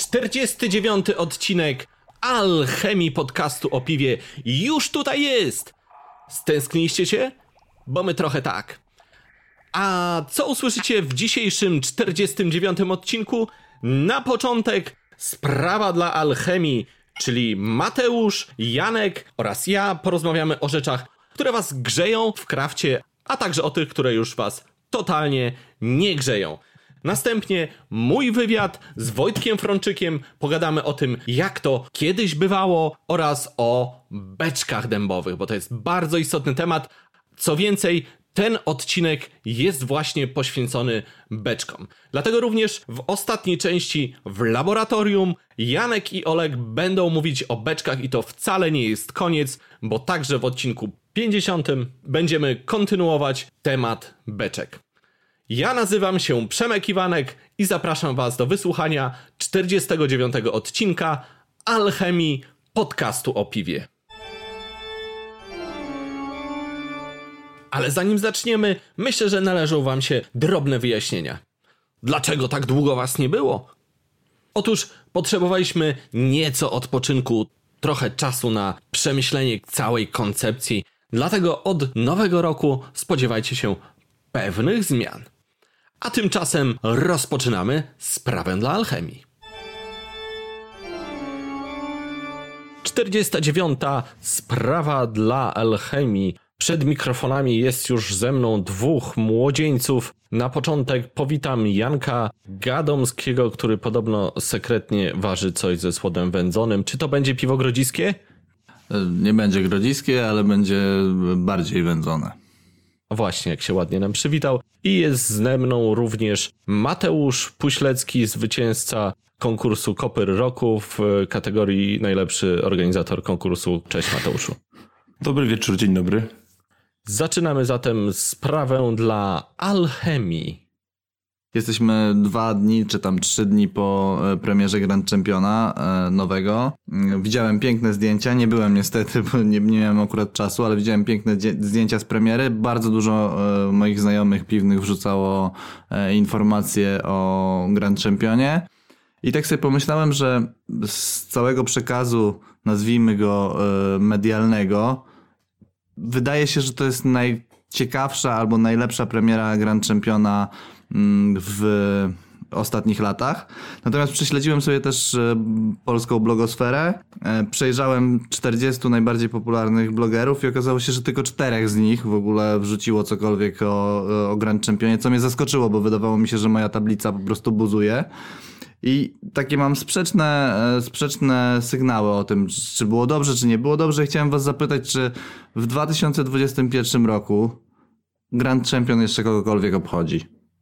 49. odcinek Alchemii podcastu o piwie już tutaj jest! Stęskniliście się? Bo my trochę tak. A co usłyszycie w dzisiejszym 49. odcinku? Na początek sprawa dla Alchemii, czyli Mateusz, Janek oraz ja porozmawiamy o rzeczach, które was grzeją w krafcie, a także o tych, które już was totalnie nie grzeją. Następnie mój wywiad z Wojtkiem Frączykiem, pogadamy o tym, jak to kiedyś bywało oraz o beczkach dębowych, bo to jest bardzo istotny temat. Co więcej, ten odcinek jest właśnie poświęcony beczkom. Dlatego również w ostatniej części w laboratorium Janek i Oleg będą mówić o beczkach i to wcale nie jest koniec, bo także w odcinku 50 będziemy kontynuować temat beczek. Ja nazywam się Przemek Iwanek i zapraszam was do wysłuchania 49. odcinka Alchemii podcastu o piwie. Ale zanim zaczniemy, myślę, że należą wam się drobne wyjaśnienia. Dlaczego tak długo was nie było? Otóż potrzebowaliśmy nieco odpoczynku, trochę czasu na przemyślenie całej koncepcji, dlatego od nowego roku spodziewajcie się pewnych zmian. A tymczasem rozpoczynamy sprawę dla Alchemii. 49. sprawa dla Alchemii. Przed mikrofonami jest już ze mną dwóch młodzieńców. Na początek powitam Janka Gadomskiego, który podobno sekretnie waży coś ze słodem wędzonym. Czy to będzie piwo grodziskie? Nie będzie grodziskie, ale będzie bardziej wędzone. Właśnie, jak się ładnie nam przywitał. I jest ze mną również Mateusz Puślecki, zwycięzca konkursu Kopyr Roku w kategorii najlepszy organizator konkursu. Cześć Mateuszu. Dobry wieczór, dzień dobry. Zaczynamy zatem sprawę dla Alchemii. Jesteśmy 2 dni, czy tam 3 dni po premierze Grand Championa nowego. Widziałem piękne zdjęcia, nie byłem niestety, bo nie miałem akurat czasu, ale widziałem piękne zdjęcia z premiery. Bardzo dużo moich znajomych piwnych wrzucało informacje o Grand Championie. I tak sobie pomyślałem, że z całego przekazu, nazwijmy go medialnego, wydaje się, że to jest najciekawsza albo najlepsza premiera Grand Championa w ostatnich latach. Natomiast prześledziłem sobie też polską blogosferę, przejrzałem 40 najbardziej popularnych blogerów i okazało się, że tylko 4 z nich w ogóle wrzuciło cokolwiek o Grand Championie, co mnie zaskoczyło, bo wydawało mi się, że moja tablica po prostu buzuje. I takie mam sprzeczne sygnały o tym, czy było dobrze, czy nie było dobrze. Chciałem was zapytać, czy w 2021 roku Grand Champion jeszcze kogokolwiek obchodzi?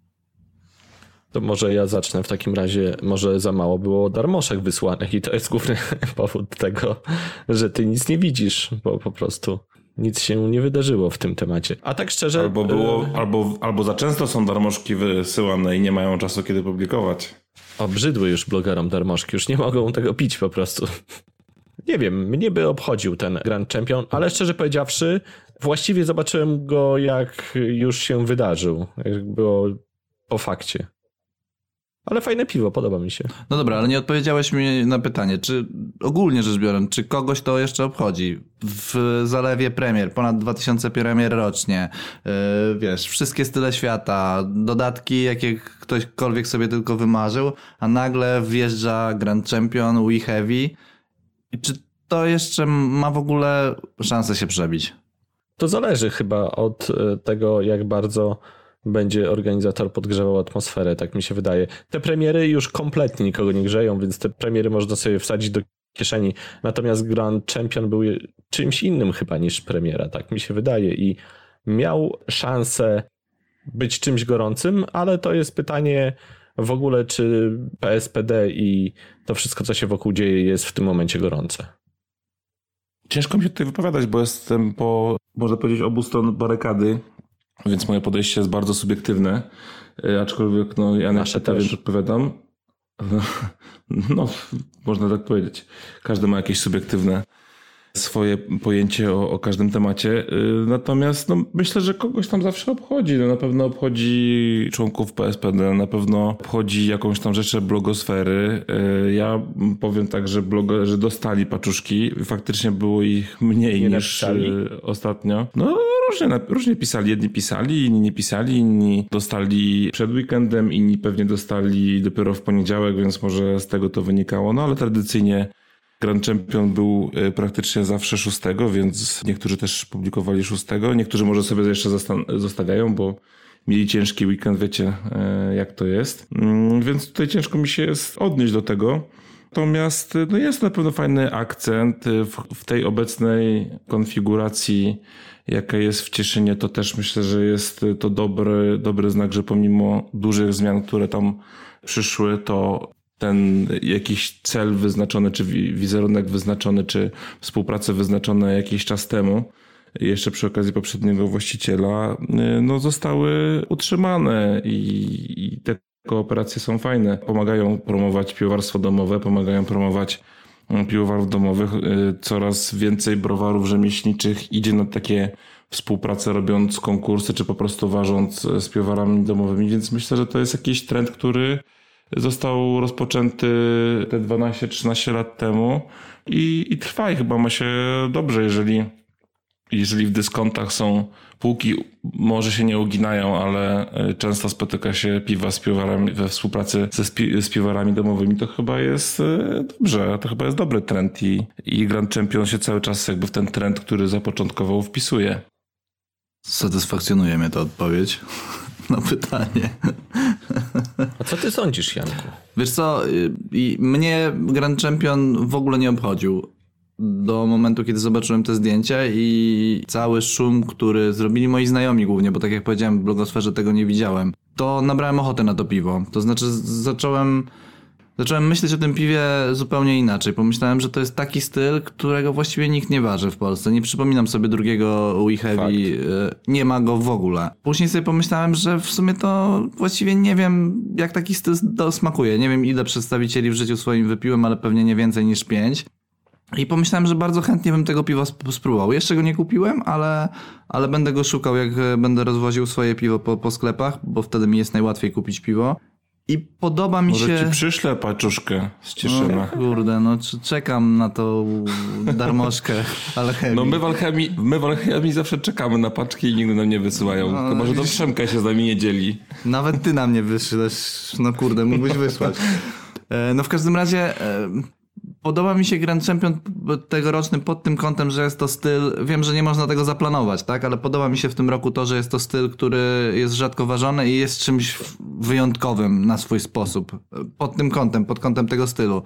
To może ja zacznę w takim razie. Może za mało było darmoszek wysłanych i to jest główny powód tego, że ty nic nie widzisz, bo po prostu nic się nie wydarzyło w tym temacie. A tak szczerze... Albo za często są darmożki wysyłane i nie mają czasu kiedy publikować. Obrzydły już blogerom darmożki, już nie mogą tego pić po prostu. Nie wiem, mnie by obchodził ten Grand Champion, ale szczerze powiedziawszy, właściwie zobaczyłem go jak już się wydarzył. Jak było po fakcie. Ale fajne piwo, podoba mi się. No dobra, ale nie odpowiedziałeś mi na pytanie, czy ogólnie rzecz biorąc, czy kogoś to jeszcze obchodzi? W zalewie premier, ponad 2000 premier rocznie, wiesz, wszystkie style świata, dodatki, jakie ktośkolwiek sobie tylko wymarzył, a nagle wjeżdża Grand Champion, We Heavy. I czy to jeszcze ma w ogóle szansę się przebić? To zależy chyba od tego, jak bardzo będzie organizator podgrzewał atmosferę, tak mi się wydaje. Te premiery już kompletnie nikogo nie grzeją, więc te premiery można sobie wsadzić do kieszeni. Natomiast Grand Champion był czymś innym chyba niż premiera, tak mi się wydaje. I miał szansę być czymś gorącym, ale to jest pytanie w ogóle, czy PSPD i to wszystko, co się wokół dzieje, jest w tym momencie gorące. Ciężko mi się tutaj wypowiadać, bo jestem po, można powiedzieć, obu stron barykady, więc moje podejście jest bardzo subiektywne, aczkolwiek no ja Nasze też odpowiadam. No, można tak powiedzieć. Każdy ma jakieś subiektywne swoje pojęcie o każdym temacie. Natomiast myślę, że kogoś tam zawsze obchodzi. Na pewno obchodzi członków PSPD, na pewno obchodzi jakąś tam rzeczę blogosfery. Ja powiem tak, że blogerzy dostali paczuszki. Faktycznie było ich mniej niż ostatnio. Różnie pisali. Jedni pisali, inni nie pisali, inni dostali przed weekendem, inni pewnie dostali dopiero w poniedziałek, więc może z tego to wynikało. Ale tradycyjnie Grand Champion był praktycznie zawsze 6, więc niektórzy też publikowali 6. Niektórzy może sobie jeszcze zostawiają, bo mieli ciężki weekend, wiecie jak to jest. Więc tutaj ciężko mi się jest odnieść do tego. Natomiast jest na pewno fajny akcent w tej obecnej konfiguracji, jaka jest w Cieszynie. To też myślę, że jest to dobry znak, że pomimo dużych zmian, które tam przyszły, to ten jakiś cel wyznaczony, czy wizerunek wyznaczony, czy współprace wyznaczone jakiś czas temu, jeszcze przy okazji poprzedniego właściciela, zostały utrzymane i te kooperacje są fajne. Pomagają promować piwowarstwo domowe, pomagają promować piwowarów domowych. Coraz więcej browarów rzemieślniczych idzie na takie współpracę, robiąc konkursy, czy po prostu ważąc z piwowarami domowymi, więc myślę, że to jest jakiś trend, który został rozpoczęty te 12-13 lat temu i trwa i chyba ma się dobrze, jeżeli w dyskontach są półki, może się nie uginają, ale często spotyka się piwa z piwowarami we współpracy z piwowarami domowymi, to chyba jest dobrze, to chyba jest dobry trend i Grand Champion się cały czas jakby w ten trend, który zapoczątkował, wpisuje. Satysfakcjonuje mnie ta odpowiedź na pytanie. A co ty sądzisz, Janku? Wiesz co, mnie Grand Champion w ogóle nie obchodził do momentu, kiedy zobaczyłem te zdjęcia i cały szum, który zrobili moi znajomi głównie, bo tak jak powiedziałem, w blogosferze tego nie widziałem, to nabrałem ochoty na to piwo. To znaczy zacząłem myśleć o tym piwie zupełnie inaczej. Pomyślałem, że to jest taki styl, którego właściwie nikt nie waży w Polsce. Nie przypominam sobie drugiego We Heavy. Nie ma go w ogóle. Później sobie pomyślałem, że w sumie to właściwie nie wiem, jak taki styl smakuje. Nie wiem, ile przedstawicieli w życiu swoim wypiłem, ale pewnie nie więcej niż 5. I pomyślałem, że bardzo chętnie bym tego piwa spróbował. Jeszcze go nie kupiłem, ale będę go szukał, jak będę rozwoził swoje piwo po sklepach, bo wtedy mi jest najłatwiej kupić piwo. I podoba mi się... Może ci przyszlę paczuszkę z Cieszyna. Kurde, czekam na tą darmożkę alchemii. My w alchemii zawsze czekamy na paczki i nigdy nam nie wysyłają. Chyba, że do Przemka się z nami nie dzieli. Nawet ty na mnie wyślesz. Kurde, mógłbyś wysłać. W każdym razie... Podoba mi się Grand Champion tegoroczny pod tym kątem, że jest to styl, wiem, że nie można tego zaplanować, tak, ale podoba mi się w tym roku to, że jest to styl, który jest rzadko ważony i jest czymś wyjątkowym na swój sposób. Pod tym kątem, pod kątem tego stylu.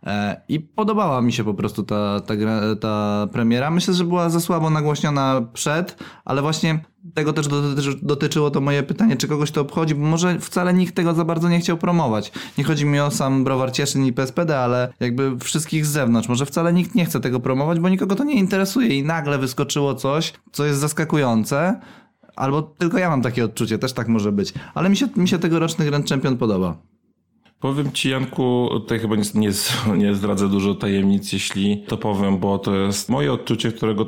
I podobała mi się po prostu ta premiera. Myślę, że była za słabo nagłośniona przed, ale właśnie tego też dotyczyło to moje pytanie, czy kogoś to obchodzi, bo może wcale nikt tego za bardzo nie chciał promować. Nie chodzi mi o sam browar Cieszyn i PSPD, ale jakby wszystkich z zewnątrz. Może wcale nikt nie chce tego promować, bo nikogo to nie interesuje i nagle wyskoczyło coś, co jest zaskakujące. Albo tylko ja mam takie odczucie, też tak może być. Ale mi się tegoroczny Grand Champion podoba. Powiem ci, Janku, tutaj chyba nie zdradzę dużo tajemnic, jeśli to powiem, bo to jest moje odczucie, którego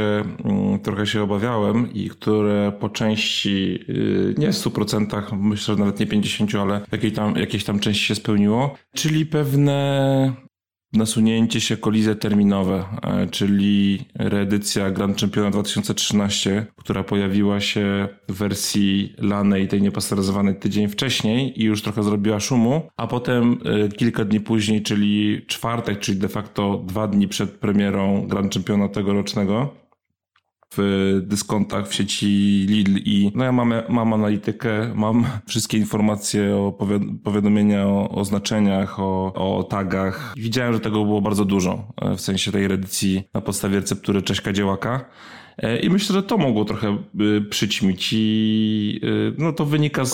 trochę się obawiałem i które po części, nie w 100%, myślę, że nawet nie 50%, ale w jakiejś tam części się spełniło, czyli pewne nasunięcie się, kolizje terminowe, czyli reedycja Grand Championa 2013, która pojawiła się w wersji lanej, tej niepasteryzowanej tydzień wcześniej i już trochę zrobiła szumu, a potem kilka dni później, czyli czwartek, czyli de facto 2 dni przed premierą Grand Championa tegorocznego, w dyskontach w sieci Lidl i ja mam analitykę, mam wszystkie informacje, powiadomienia o oznaczeniach, o tagach. Widziałem, że tego było bardzo dużo w sensie tej reedycji na podstawie receptury Cześka Dziełaka. I myślę, że to mogło trochę przyćmić i to wynika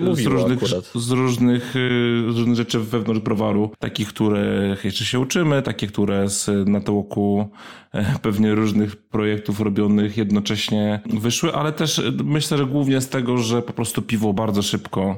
z różnych rzeczy wewnątrz browaru. Takich, których jeszcze się uczymy, takie, które z natłoku pewnie różnych projektów robionych jednocześnie wyszły, ale też myślę, że głównie z tego, że po prostu piwo bardzo szybko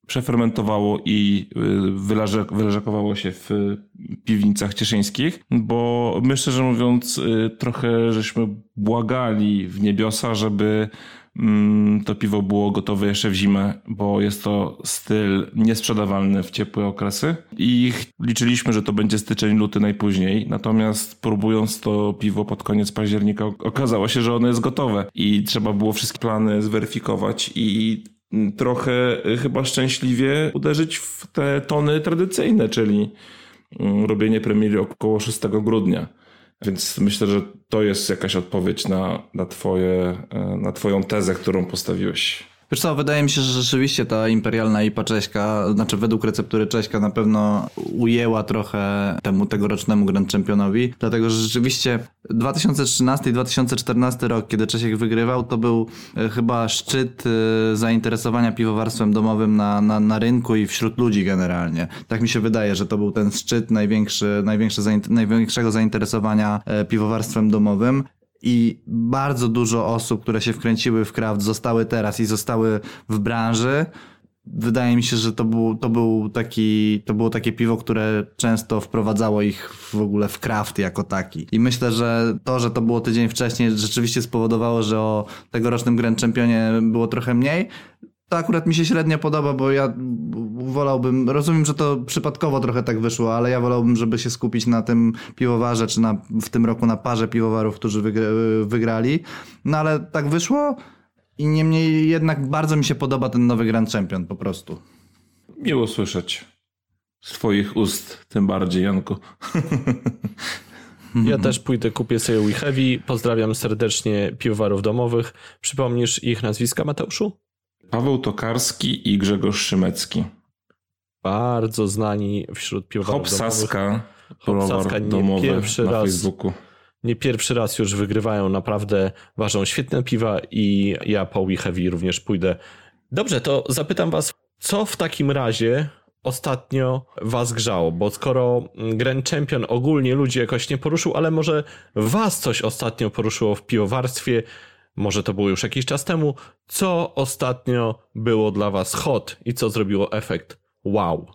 przefermentowało i wyleżakowało się w piwnicach cieszyńskich, bo my szczerze mówiąc trochę żeśmy błagali w niebiosa, żeby to piwo było gotowe jeszcze w zimę, bo jest to styl niesprzedawalny w ciepłe okresy i liczyliśmy, że to będzie styczeń, luty najpóźniej, natomiast próbując to piwo pod koniec października okazało się, że ono jest gotowe i trzeba było wszystkie plany zweryfikować i trochę chyba szczęśliwie uderzyć w te tony tradycyjne, czyli robienie premiery około 6 grudnia. Więc myślę, że to jest jakaś odpowiedź na twoją tezę, którą postawiłeś. Wiesz co, wydaje mi się, że rzeczywiście ta imperialna IPA cześka, znaczy według receptury cześka na pewno ujęła trochę temu tegorocznemu Grand Championowi, dlatego że rzeczywiście 2013 i 2014 rok, kiedy Czesiek wygrywał, to był chyba szczyt zainteresowania piwowarstwem domowym na rynku i wśród ludzi generalnie. Tak mi się wydaje, że to był ten szczyt największego zainteresowania piwowarstwem domowym. I bardzo dużo osób, które się wkręciły w craft, zostały teraz i zostały w branży. Wydaje mi się, że to było takie piwo, które często wprowadzało ich w ogóle w craft jako taki. I myślę, że to było tydzień wcześniej, rzeczywiście spowodowało, że o tegorocznym Grand Championie było trochę mniej. To akurat mi się średnio podoba, bo ja wolałbym, rozumiem, że to przypadkowo trochę tak wyszło, ale ja wolałbym, żeby się skupić na tym piwowarze, czy w tym roku na parze piwowarów, którzy wygrali. No ale tak wyszło i niemniej jednak bardzo mi się podoba ten nowy Grand Champion po prostu. Miło słyszeć z twoich ust, tym bardziej, Janku. Ja też pójdę, kupię sobie We Heavy. Pozdrawiam serdecznie piwowarów domowych. Przypomnisz ich nazwiska, Mateuszu? Paweł Tokarski i Grzegorz Szymecki. Bardzo znani wśród piwowarów domowych. Hopsaska domowy pierwszy na raz, Facebooku. Nie pierwszy raz już wygrywają, naprawdę ważą świetne piwa i ja po We Heavy również pójdę. Dobrze, to zapytam was, co w takim razie ostatnio was grzało? Bo skoro Grand Champion ogólnie ludzi jakoś nie poruszył, ale może was coś ostatnio poruszyło w piwowarstwie, może to było już jakiś czas temu. Co ostatnio było dla was hot i co zrobiło efekt wow?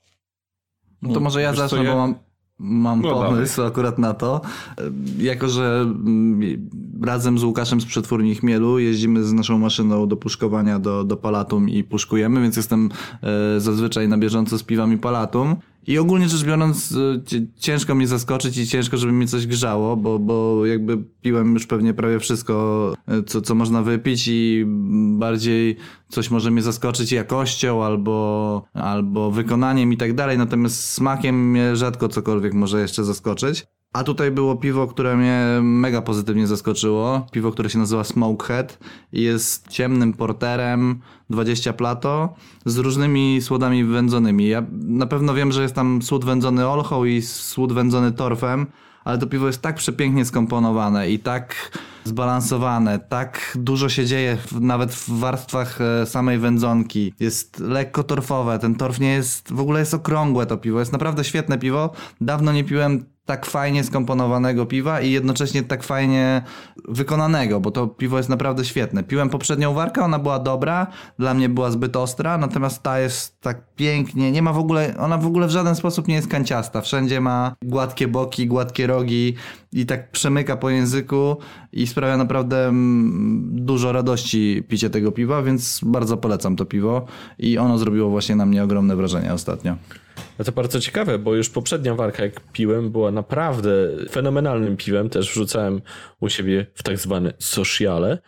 No to może ja zacznę, bo mam pomysł akurat na to. Jako że razem z Łukaszem z Przetwórni Chmielu jeździmy z naszą maszyną do puszkowania do Palatum i puszkujemy, więc jestem zazwyczaj na bieżąco z piwami Palatum. I ogólnie rzecz biorąc ciężko mnie zaskoczyć i ciężko, żeby mnie coś grzało, bo jakby piłem już pewnie prawie wszystko, co można wypić i bardziej coś może mnie zaskoczyć jakością albo wykonaniem i tak dalej, natomiast smakiem mnie rzadko cokolwiek może jeszcze zaskoczyć. A tutaj było piwo, które mnie mega pozytywnie zaskoczyło. Piwo, które się nazywa Smokehead i jest ciemnym porterem 20 plato z różnymi słodami wędzonymi. Ja na pewno wiem, że jest tam słód wędzony olchą i słód wędzony torfem, ale to piwo jest tak przepięknie skomponowane i tak zbalansowane, tak dużo się dzieje nawet w warstwach samej wędzonki. Jest lekko torfowe, ten torf nie jest, w ogóle jest okrągłe to piwo, jest naprawdę świetne piwo. Dawno nie piłem tak fajnie skomponowanego piwa i jednocześnie tak fajnie wykonanego, bo to piwo jest naprawdę świetne. Piłem poprzednią warkę, ona była dobra, dla mnie była zbyt ostra, natomiast ta jest tak pięknie, nie ma w ogóle, ona w ogóle w żaden sposób nie jest kanciasta. Wszędzie ma gładkie boki, gładkie rogi i tak przemyka po języku i sprawia naprawdę dużo radości picie tego piwa, więc bardzo polecam to piwo i ono zrobiło właśnie na mnie ogromne wrażenie ostatnio. No to bardzo ciekawe, bo już poprzednia warka jak piłem była naprawdę fenomenalnym piwem, też wrzucałem u siebie w tak zwane sociale,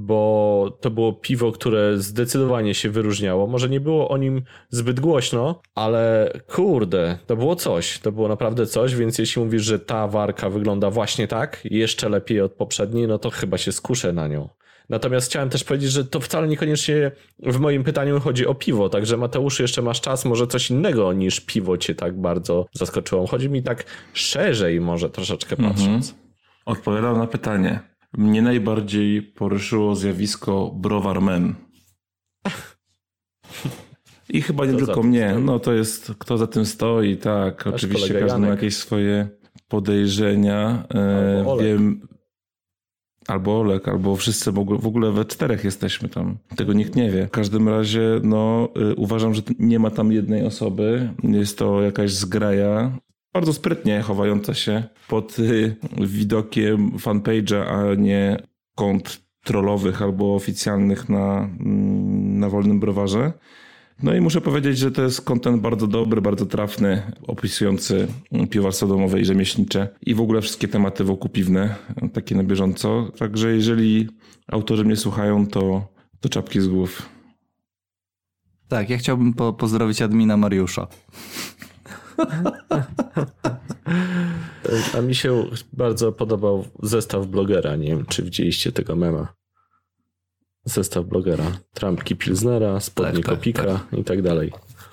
bo to było piwo, które zdecydowanie się wyróżniało. Może nie było o nim zbyt głośno, ale kurde, to było coś, to było naprawdę coś, więc jeśli mówisz, że ta warka wygląda właśnie tak, jeszcze lepiej od poprzedniej, no to chyba się skuszę na nią. Natomiast chciałem też powiedzieć, że to wcale niekoniecznie w moim pytaniu chodzi o piwo, także Mateusz, jeszcze masz czas, może coś innego niż piwo cię tak bardzo zaskoczyło. Chodzi mi tak szerzej może troszeczkę patrząc. Odpowiadam na pytanie. Mnie najbardziej poruszyło zjawisko browar men. I chyba nie tylko mnie, no to jest kto za tym stoi, tak, nasz oczywiście każdy ma jakieś swoje podejrzenia, wiem... albo Olek, albo wszyscy w ogóle we 4 jesteśmy tam. Tego nikt nie wie. W każdym razie uważam, że nie ma tam jednej osoby. Jest to jakaś zgraja, bardzo sprytnie chowająca się pod widokiem fanpage'a, a nie kont trollowych albo oficjalnych na Wolnym Browarze. No i muszę powiedzieć, że to jest content bardzo dobry, bardzo trafny, opisujący piwowarstwo domowe i rzemieślnicze i w ogóle wszystkie tematy wokół piwne, takie na bieżąco. Także jeżeli autorzy mnie słuchają, to czapki z głów. Tak, ja chciałbym pozdrowić admina Mariusza. A mi się bardzo podobał zestaw blogera. Nie wiem, czy widzieliście tego mema. Zestaw blogera. Trampki Pilznera, spodnie Kopika i tak dalej.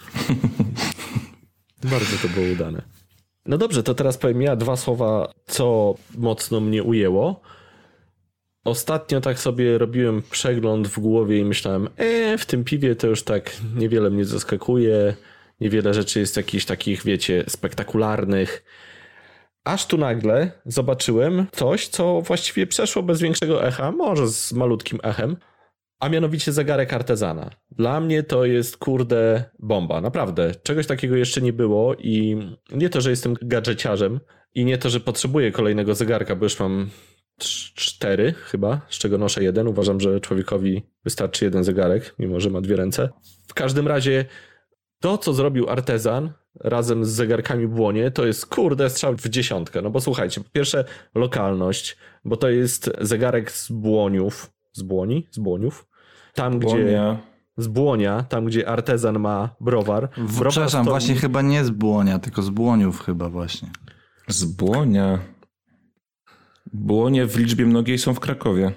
Bardzo to było udane. No dobrze, to teraz powiem ja 2 słowa, co mocno mnie ujęło. Ostatnio tak sobie robiłem przegląd w głowie i myślałem, w tym piwie to już tak niewiele mnie zaskakuje, niewiele rzeczy jest jakichś takich, wiecie, spektakularnych. Aż tu nagle zobaczyłem coś, co właściwie przeszło bez większego echa, może z malutkim echem, a mianowicie zegarek Artezana. Dla mnie to jest, kurde, bomba. Naprawdę. Czegoś takiego jeszcze nie było i nie to, że jestem gadżeciarzem i nie to, że potrzebuję kolejnego zegarka, bo już mam 4 chyba, z czego noszę 1. Uważam, że człowiekowi wystarczy 1 zegarek, mimo że ma 2 ręce. W każdym razie to, co zrobił Artezan razem z zegarkami Błonie, to jest, kurde, strzał w 10. No bo słuchajcie, po pierwsze lokalność, bo to jest zegarek z Błoniów. Z Błoni? Z Błoniów. Z Błonia, tam gdzie Artezan ma browar. Przepraszam, właśnie chyba nie z Błonia, tylko z Błoniów chyba właśnie. Z Błonia? Błonie w liczbie mnogiej są w Krakowie.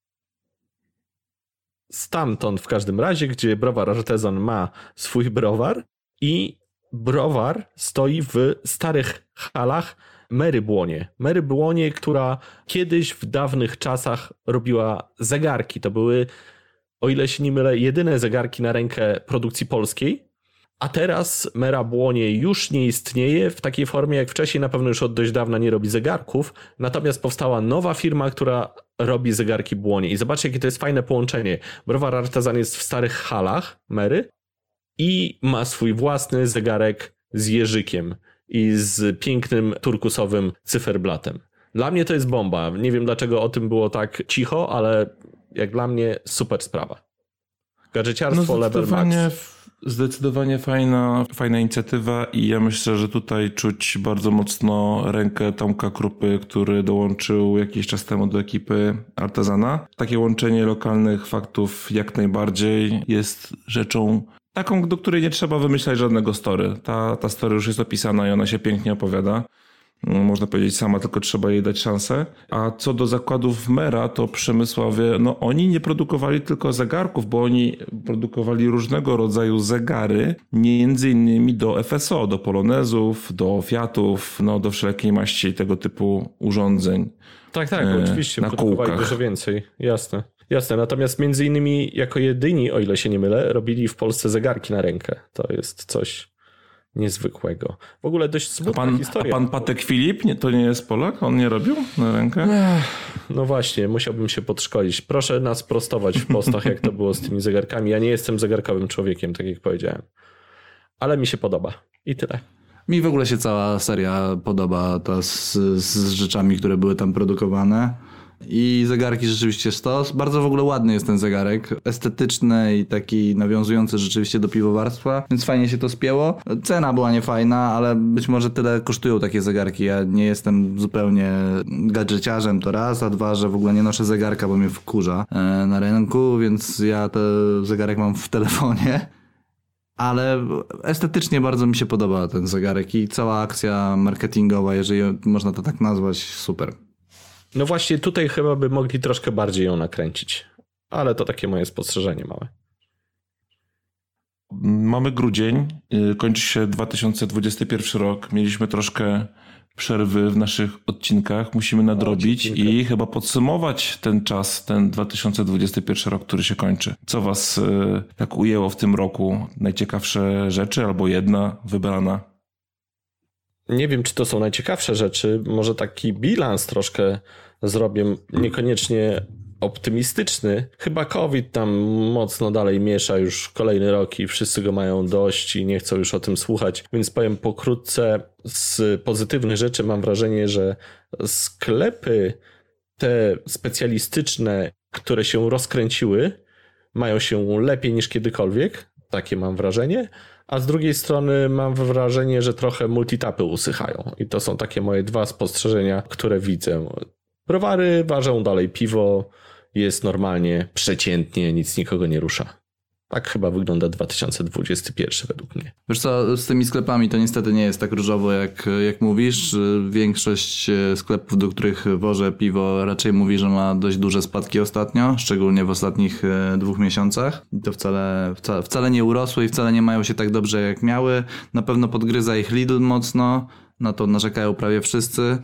Stamtąd w każdym razie, gdzie browar Artezan ma swój browar i browar stoi w starych halach Mary Błonie. Mary Błonie, która kiedyś w dawnych czasach robiła zegarki. To były, o ile się nie mylę, jedyne zegarki na rękę produkcji polskiej. A teraz Mera Błonie już nie istnieje w takiej formie jak wcześniej. Na pewno już od dość dawna nie robi zegarków. Natomiast powstała nowa firma, która robi zegarki Błonie. I zobaczcie, jakie to jest fajne połączenie. Browar Artezan jest w starych halach Mery i ma swój własny zegarek z jeżykiem i z pięknym turkusowym cyferblatem. Dla mnie to jest bomba. Nie wiem, dlaczego o tym było tak cicho, ale jak dla mnie super sprawa. Gadżeciarstwo level max. Zdecydowanie fajna inicjatywa i ja myślę, że tutaj czuć bardzo mocno rękę Tomka Krupy, który dołączył jakiś czas temu do ekipy Artezana. Takie łączenie lokalnych faktów jak najbardziej jest rzeczą taką, do której nie trzeba wymyślać żadnego story. Ta story już jest opisana i ona się pięknie opowiada. Można powiedzieć sama, tylko trzeba jej dać szansę. A co do zakładów Mera, to Przemysławie, oni nie produkowali tylko zegarków, bo oni produkowali różnego rodzaju zegary, między innymi do FSO, do Polonezów, do Fiatów, do wszelkiej maści tego typu urządzeń. Tak, oczywiście produkowali dużo więcej, jasne. Natomiast między innymi jako jedyni, o ile się nie mylę, robili w Polsce zegarki na rękę. To jest coś niezwykłego. W ogóle dość smutna historia. A pan Patek Filip, to nie jest Polak? On nie robił na rękę? No właśnie, musiałbym się podszkolić. Proszę nas prostować w postach, jak to było z tymi zegarkami. Ja nie jestem zegarkowym człowiekiem, tak jak powiedziałem. Ale mi się podoba. I tyle. Mi w ogóle się cała seria podoba ta z rzeczami, które były tam produkowane. I zegarki rzeczywiście sztos. Bardzo w ogóle ładny jest ten zegarek. Estetyczny i taki nawiązujący rzeczywiście do piwowarstwa. Więc fajnie się to spięło. Cena była niefajna, ale być może tyle kosztują takie zegarki. Ja nie jestem zupełnie gadżeciarzem, to raz, a dwa, że w ogóle nie noszę zegarka, bo mnie wkurza na ręku, więc ja ten zegarek mam w telefonie. Ale estetycznie bardzo mi się podoba ten zegarek i cała akcja marketingowa, jeżeli można to tak nazwać, super. No właśnie tutaj chyba by mogli troszkę bardziej ją nakręcić. Ale to takie moje spostrzeżenie małe. Mamy grudzień, kończy się 2021 rok. Mieliśmy troszkę przerwy w naszych odcinkach. Musimy nadrobić i chyba podsumować ten czas, ten 2021 rok, który się kończy. Co was tak ujęło w tym roku? Najciekawsze rzeczy albo jedna wybrana? nie wiem, czy to są najciekawsze rzeczy. Może taki bilans troszkę zrobię, niekoniecznie optymistyczny. Chyba COVID tam mocno dalej miesza już kolejny rok i wszyscy go mają dość i nie chcą już o tym słuchać, więc powiem pokrótce. Z pozytywnych rzeczy mam wrażenie, że sklepy te specjalistyczne, które się rozkręciły, mają się lepiej niż kiedykolwiek. Takie mam wrażenie. A z drugiej strony mam wrażenie, że trochę multitapy usychają. I to są takie moje dwa spostrzeżenia, które widzę. Browary ważą dalej piwo, jest normalnie, przeciętnie, nic nikogo nie rusza. Tak chyba wygląda 2021 według mnie. Wiesz co, z tymi sklepami to niestety nie jest tak różowo jak mówisz. Większość sklepów, do których wożę piwo, raczej mówi, że ma dość duże spadki ostatnio, szczególnie w ostatnich 2 miesiącach. I to wcale nie urosły i wcale nie mają się tak dobrze jak miały. Na pewno podgryza ich Lidl mocno, na to narzekają prawie wszyscy,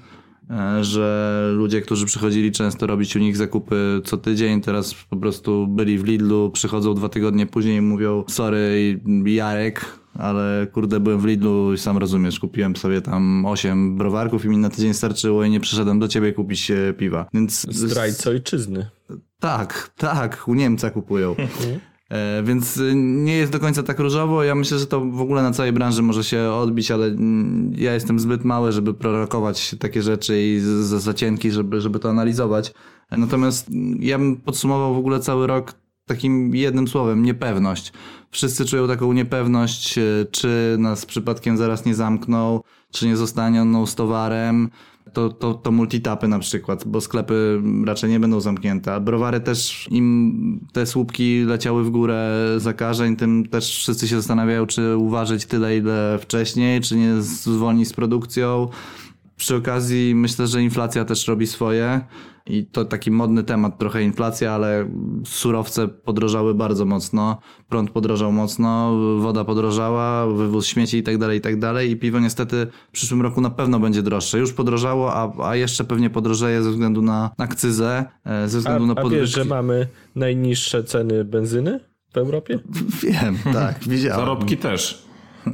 że ludzie, którzy przychodzili często robić u nich zakupy co tydzień, teraz po prostu byli w Lidlu, przychodzą 2 tygodnie później i mówią: sorry Jarek, ale kurde, byłem w Lidlu i sam rozumiesz, kupiłem sobie tam 8 browarków i mi na tydzień starczyło i nie przyszedłem do ciebie kupić piwa. Więc zdrajca ojczyzny. Tak, u Niemca kupują. Więc nie jest do końca tak różowo. Ja myślę, że to w ogóle na całej branży może się odbić, ale ja jestem zbyt mały, żeby prorokować takie rzeczy i za cienki, żeby to analizować. Natomiast ja bym podsumował w ogóle cały rok takim jednym słowem: niepewność. Wszyscy czują taką niepewność, czy nas przypadkiem zaraz nie zamkną, czy nie zostaną z towarem. To multitapy na przykład, bo sklepy raczej nie będą zamknięte, a browary też, im te słupki leciały w górę zakażeń, tym też wszyscy się zastanawiają, czy uważać tyle, ile wcześniej, czy nie zwolnić z produkcją. Przy okazji myślę, że inflacja też robi swoje i to taki modny temat, trochę inflacja, ale surowce podrożały bardzo mocno, prąd podrożał mocno, woda podrożała, wywóz śmieci i tak dalej i piwo niestety w przyszłym roku na pewno będzie droższe. Już podrożało, a jeszcze pewnie podrożeje ze względu na akcyzę, ze względu na podwyżki. A wiesz, że mamy najniższe ceny benzyny w Europie? Wiem, tak, widziałem. Zarobki też.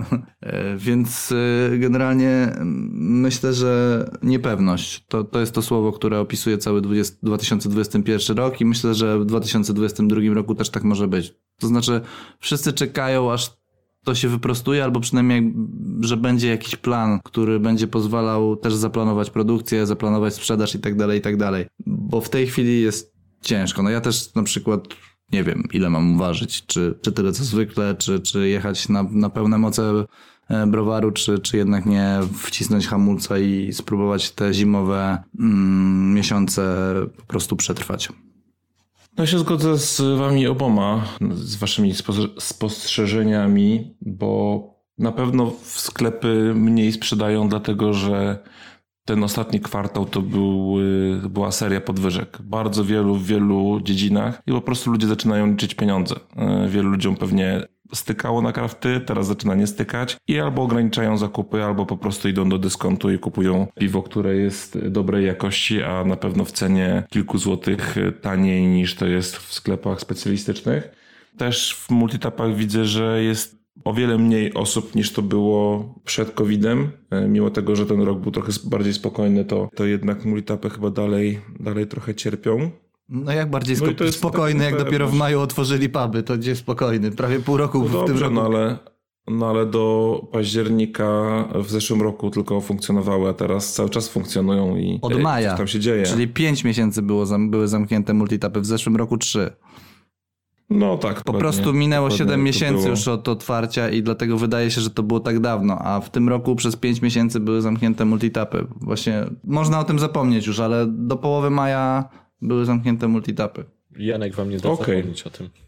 Więc generalnie myślę, że niepewność to jest to słowo, które opisuje cały 2021 rok i myślę, że w 2022 roku też tak może być. To znaczy wszyscy czekają, aż to się wyprostuje, albo przynajmniej, że będzie jakiś plan, który będzie pozwalał też zaplanować produkcję, zaplanować sprzedaż i tak dalej. Bo w tej chwili jest ciężko. No ja też na przykład nie wiem, ile mam ważyć, czy tyle co zwykle, czy jechać na pełne moce browaru, czy jednak nie wcisnąć hamulca i spróbować te zimowe miesiące po prostu przetrwać. No się zgodzę z wami oboma, z waszymi spostrzeżeniami, bo na pewno sklepy mniej sprzedają, dlatego że ten ostatni kwartał to była seria podwyżek. Bardzo w wielu dziedzinach i po prostu ludzie zaczynają liczyć pieniądze. Wielu ludziom pewnie stykało na krafty, teraz zaczyna nie stykać i albo ograniczają zakupy, albo po prostu idą do dyskontu i kupują piwo, które jest dobrej jakości, a na pewno w cenie kilku złotych taniej niż to jest w sklepach specjalistycznych. Też w multitapach widzę, że jest o wiele mniej osób niż to było przed COVID-em. Mimo tego, że ten rok był trochę bardziej spokojny, to jednak multitapy chyba dalej trochę cierpią. No jak bardziej spokojny, jak dopiero w maju otworzyli puby, to gdzie spokojny? Prawie pół roku w tym roku. Ale do października w zeszłym roku tylko funkcjonowały, a teraz cały czas funkcjonują i od maja, coś tam się dzieje. Czyli 5 miesięcy były zamknięte multitapy, w zeszłym roku 3. No tak. Po prostu minęło 7 miesięcy już od otwarcia i dlatego wydaje się, że to było tak dawno, a w tym roku przez 5 miesięcy były zamknięte multitapy. Właśnie można o tym zapomnieć już, ale do połowy maja były zamknięte multitapy. Janek wam nie da zapomnieć o tym.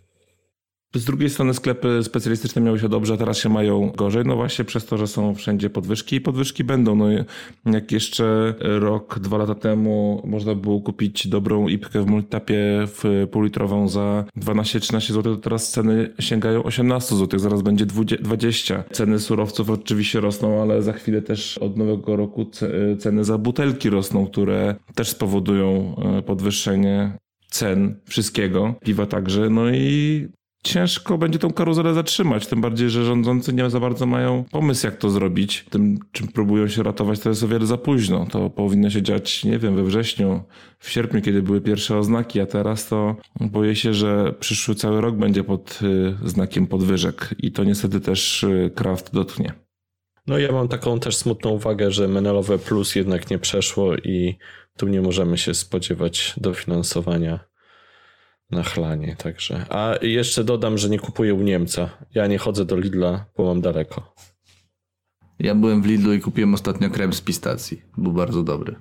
Z drugiej strony sklepy specjalistyczne miały się dobrze, a teraz się mają gorzej. No właśnie przez to, że są wszędzie podwyżki i podwyżki będą. No jak jeszcze rok, 2 lata temu można było kupić dobrą ipkę w multitapie w półlitrową za 12-13 zł, to teraz ceny sięgają 18 zł, zaraz będzie 20. Ceny surowców oczywiście rosną, ale za chwilę też od nowego roku ceny za butelki rosną, które też spowodują podwyższenie cen wszystkiego, piwa także. No i ciężko będzie tą karuzelę zatrzymać, tym bardziej, że rządzący nie za bardzo mają pomysł, jak to zrobić. Tym, czym próbują się ratować, to jest o wiele za późno. To powinno się dziać, nie wiem, we wrześniu, w sierpniu, kiedy były pierwsze oznaki, a teraz to boję się, że przyszły cały rok będzie pod znakiem podwyżek i to niestety też Kraft dotknie. No ja mam taką też smutną uwagę, że Menelowe Plus jednak nie przeszło i tu nie możemy się spodziewać dofinansowania na chlanie, także. A jeszcze dodam, że nie kupuję u Niemca. Ja nie chodzę do Lidla, bo mam daleko. Ja byłem w Lidlu i kupiłem ostatnio krem z pistacji. Był bardzo dobry.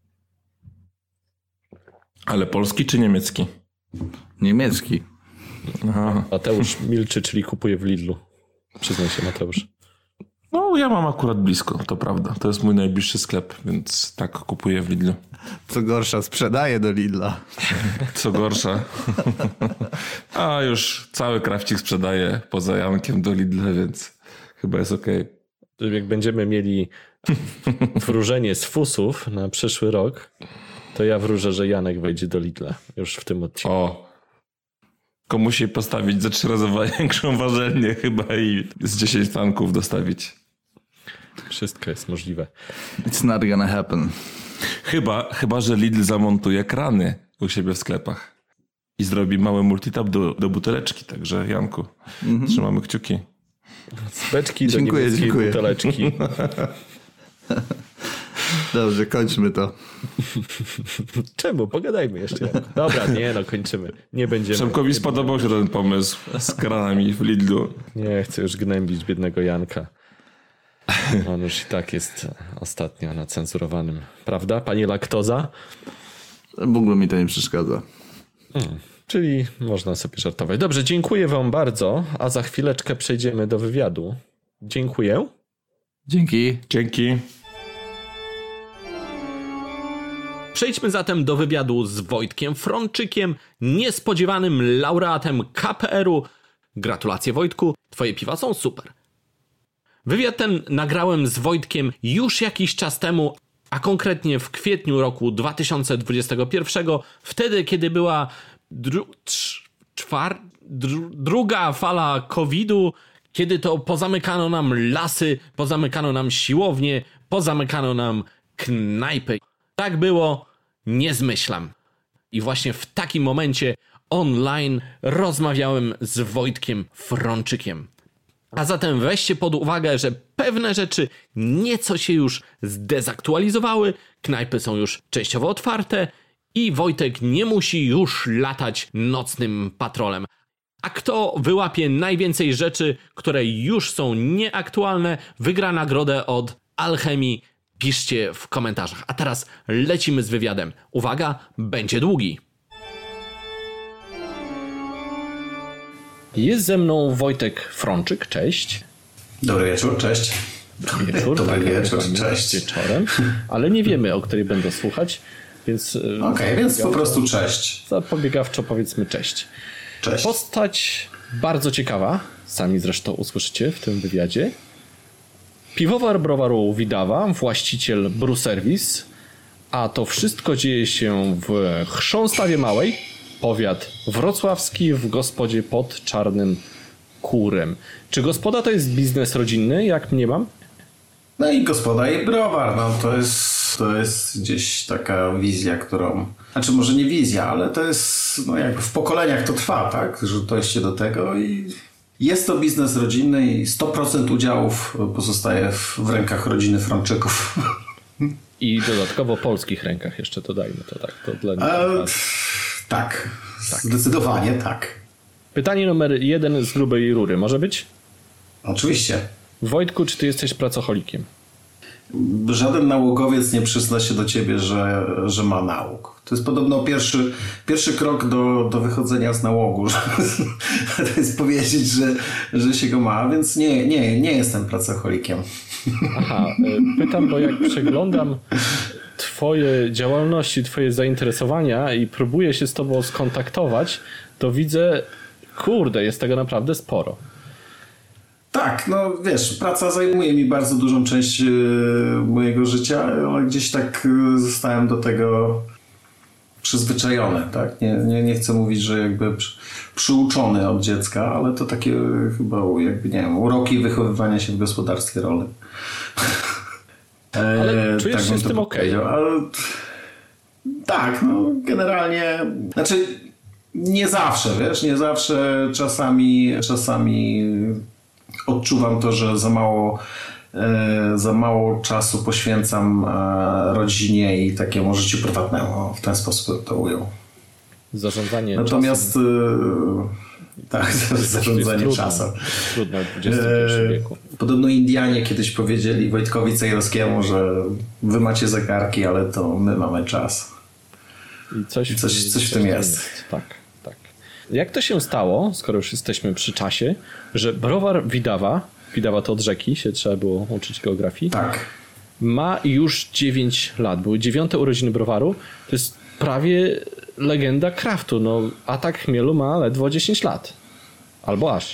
Ale polski czy niemiecki? Niemiecki. Aha. Mateusz milczy, czyli kupuje w Lidlu. Przyznaj się, Mateusz. No, ja mam akurat blisko, to prawda. To jest mój najbliższy sklep, więc tak kupuję w Lidlu. Co gorsza, sprzedaję do Lidla. Co gorsza. A już cały krawcik sprzedaje poza Jankiem do Lidla, więc chyba jest okej. Jak będziemy mieli wróżenie z fusów na przyszły rok, to ja wróżę, że Janek wejdzie do Lidla już w tym odcinku. O, komuś jej postawić za 3 razy większą warzelnię chyba i z 10 tanków dostawić. Wszystko jest możliwe. It's not gonna happen. Chyba, że Lidl zamontuje krany u siebie w sklepach i zrobi mały multitap do buteleczki. Także Janku, trzymamy kciuki. Z beczki do niemieckiej buteleczki. Dobrze, kończmy to. Czemu? Pogadajmy jeszcze. Dobra, kończymy. Nie będziemy. Przemkowi spodobał się ten pomysł z kranami w Lidlu. Nie chcę już gnębić biednego Janka. On już i tak jest ostatnio na cenzurowanym. Prawda, panie Laktoza? W ogóle mi to nie przeszkadza. Czyli można sobie żartować. Dobrze, dziękuję wam bardzo, a za chwileczkę przejdziemy do wywiadu. Dziękuję. Dzięki. Dzięki. Przejdźmy zatem do wywiadu z Wojtkiem Frączykiem, niespodziewanym laureatem KPR-u. Gratulacje, Wojtku, twoje piwa są super. Wywiad ten nagrałem z Wojtkiem już jakiś czas temu, a konkretnie w kwietniu roku 2021, wtedy kiedy była druga fala COVID-u, kiedy to pozamykano nam lasy, pozamykano nam siłownie, pozamykano nam knajpy. Tak było, nie zmyślam. I właśnie w takim momencie online rozmawiałem z Wojtkiem Frączykiem. A zatem weźcie pod uwagę, że pewne rzeczy nieco się już zdezaktualizowały, knajpy są już częściowo otwarte i Wojtek nie musi już latać nocnym patrolem. A kto wyłapie najwięcej rzeczy, które już są nieaktualne, wygra nagrodę od Alchemii. Piszcie w komentarzach. A teraz lecimy z wywiadem. Uwaga, będzie długi. Jest ze mną Wojtek Frączyk, cześć. Dobry wieczór, cześć. Dobry wieczór, Dobry wieczór, tak, cześć. Wieczorem, ale nie wiemy, o której będą słuchać, więc... Okej, więc po prostu cześć. Zapobiegawczo powiedzmy cześć. Cześć. Postać bardzo ciekawa, sami zresztą usłyszycie w tym wywiadzie. Piwowar browaru Widawa, właściciel Brewservice, a to wszystko dzieje się w Chrząstawie Małej, powiat wrocławski, w gospodzie pod Czarnym Kurem. Czy gospoda to jest biznes rodzinny, jak mniemam? No i gospoda i browar, no to jest gdzieś taka wizja, którą... Znaczy może nie wizja, ale to jest, no jakby w pokoleniach to trwa, tak? Że dojście do tego i... Jest to biznes rodzinny i 100% udziałów pozostaje w rękach rodziny Frączyków. I dodatkowo w polskich rękach jeszcze dodajmy to, tak? To dla Tak, zdecydowanie tak. Pytanie numer 1 z grubej rury, może być? Oczywiście. Wojtku, czy ty jesteś pracocholikiem? Żaden nałogowiec nie przyzna się do ciebie, że ma nałóg. To jest podobno pierwszy krok do wychodzenia z nałogu. To jest powiedzieć, że się go ma, więc nie jestem pracocholikiem. Aha, pytam, bo jak przeglądam twoje działalności, twoje zainteresowania i próbuję się z tobą skontaktować, to widzę, kurde, jest tego naprawdę sporo. Tak, no wiesz, praca zajmuje mi bardzo dużą część mojego życia, ale gdzieś tak zostałem do tego przyzwyczajone, tak? Nie chcę mówić, że jakby przyuczony od dziecka, ale to takie chyba jakby, nie wiem, uroki wychowywania się w gospodarstwie rolnym. Ale czujesz tak się z tym okej? Tak, no generalnie, znaczy nie zawsze, wiesz, nie zawsze, czasami odczuwam to, że za mało czasu poświęcam rodzinie i takiemu życiu prywatnemu, w ten sposób to ujął. Zarządzanie Natomiast tak, zarządzanie czasem. Trudno w XXI wieku. Podobno Indianie kiedyś powiedzieli Wojtkowi Cejrowskiemu, że wy macie zegarki, ale to my mamy czas. I coś w tym jest. Tak. Jak to się stało, skoro już jesteśmy przy czasie, że browar Widawa to od rzeki, się trzeba było uczyć geografii, Tak. ma już 9 lat. Były 9. urodziny browaru. To jest prawie legenda kraftu. No, Atak Chmielu ma ledwo 10 lat. Albo aż.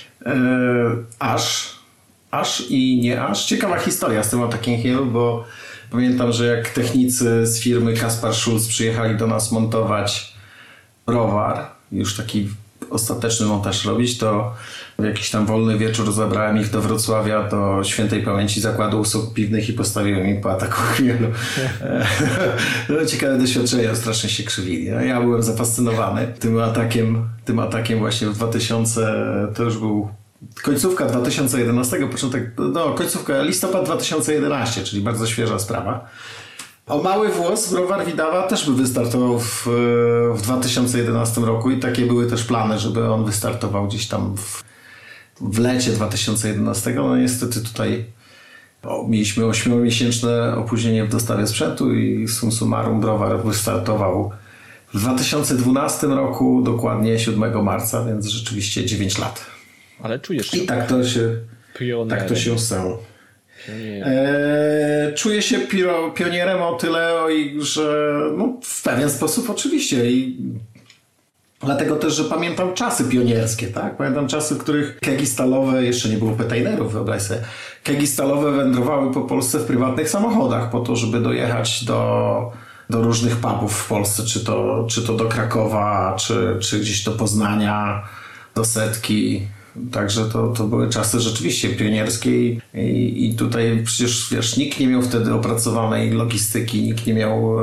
Aż i nie aż. Ciekawa historia z tym Atakiem Chmielu, bo pamiętam, że jak technicy z firmy Kaspar Schulz przyjechali do nas montować browar, już taki ostateczny montaż robić, to w jakiś tam wolny wieczór zabrałem ich do Wrocławia, do świętej pamięci Zakładu Usług Piwnych i postawiłem im po Ataku Chmielu. No, ciekawe doświadczenie, strasznie się krzywili. Ja byłem zafascynowany tym atakiem właśnie w 2000, to już był końcówka 2011, końcówka listopad 2011, czyli bardzo świeża sprawa. O mały włos browar Widawa też by wystartował w 2011 roku i takie były też plany, żeby on wystartował gdzieś tam w lecie 2011. No niestety tutaj mieliśmy 8-miesięczne opóźnienie w dostawie sprzętu i sum summarum browar wystartował w 2012 roku, dokładnie 7 marca, więc rzeczywiście 9 lat. Ale czujesz się i tak to się stało. Czuję się pionierem o tyle, że w pewien sposób oczywiście i dlatego też, że pamiętam czasy pionierskie, tak? Pamiętam czasy, w których kegi stalowe, jeszcze nie było petainerów, wyobraź sobie, kegi stalowe wędrowały po Polsce w prywatnych samochodach po to, żeby dojechać do różnych pubów w Polsce, czy to do Krakowa, czy gdzieś do Poznania, do Setki. Także to były czasy rzeczywiście pionierskie i tutaj przecież wiesz, nikt nie miał wtedy opracowanej logistyki, nikt nie miał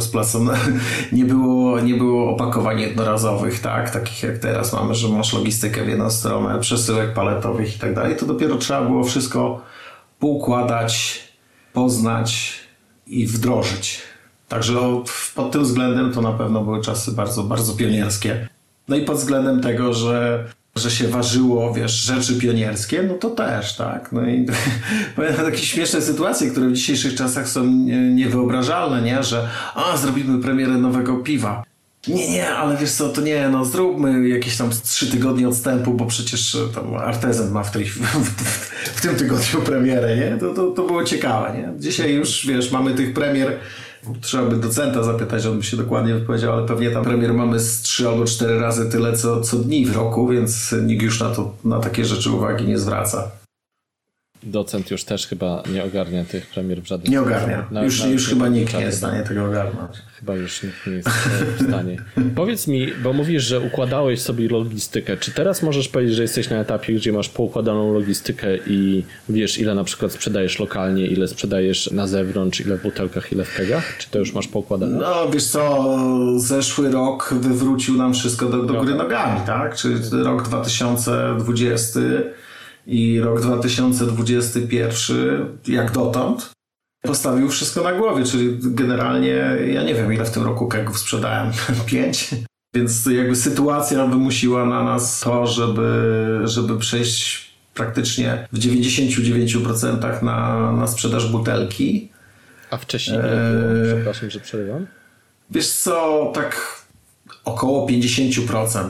nie było opakowań jednorazowych, tak? Takich jak teraz mamy, że masz logistykę w jedną stronę, przesyłek paletowych i tak dalej. To dopiero trzeba było wszystko poukładać, poznać i wdrożyć. Także pod tym względem to na pewno były czasy bardzo, bardzo pionierskie. No i pod względem tego, że się ważyło, wiesz, rzeczy pionierskie, no to też, tak. No i pamiętam takie śmieszne sytuacje, które w dzisiejszych czasach są niewyobrażalne, nie? Że zrobimy premierę nowego piwa. Nie, ale wiesz co, to nie, zróbmy jakieś tam 3 tygodnie odstępu, bo przecież tam Artezent ma w tym tygodniu premierę, nie? To było ciekawe, nie? Dzisiaj już, wiesz, mamy tych premier. Trzeba by docenta zapytać, on by się dokładnie wypowiedział, ale pewnie tam premier mamy z 3 albo 4 razy tyle co dni w roku, więc nikt już na takie rzeczy uwagi nie zwraca. Docent już też chyba nie ogarnia tych premier w żadnym Nie ogarnia. Już chyba nikt nie jest w stanie tego ogarnąć. Chyba już nikt nie jest w stanie. Powiedz mi, bo mówisz, że układałeś sobie logistykę. Czy teraz możesz powiedzieć, że jesteś na etapie, gdzie masz poukładaną logistykę i wiesz, ile na przykład sprzedajesz lokalnie, ile sprzedajesz na zewnątrz, ile w butelkach, ile w kegach? Czy to już masz poukładane? No wiesz co, zeszły rok wywrócił nam wszystko do góry nogami, tak? Czyli rok 2020 i rok 2021, jak dotąd, postawił wszystko na głowie, czyli generalnie ja nie wiem, ile w tym roku kegów sprzedałem, 5. Więc jakby sytuacja wymusiła na nas to, żeby przejść praktycznie w 99% na sprzedaż butelki. A wcześniej ile było? Przepraszam, że przerywam. Wiesz co, tak około 50%.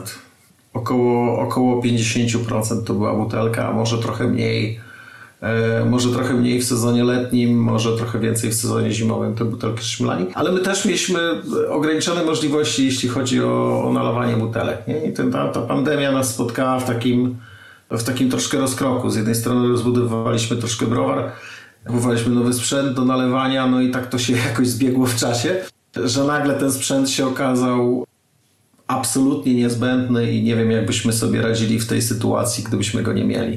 Około 50% to była butelka, a może trochę mniej. Może trochę mniej w sezonie letnim, może trochę więcej w sezonie zimowym te butelki szmlani. Ale my też mieliśmy ograniczone możliwości, jeśli chodzi o nalawanie butelek. Nie? I ta pandemia nas spotkała w takim troszkę rozkroku. Z jednej strony rozbudowaliśmy troszkę browar, kupowaliśmy nowy sprzęt do nalewania, no i tak to się jakoś zbiegło w czasie. że nagle ten sprzęt się okazał absolutnie niezbędny i nie wiem, jakbyśmy sobie radzili w tej sytuacji, gdybyśmy go nie mieli.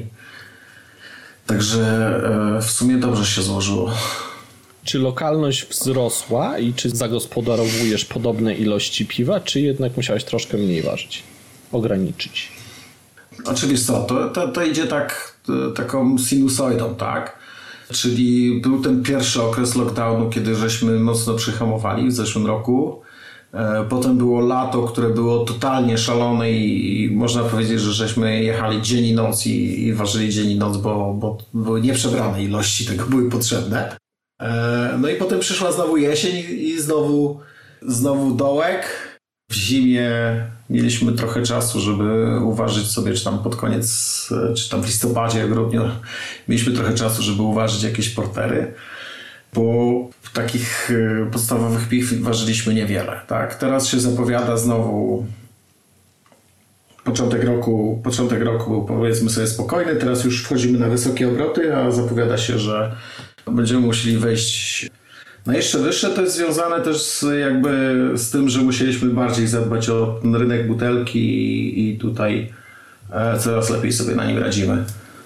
Także w sumie dobrze się złożyło. Czy lokalność wzrosła i czy zagospodarowujesz podobne ilości piwa, czy jednak musiałeś troszkę mniej ważyć? Ograniczyć? Oczywiście to idzie taką sinusoidą, tak? Czyli był ten pierwszy okres lockdownu, kiedy żeśmy mocno przyhamowali w zeszłym roku. Potem było lato, które było totalnie szalone i można powiedzieć, że żeśmy jechali dzień i noc i ważyli dzień i noc, bo były nieprzebrane ilości tego były potrzebne. No i potem przyszła znowu jesień i znowu dołek. W zimie mieliśmy trochę czasu, żeby uważać sobie, czy tam pod koniec, czy tam w listopadzie, grudniu, mieliśmy trochę czasu, żeby uważać jakieś portery, bo takich podstawowych piw ważyliśmy niewiele. Tak? Teraz się zapowiada znowu początek roku był, powiedzmy sobie, spokojny, teraz już wchodzimy na wysokie obroty, a zapowiada się, że będziemy musieli wejść na jeszcze wyższe. To jest związane też z tym, że musieliśmy bardziej zadbać o ten rynek butelki i tutaj coraz lepiej sobie na nim radzimy.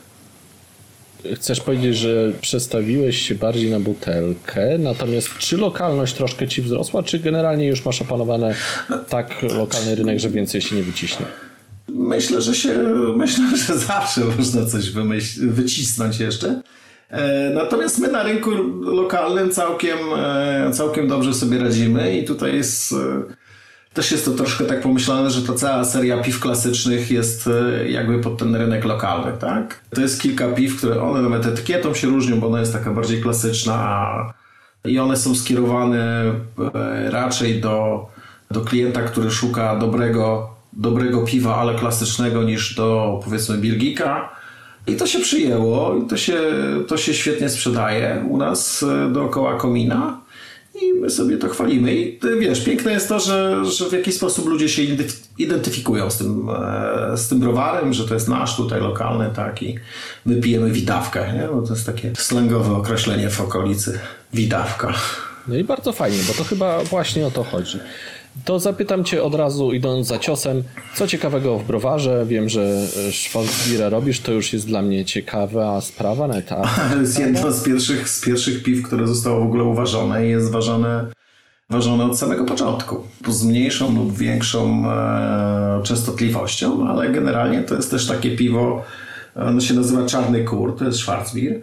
Chcesz powiedzieć, że przestawiłeś się bardziej na butelkę, natomiast czy lokalność troszkę ci wzrosła, czy generalnie już masz opanowany tak lokalny rynek, że więcej się nie wyciśnie? Myślę, że zawsze można coś wycisnąć jeszcze. Natomiast my na rynku lokalnym całkiem dobrze sobie radzimy i tutaj też jest to troszkę tak pomyślane, że ta cała seria piw klasycznych jest jakby pod ten rynek lokalny, tak? To jest kilka piw, które one nawet etykietą się różnią, bo ona jest taka bardziej klasyczna i one są skierowane raczej do klienta, który szuka dobrego piwa, ale klasycznego, niż do, powiedzmy, Birgika. I to się przyjęło i to się świetnie sprzedaje u nas dookoła komina i my sobie to chwalimy. I wiesz, piękne jest to, że w jakiś sposób ludzie się identyfikują z tym browarem, że to jest nasz tutaj lokalny, tak, i my pijemy widawkę, nie? Bo to jest takie slangowe określenie w okolicy, widawka. No i bardzo fajnie, bo to chyba właśnie o to chodzi. To zapytam cię od razu, idąc za ciosem, co ciekawego w browarze? Wiem, że Schwarzbierę robisz, to już jest dla mnie ciekawa sprawa. To jest jedno z pierwszych piw, które zostało w ogóle uważone i jest ważone od samego początku. Z mniejszą lub większą częstotliwością, ale generalnie to jest też takie piwo, ono się nazywa Czarny Kur, to jest Schwarzbier.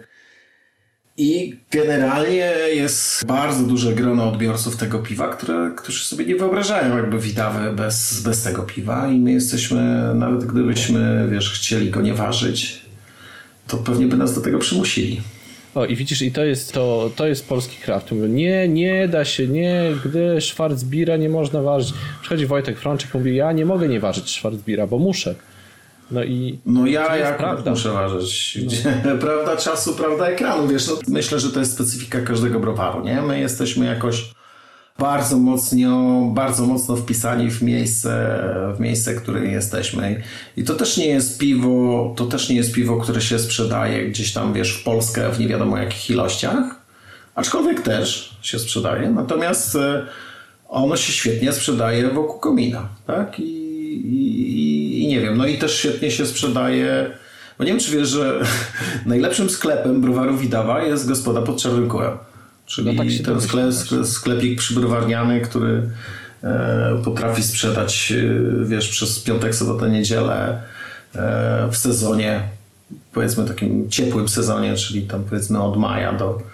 I generalnie jest bardzo duże grono odbiorców tego piwa, którzy sobie nie wyobrażają jakby widawy bez tego piwa i my jesteśmy, nawet gdybyśmy, wiesz, chcieli go nie ważyć, to pewnie by nas do tego przymusili. O i widzisz, i to jest polski kraft. Mówię, nie da się, gdy Schwarzbiera nie można ważyć. Przychodzi Wojtek Frączyk i mówi, ja nie mogę nie ważyć Schwarzbiera, bo muszę. No ja muszę ważyć. Prawda czasu, prawda ekranu. Wiesz, myślę, że to jest specyfika każdego browaru, nie? My jesteśmy jakoś bardzo mocno wpisani w miejsce, w którym jesteśmy. I to też nie jest piwo, które się sprzedaje gdzieś tam, wiesz, w Polskę w nie wiadomo jakich ilościach. Aczkolwiek też się sprzedaje. Natomiast ono się świetnie sprzedaje wokół komina, tak? I nie wiem, no i też świetnie się sprzedaje, bo nie wiem, czy wiesz, że najlepszym sklepem browaru Widawa jest Gospoda pod Czarnym Kurem. Czyli no tak ten sklepik przybrowarniany, który potrafi sprzedać, wiesz, przez piątek, sobotę, niedzielę w sezonie, powiedzmy takim ciepłym sezonie, czyli tam powiedzmy od maja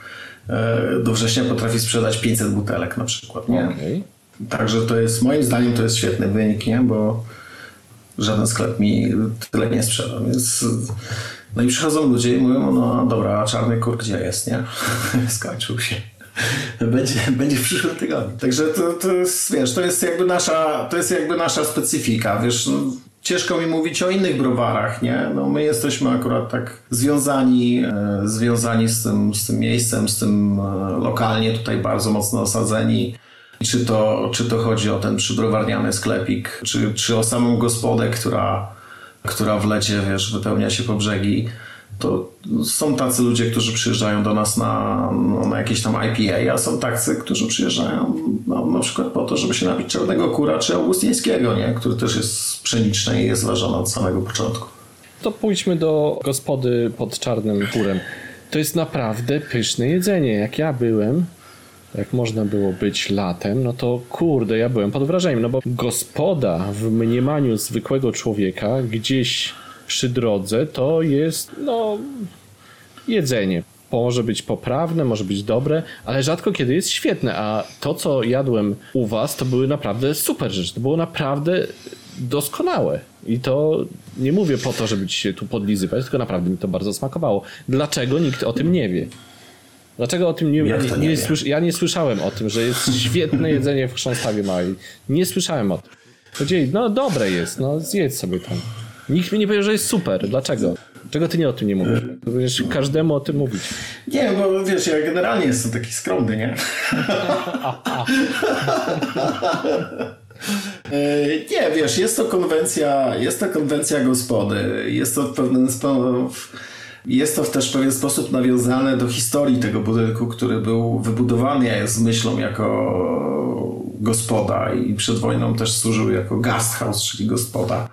do września potrafi sprzedać 500 butelek na przykład, nie? Okay. Także to jest, moim zdaniem, to jest świetny wynik, nie? Bo żaden sklep mi tyle nie sprzedał, więc no i przychodzą ludzie i mówią, no dobra, a Czarny Kur gdzie jest, nie? Skończył się. Będzie w przyszłym tygodniu. Także to jest, wiesz, to jest jakby nasza specyfika, wiesz, no, ciężko mi mówić o innych browarach, nie? No my jesteśmy akurat tak związani z tym miejscem, z tym lokalnie tutaj bardzo mocno osadzeni. Czy to chodzi o ten przybrowarniany sklepik, czy o samą gospodę, która w lecie, wiesz, wypełnia się po brzegi To są tacy ludzie, którzy przyjeżdżają do nas na jakieś tam IPA, a są tacy, którzy przyjeżdżają na przykład po to, żeby się napić Czarnego Kura czy Augustyńskiego, nie? Który też jest pszeniczny i jest ważony od samego początku. To pójdźmy do gospody pod Czarnym Kurem. To jest naprawdę pyszne jedzenie. Jak ja byłem, jak można było być latem, no to kurde, ja byłem pod wrażeniem, no bo gospoda w mniemaniu zwykłego człowieka gdzieś przy drodze to jest, no, jedzenie. Może być poprawne, może być dobre, ale rzadko kiedy jest świetne, a to, co jadłem u was, to były naprawdę super rzeczy. To było naprawdę doskonałe. I to nie mówię po to, żeby ci się tu podlizywać, tylko naprawdę mi to bardzo smakowało. Dlaczego nikt o tym nie wie? Dlaczego o tym nie ja nie słyszałem o tym, że jest świetne jedzenie w Chrząstawie Małej. Nie słyszałem o tym. Powiedzieli, no dobre jest, no zjedz sobie tam. Nikt mi nie powiedział, że jest super. Dlaczego? Czego ty nie o tym nie mówisz? Powinieneś każdemu o tym mówić. Nie, bo wiesz, ja generalnie jestem taki skromny, nie? Nie, wiesz, jest to konwencja gospody. Jest to w też pewien sposób nawiązane do historii tego budynku, który był wybudowany z myślą jako gospoda i przed wojną też służył jako gasthaus, czyli gospoda.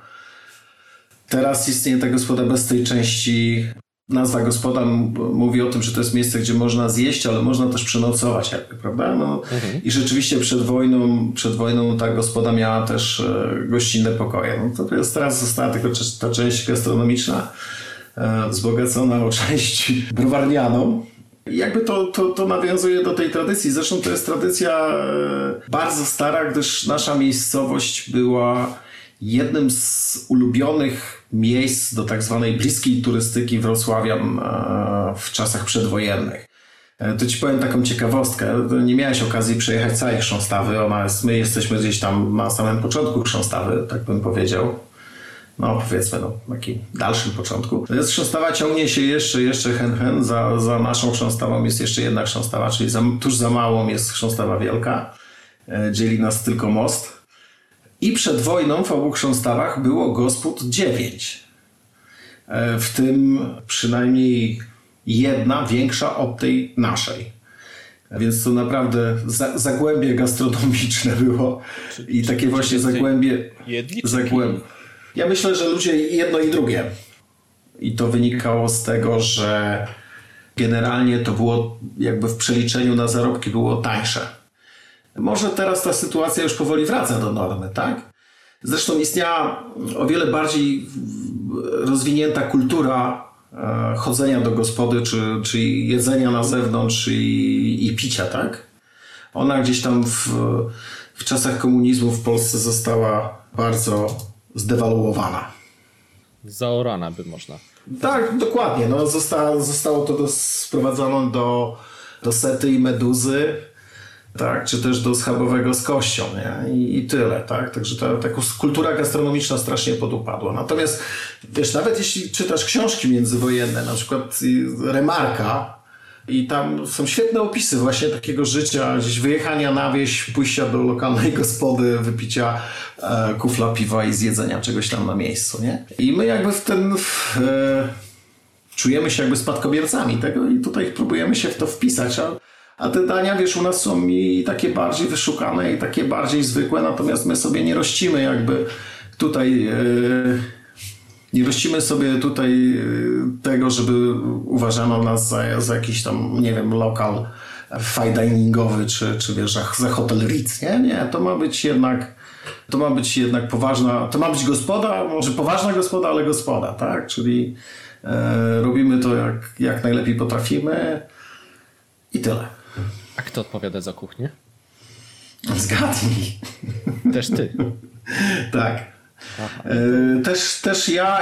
Teraz istnieje ta gospoda bez tej części. Nazwa gospoda mówi o tym, że to jest miejsce, gdzie można zjeść, ale można też przenocować, jakby, prawda? No, I rzeczywiście przed wojną ta gospoda miała też gościnne pokoje. No, to jest, teraz została tylko ta część gastronomiczna wzbogacona o część browarnianą. I jakby to nawiązuje do tej tradycji. Zresztą to jest tradycja bardzo stara, gdyż nasza miejscowość była jednym z ulubionych miejsc do tak zwanej bliskiej turystyki wrocławian w czasach przedwojennych. To ci powiem taką ciekawostkę. Nie miałeś okazji przejechać całej Chrząstawy. My jesteśmy gdzieś tam na samym początku Chrząstawy, tak bym powiedział. No powiedzmy, na takim dalszym początku. Chrząstawa ciągnie się jeszcze hen. Za naszą Chrząstawą jest jeszcze jedna Chrząstawa, czyli tuż za Małą jest Chrząstawa Wielka. Dzieli nas tylko most. I przed wojną w obu Chrząstawach było gospod 9. W tym przynajmniej jedna większa od tej naszej. Więc to naprawdę zagłębie gastronomiczne było. I takie właśnie zagłębie. Ja myślę, że ludzie jedno i drugie. I to wynikało z tego, że generalnie to było jakby w przeliczeniu na zarobki było tańsze. Może teraz ta sytuacja już powoli wraca do normy, tak? Zresztą istniała o wiele bardziej rozwinięta kultura chodzenia do gospody, czy jedzenia na zewnątrz i picia, tak? Ona gdzieś tam w czasach komunizmu w Polsce została bardzo zdewaluowana. Zaorana by można. Tak, dokładnie. No, zostało to sprowadzone do Sety i Meduzy, tak, czy też do schabowego z kością, nie? I tyle, tak? Także ta kultura gastronomiczna strasznie podupadła. Natomiast, wiesz, nawet jeśli czytasz książki międzywojenne, na przykład Remarka, i tam są świetne opisy właśnie takiego życia, gdzieś wyjechania na wieś, pójścia do lokalnej gospody, wypicia kufla piwa i zjedzenia czegoś tam na miejscu, nie? I my jakby czujemy się jakby spadkobiercami tego i tutaj próbujemy się w to wpisać, a te dania, wiesz, u nas są i takie bardziej wyszukane i takie bardziej zwykłe, natomiast my sobie nie rościmy jakby tutaj... Nie rościmy sobie tutaj tego, żeby uważano nas za jakiś tam, nie wiem, lokal fine diningowy, czy wiesz, za hotel Ritz, nie? Nie, to ma być jednak poważna, to ma być gospoda, może poważna gospoda, ale gospoda, tak? Czyli robimy to jak najlepiej potrafimy i tyle. A kto odpowiada za kuchnię? Zgadnij. Też ty. Tak. Też ja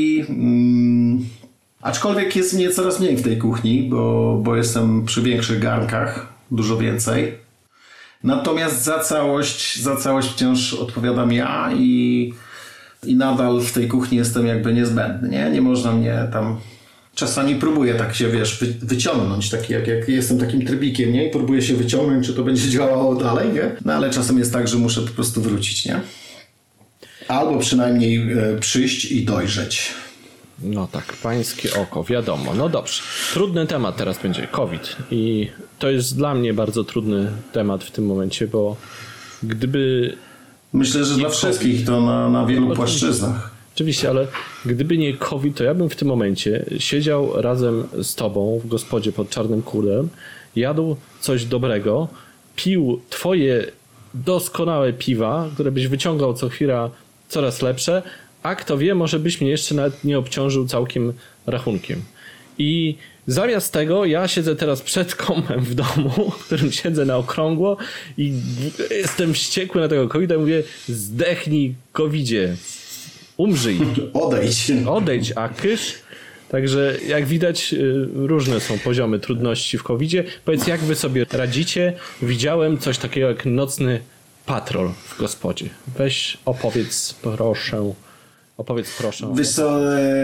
aczkolwiek jest mnie coraz mniej w tej kuchni, bo jestem przy większych garnkach, dużo więcej. Natomiast za całość wciąż odpowiadam ja i nadal w tej kuchni jestem jakby niezbędny, nie można mnie tam... Czasami próbuję tak się, wiesz, wyciągnąć, taki jak jestem takim trybikiem, nie? I próbuję się wyciągnąć, czy to będzie działało dalej, nie? No ale czasem jest tak, że muszę po prostu wrócić, nie? Albo przynajmniej przyjść i dojrzeć. No tak, pańskie oko, wiadomo. No dobrze, trudny temat teraz będzie, COVID. I to jest dla mnie bardzo trudny temat w tym momencie, bo gdyby... Myślę, że dla wszystkich to na wielu płaszczyznach. Oczywiście, ale gdyby nie COVID, to ja bym w tym momencie siedział razem z tobą w gospodzie pod Czarnym Kurdem, jadł coś dobrego, pił twoje doskonałe piwa, które byś wyciągał co chwila coraz lepsze, a kto wie, może byś mnie jeszcze nawet nie obciążył całkiem rachunkiem. I zamiast tego ja siedzę teraz przed kompem w domu, w którym siedzę na okrągło i jestem wściekły na tego COVID-a i mówię: zdechnij, covidzie, umrzyj. Odejdź, a kysz. Także jak widać, różne są poziomy trudności w COVID-zie. Powiedz, jak wy sobie radzicie? Widziałem coś takiego jak nocny patrol w gospodzie. Weź opowiedz proszę. Wiesz co,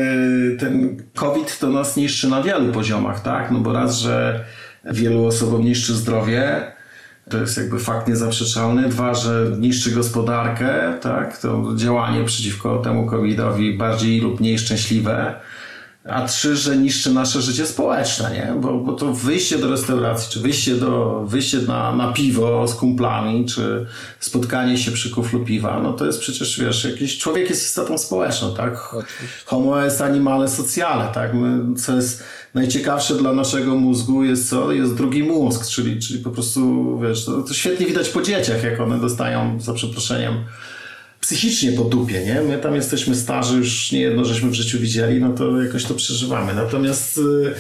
ten COVID to nas niszczy na wielu poziomach, tak? No bo raz, że wielu osobom niszczy zdrowie, to jest jakby fakt niezaprzeczalny. Dwa, że niszczy gospodarkę, tak? To działanie przeciwko temu COVID-owi bardziej lub mniej szczęśliwe. A trzy, że niszczy nasze życie społeczne, nie? Bo to wyjście do restauracji, czy wyjście na piwo z kumplami, czy spotkanie się przy kuflu piwa, no to jest przecież, wiesz, jakiś człowiek jest istotą społeczną, tak? Homo est animale sociale, tak? Co jest najciekawsze dla naszego mózgu jest co? Jest drugi mózg, czyli po prostu, wiesz, to świetnie widać po dzieciach, jak one dostają, za przeproszeniem, psychicznie po dupie, nie? My tam jesteśmy starzy, już niejedno żeśmy w życiu widzieli, no to jakoś to przeżywamy. Natomiast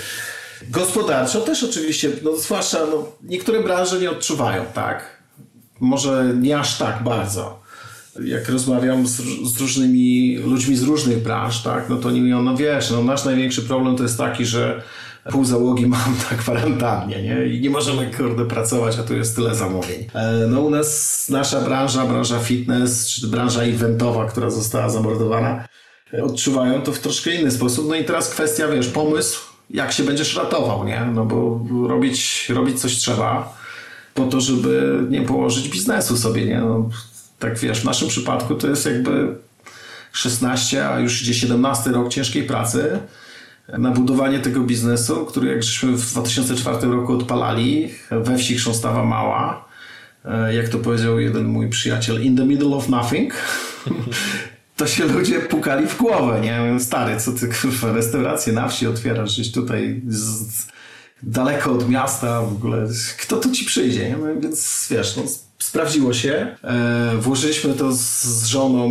gospodarczo też oczywiście, no zwłaszcza niektóre branże nie odczuwają, tak? Może nie aż tak bardzo. Jak rozmawiam z różnymi ludźmi z różnych branż, tak? No to oni mówią, no wiesz, no nasz największy problem to jest taki, że pół załogi mam na kwarantannie, nie? I nie możemy, pracować, a tu jest tyle zamówień. No u nas nasza branża fitness, czy branża eventowa, która została zamordowana, odczuwają to w troszkę inny sposób. No i teraz kwestia, wiesz, pomysł, jak się będziesz ratował, nie? No bo robić coś trzeba po to, żeby nie położyć biznesu sobie, nie? No, tak wiesz, w naszym przypadku to jest jakby 16, a już idzie 17 rok ciężkiej pracy na budowanie tego biznesu, który jak żeśmy w 2004 roku odpalali, we wsi Chrząstawa Mała, jak to powiedział jeden mój przyjaciel, in the middle of nothing, to się ludzie pukali w głowę, nie? Mówią, stary, co ty, kurwa, restaurację na wsi otwierasz, gdzieś tutaj daleko od miasta, w ogóle, kto tu ci przyjdzie, nie? No, więc wiesz, no, sprawdziło się. Włożyliśmy to z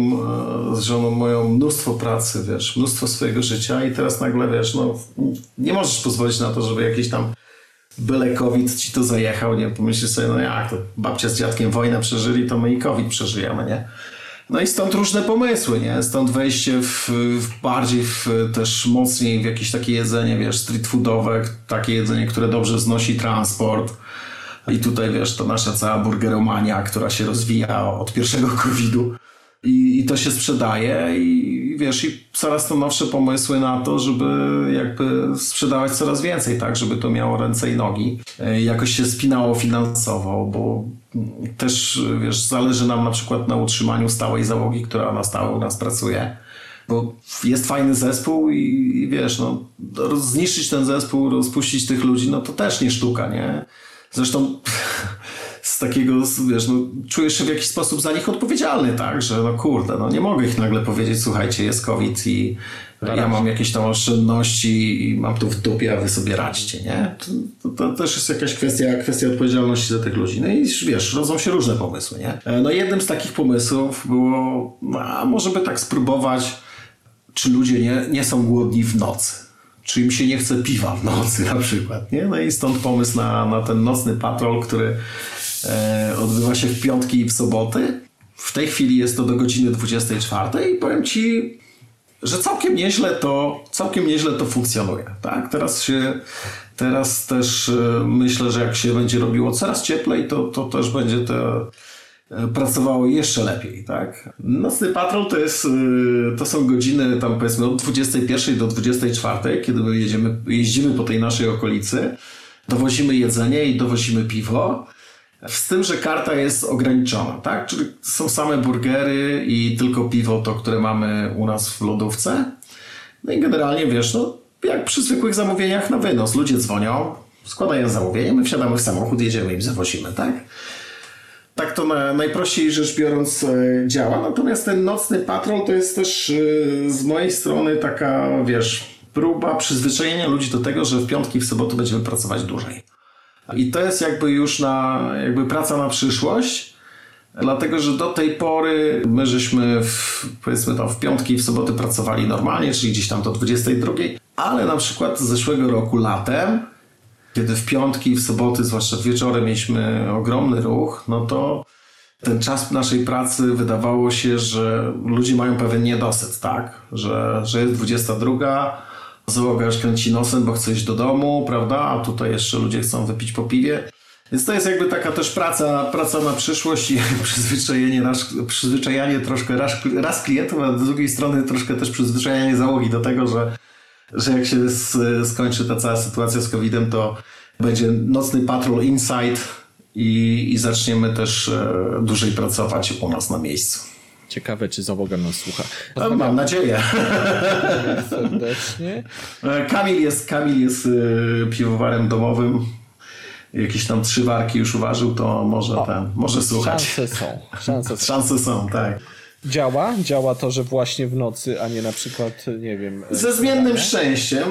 żoną moją mnóstwo pracy, wiesz, mnóstwo swojego życia i teraz nagle, wiesz, no nie możesz pozwolić na to, żeby jakiś tam byle COVID ci to zajechał, nie? Pomyślisz sobie, no jak to babcia z dziadkiem wojnę przeżyli, to my i COVID przeżyjemy, nie? No i stąd różne pomysły, nie? Stąd wejście bardziej też mocniej w jakieś takie jedzenie, wiesz, street foodowe, takie jedzenie, które dobrze znosi transport. I tutaj, wiesz, to nasza cała burgeromania, która się rozwija od pierwszego COVID-u i to się sprzedaje i wiesz, i coraz to nowsze pomysły na to, żeby jakby sprzedawać coraz więcej, tak, żeby to miało ręce i nogi. Jakoś się spinało finansowo, bo też, wiesz, zależy nam na przykład na utrzymaniu stałej załogi, która na stałe u nas pracuje. Bo jest fajny zespół i wiesz, no, zniszczyć ten zespół, rozpuścić tych ludzi, no to też nie sztuka, nie? Zresztą z takiego, wiesz, no, czujesz się w jakiś sposób za nich odpowiedzialny, tak? Że no kurde, no nie mogę ich nagle powiedzieć, słuchajcie, jest COVID i ja mam jakieś tam oszczędności i mam to w dupie, a wy sobie radźcie, nie? To też jest jakaś kwestia odpowiedzialności za tych ludzi. No i wiesz, rodzą się różne pomysły, nie? No jednym z takich pomysłów było, a może by tak spróbować, czy ludzie nie są głodni w nocy. Czy im się nie chce piwa w nocy na przykład, nie? No i stąd pomysł na ten nocny patrol, który odbywa się w piątki i w soboty. W tej chwili jest to do godziny 24 i powiem ci, że całkiem nieźle to funkcjonuje, tak? Teraz też myślę, że jak się będzie robiło coraz cieplej, to też będzie to pracowało jeszcze lepiej, tak? Nocny patrol to są godziny tam powiedzmy od 21 do 24, kiedy my jeździmy po tej naszej okolicy, dowozimy jedzenie i dowozimy piwo, z tym, że karta jest ograniczona, tak? Czyli są same burgery i tylko piwo to, które mamy u nas w lodówce. No i generalnie, wiesz, no jak przy zwykłych zamówieniach na wynos. Ludzie dzwonią, składają zamówienie, my wsiadamy w samochód, jedziemy i im zawozimy, tak? Tak to najprościej rzecz biorąc działa. Natomiast ten nocny patrol to jest też z mojej strony taka, wiesz, próba przyzwyczajenia ludzi do tego, że w piątki i w soboty będziemy pracować dłużej. I to jest jakby już praca na przyszłość, dlatego że do tej pory my żeśmy powiedzmy tam w piątki i w soboty pracowali normalnie, czyli gdzieś tam do 22, ale na przykład z zeszłego roku latem, kiedy w piątki i w soboty, zwłaszcza wieczorem, mieliśmy ogromny ruch, no to ten czas naszej pracy wydawało się, że ludzie mają pewien niedosyt, tak? Że jest 22, załoga już kręci nosem, bo chce iść do domu, prawda? A tutaj jeszcze ludzie chcą wypić po piwie. Więc to jest jakby taka też praca na przyszłość i przyzwyczajanie troszkę raz klientów, a z drugiej strony troszkę też przyzwyczajanie załogi do tego, że jak się skończy ta cała sytuacja z COVID-em, to będzie nocny patrol inside i zaczniemy też dłużej pracować u nas na miejscu. Ciekawe, czy załoga nas słucha. Mam nadzieję. Serdecznie. Kamil jest piwowarem domowym. Jakieś tam 3 warki już uważył, to może słuchać. Szanse są, tak. Działa to, że właśnie w nocy, a nie na przykład, nie wiem... Ze zmiennym szczęściem.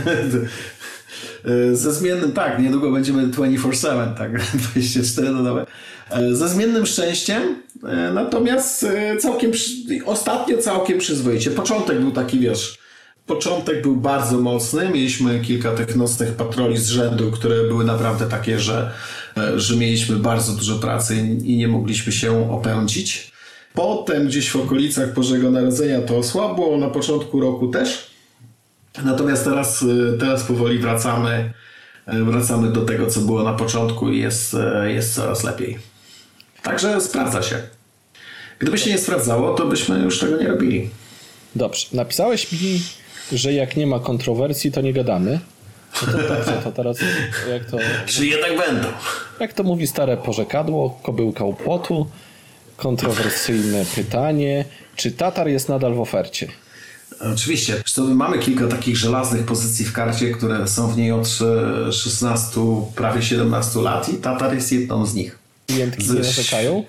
Ze zmiennym, tak, niedługo będziemy 24/7, tak, 24 na dobę. Ze zmiennym szczęściem, natomiast ostatnio całkiem przyzwoicie. Początek był taki, wiesz, początek był bardzo mocny. Mieliśmy kilka tych nocnych patroli z rzędu, które były naprawdę takie, że mieliśmy bardzo dużo pracy i nie mogliśmy się opędzić. Potem gdzieś w okolicach Bożego Narodzenia to osłabło, na początku roku też. Natomiast teraz powoli wracamy do tego, co było na początku i jest coraz lepiej. Także sprawdza się. Gdyby się nie sprawdzało, to byśmy już tego nie robili. Dobrze. Napisałeś mi, że jak nie ma kontrowersji, to nie gadamy. No to dobrze, to teraz jak to... Czy jednak będą? Jak to mówi stare porzekadło, kobyłka u płotu, kontrowersyjne pytanie, czy Tatar jest nadal w ofercie? Oczywiście. Zresztą mamy kilka takich żelaznych pozycji w karcie, które są w niej od 16, prawie 17 lat i Tatar jest jedną z nich. Klientki nie narzekają?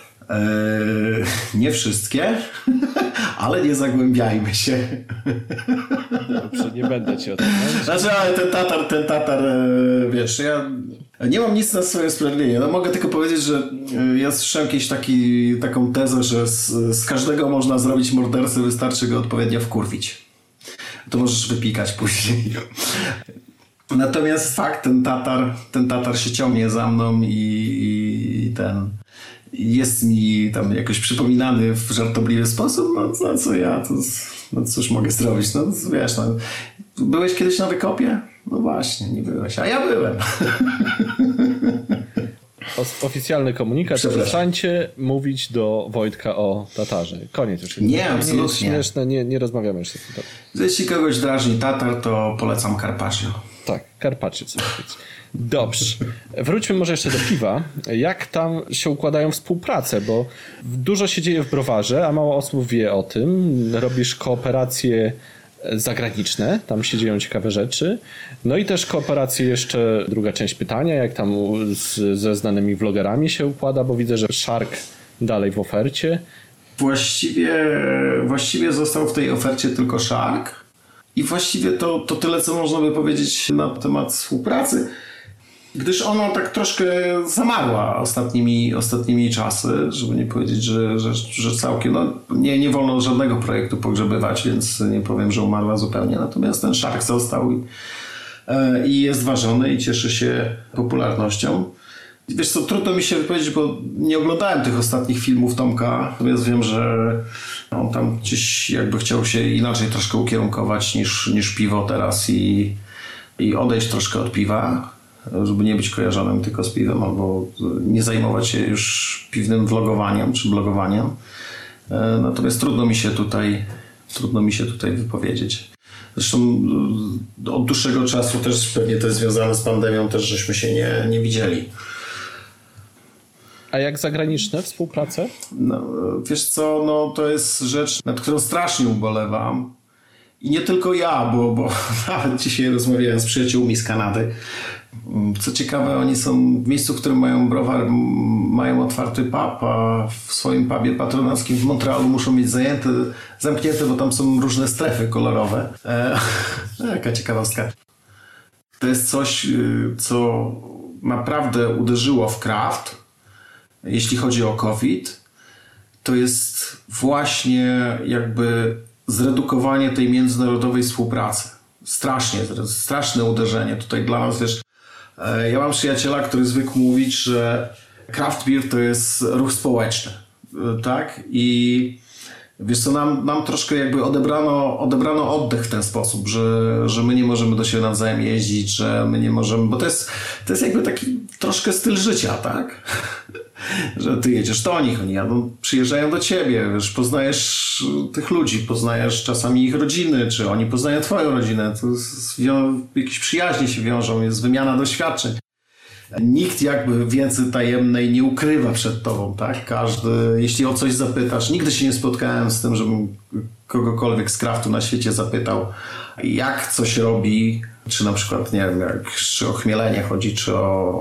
Nie wszystkie, ale nie zagłębiajmy się. Dobrze, nie będę ci o tym mówić. Znaczy, ale ten Tatar, wiesz, ja nie mam nic na swoje usprawiedliwienie. No, mogę tylko powiedzieć, że ja słyszałem kiedyś taką tezę, że z każdego można zrobić mordercę, wystarczy go odpowiednio wkurwić. To możesz wypikać później. Natomiast fakt, ten Tatar się ciągnie za mną i jest mi tam jakoś przypominany w żartobliwy sposób, no co ja, no cóż mogę zrobić, no wiesz, no, byłeś kiedyś na wykopie? No właśnie, nie byłeś, a ja byłem. Oficjalny komunikat, przestańcie mówić do Wojtka o Tatarze. Koniec już. Nie, absolutnie. Nie jest śmieszne, nie rozmawiamy już z tym. Jeśli kogoś drażni Tatar, to polecam Carpaccio. Tak, Carpaccio co powiedzieć. Dobrze. Wróćmy może jeszcze do piwa. Jak tam się układają współpracę, bo dużo się dzieje w browarze, a mało osób wie o tym. Robisz kooperacje zagraniczne, tam się dzieją ciekawe rzeczy. No i też kooperacje jeszcze, druga część pytania, jak tam ze znanymi vlogerami się układa, bo widzę, że Shark dalej w ofercie. Właściwie został w tej ofercie tylko Shark i właściwie to tyle, co można by powiedzieć na temat współpracy, gdyż ona tak troszkę zamarła ostatnimi czasy, żeby nie powiedzieć, że całkiem, no nie wolno żadnego projektu pogrzebywać, więc nie powiem, że umarła zupełnie, natomiast ten Shark został i jest ważony i cieszy się popularnością. Wiesz co, trudno mi się wypowiedzieć, bo nie oglądałem tych ostatnich filmów Tomka, natomiast wiem, że on tam gdzieś jakby chciał się inaczej troszkę ukierunkować niż piwo teraz i odejść troszkę od piwa, żeby nie być kojarzonym tylko z piwem albo nie zajmować się już piwnym vlogowaniem czy blogowaniem. Natomiast trudno mi się tutaj wypowiedzieć. Zresztą od dłuższego czasu też pewnie to jest związane z pandemią, też żeśmy się nie widzieli. A jak zagraniczne współprace? No, wiesz co, no to jest rzecz, nad którą strasznie ubolewam. I nie tylko ja, bo nawet dzisiaj rozmawiałem z przyjaciółmi z Kanady. Co ciekawe, oni są w miejscu, w którym mają browar, mają otwarty pub, a w swoim pubie patronackim w Montrealu muszą mieć zamknięte, bo tam są różne strefy kolorowe. Jaka ciekawostka. To jest coś, co naprawdę uderzyło w craft, jeśli chodzi o COVID. To jest właśnie jakby zredukowanie tej międzynarodowej współpracy. Straszne uderzenie tutaj dla nas, wiesz. Ja mam przyjaciela, który zwykł mówić, że craft beer to jest ruch społeczny, tak? I wiesz co, nam troszkę jakby odebrano oddech w ten sposób, że my nie możemy do siebie nawzajem jeździć, że my nie możemy, bo to jest jakby taki troszkę styl życia, tak? Że ty jedziesz do nich, oni jadą, przyjeżdżają do ciebie, wiesz, poznajesz tych ludzi, poznajesz czasami ich rodziny, czy oni poznają twoją rodzinę, to jakieś przyjaźnie się wiążą, jest wymiana doświadczeń. Nikt jakby wiedzy tajemnej nie ukrywa przed tobą, tak? Każdy, jeśli o coś zapytasz, nigdy się nie spotkałem z tym, żebym kogokolwiek z craftu na świecie zapytał, jak coś robi, czy na przykład, nie wiem, czy o chmielenie chodzi, czy